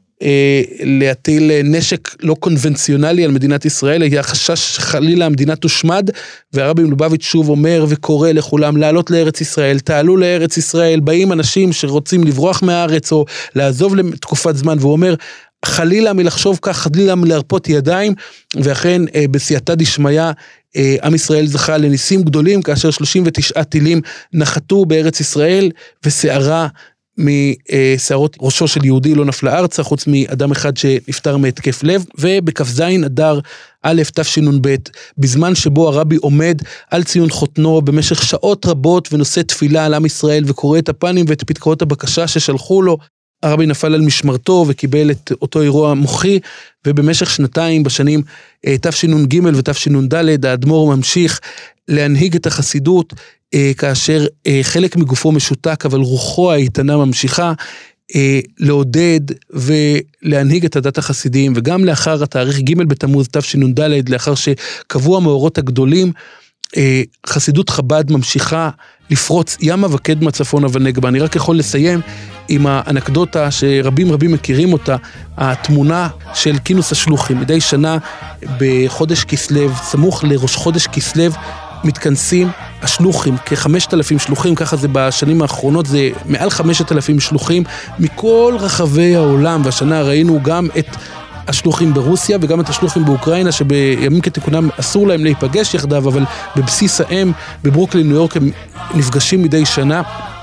להטיל נשק לא קונבנציונלי על מדינת ישראל, היה חשש שחלילה המדינה תושמד, והרבי מלובביץ' שוב אומר וקורא לכולם לעלות לארץ ישראל, תעלו לארץ ישראל, באים אנשים שרוצים לברוח מהארץ או לעזוב לתקופת זמן, והוא אומר חלילה מלחשוב כך, חלילה מלהרפות ידיים, ואכן בסייעתא דשמיא עם ישראל זכה לניסים גדולים, כאשר שלושים ותשעה טילים נחתו בארץ ישראל, וסערה משערות ראשו של יהודי לא נפלה ארצה, חוץ מאדם אחד שנפטר מהתקף לב. ובכ"ז אדר א' תשנ"ב, בזמן שבו הרבי עומד על ציון חותנו במשך שעות רבות ונושא תפילה על עם ישראל וקורא את הפנים ואת פתקאות הבקשה ששלחו לו, הרבי נפל על משמרתו וקיבל את אותו אירוע מוחי, ובמשך שנתיים בשנים תשנ"ג ותשנ"ד האדמו"ר ממשיך להנהיג את החסידות, כאשר חלק מגופו משותק, אבל רוחו האיתנה ממשיכה לעודד ולהנהיג את הדת החסידים, וגם לאחר התאריך ג' בתמוז תשנ"ד, לאחר שקבעו המאורות הגדולים, חסידות חב"ד ממשיכה לפרוץ ימה וקדמה צפונה ונגבה. אני רק יכול לסיים עם האנקדוטה שרבים רבים מכירים אותה, התמונה של כינוס השלוחים. מדי שנה בחודש כסלו, סמוך לראש חודש כסלו, מתכנסים השלוחים, כ-חמשת אלפים שלוחים, ככה זה בשנים האחרונות, זה מעל חמשת אלפים שלוחים מכל רחבי העולם, והשנה ראינו גם את השלוחים ברוסיה וגם את השלוחים באוקראינה, שבימים כתיקונם אסור להם להיפגש יחדיו, אבל בבסיס האם בברוקלין, ניו יורק, הם נפגשים מדי שנה,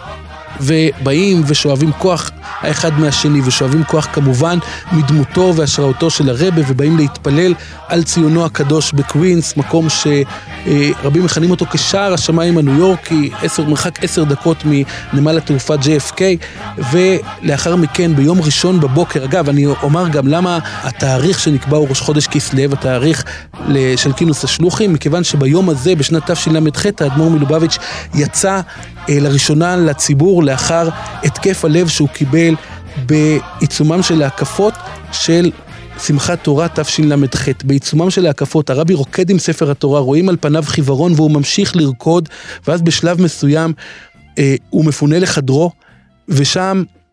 ובאים ושואבים כוח האחד מהשני, ושואבים כוח כמובן מדמותו והשראותו של הרבי, ובאים להתפלל על ציונו הקדוש בקווינס, מקום שרבים מכנים אותו כשער השמיים הניו יורקי, עשר, מרחק עשר דקות מנמל התעופה ג'יי אף קיי, ולאחר מכן ביום ראשון בבוקר, אגב אני אומר גם למה התאריך שנקבע הוא ראש חודש כסלו, התאריך של כינוס השלוחים, מכיוון שביום הזה בשנת תשל"ח האדמו"ר מלובביץ' יצא לראשונה לציבור לאחר התקף הלב שהוא קיבל בעיצומם של ההקפות של שמחת תורה תשל"ח. בעיצומם של ההקפות הרבי רוקד עם ספר התורה, רואים על פניו חיוורון והוא ממשיך לרקוד, ואז בשלב מסוים אה, הוא מפונה לחדרו, ושם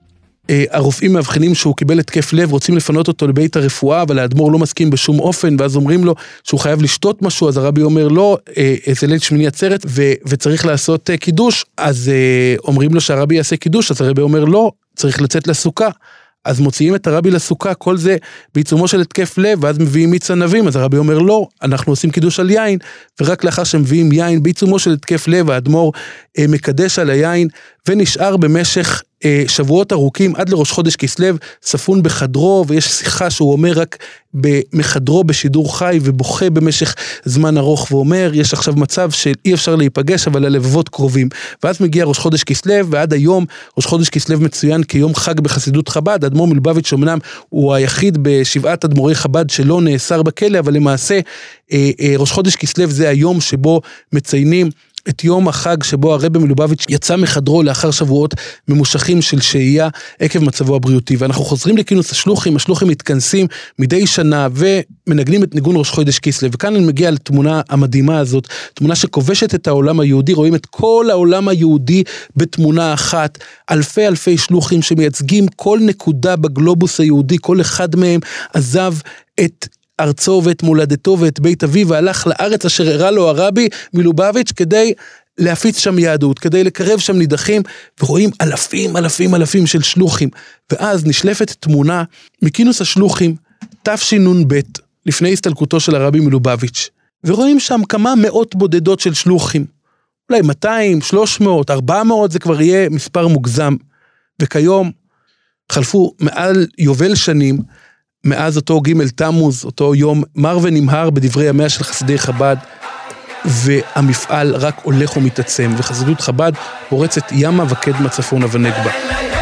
הרופאים מאבחנים שהוא קיבל התקף לב, רוצים לפנות אותו לבית הרפואה, אבל האדמו"ר לא מסכים בשום אופן, ואז אומרים לו שהוא חייב לשתות משהו, אז הרבי אומר לא, זה ליל שמיני עצרת, ו- וצריך לעשות קידוש, אז אומרים לו שהרבי יעשה קידוש, אז הרבי אומר לא, צריך לצאת לסוכה, אז מוציאים את הרבי לסוכה, כל זה בעיצומו של התקף לב, ואז מביאים מיץ ענבים, אז הרבי אומר לא, אנחנו עושים קידוש על יין, ורק לאחר שמביאים יין בעיצומו של התקף לב, האדמו"ר אה, מקדש על היין, ונשאר במשך אה, שבועות ארוכים, עד לראש חודש כסלו, ספון בחדרו, ויש שיחה שהוא אומר רק במחדרו בשידור חי, ובוכה במשך זמן ארוך, ואומר, יש עכשיו מצב שאי אפשר להיפגש, אבל הלבבות קרובים, ואז מגיע ראש חודש כסלו, ועד היום ראש חודש כסלו מצוין כיום חג בחסידות חב"ד, האדמו"ר מלובביץ' אמנם הוא היחיד בשבעת אדמו"רי חב"ד שלא נאסר בכלא, אבל למעשה אה, אה, ראש חודש כסלו זה היום שבו מציינים את יום החג שבו הרבי מלובביץ' יצא מחדרו לאחר שבועות ממושכים של שהייה עקב מצבו הבריאותי, ואנחנו חוזרים לכינוס השלוחים, השלוחים מתכנסים מדי שנה ומנגנים את ניגון ראש חודש כסלו, וכאן אני מגיע לתמונה המדהימה הזאת, תמונה שכובשת את העולם היהודי, רואים את כל העולם היהודי בתמונה אחת, אלפי אלפי שלוחים שמייצגים כל נקודה בגלובוס היהודי, כל אחד מהם עזב את ארצו ואת מולדתו ואת בית אביו, והלך לארץ אשר הראה לו הרבי מלובביץ' כדי להפיץ שם יהדות, כדי לקרב שם נידחים, ורואים אלפים אלפים אלפים של שלוחים, ואז נשלפת תמונה מכינוס השלוחים, תשנ"ב, לפני הסתלקותו של הרבי מלובביץ', ורואים שם כמה מאות בודדות של שלוחים, אולי מאתיים, שלוש מאות, ארבע מאות, זה כבר יהיה מספר מוגזם, וכיום חלפו מעל יובל שנים, מאז אותו ג' תמוז, אותו יום מר ונמהר בדברי ימיה של חסידי חב"ד, והמפעל רק הולך ומתעצם, וחסידות חב"ד פורצת ימה וקדמה צפונה ונגבה.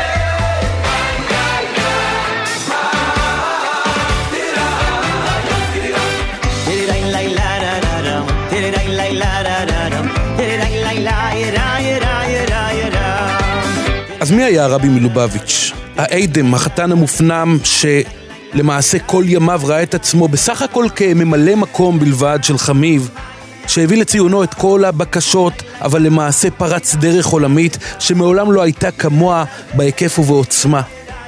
אז מי היה הרבי מלובביץ'? האדם, החתן המופנם ש... למעשה כל ימיו ראה את עצמו בסך הכל כממלא מקום בלבד של חמיב, שהביא לציונו את כל הבקשות, אבל למעשה פרץ דרך עולמית שמעולם לא הייתה כמוה בהיקף ובעוצמה.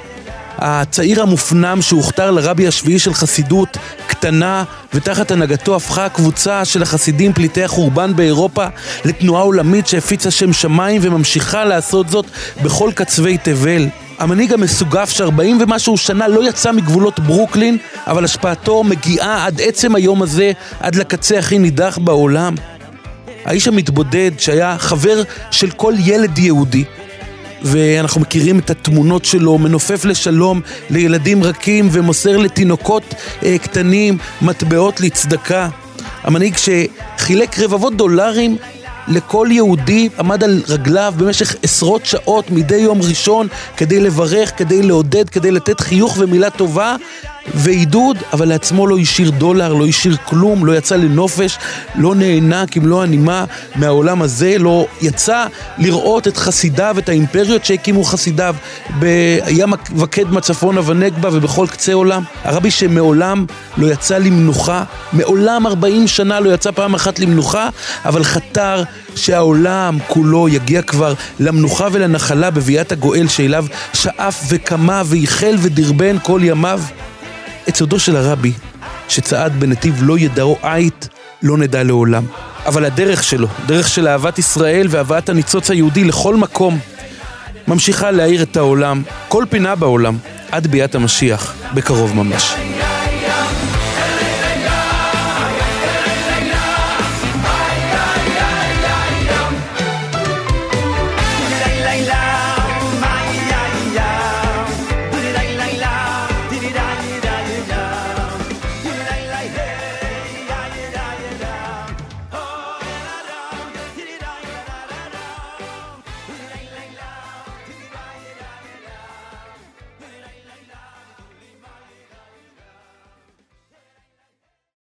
הצעיר המופנם שהוכתר לרבי השביעי של חסידות קטנה, ותחת הנהגתו הפכה הקבוצה של החסידים פליטי החורבן באירופה לתנועה עולמית שהפיצה שם שמיים וממשיכה לעשות זאת בכל קצווי תבל. המנהיג המסוגף ש-ארבעים ומשהו שנה לא יצא מגבולות ברוקלין, אבל השפעתו מגיעה עד עצם היום הזה, עד לקצה הכי נידח בעולם. האיש המתבודד שהיה חבר של כל ילד יהודי, ואנחנו מכירים את התמונות שלו, מנופף לשלום לילדים רכים ומוסר לתינוקות אה, קטנים, מטבעות לצדקה. המנהיג שחילק רבבות דולרים לכל יהודי, עמד על רגליו במשך עשרות שעות מדי יום ראשון כדי לברך, כדי לעודד, כדי לתת חיוך ומילה טובה ועידוד, אבל לעצמו לא השאיר דולר, לא השאיר כלום, לא יצא לנופש, לא נהנה כמלוא הנימה מהעולם הזה, לא יצא לראות את חסידיו, את האימפריות שהקימו חסידיו בים וקדמה צפונה ונגבה ובכל קצה עולם. הרבי שמעולם לא יצא למנוחה, מעולם ארבעים שנה לא יצא פעם אחת למנוחה, אבל חתר שהעולם כולו יגיע כבר למנוחה ולנחלה בביאת הגואל שאליו שאף וקמה ויחל ודרבן כל ימיו. את סודו של הרבי שצעד בנתיב לא ידעו עית, לא נדע לעולם. אבל הדרך שלו, דרך של אהבת ישראל ואהבת הניצוץ היהודי לכל מקום, ממשיכה להאיר את העולם, כל פינה בעולם, עד ביאת המשיח, בקרוב ממש.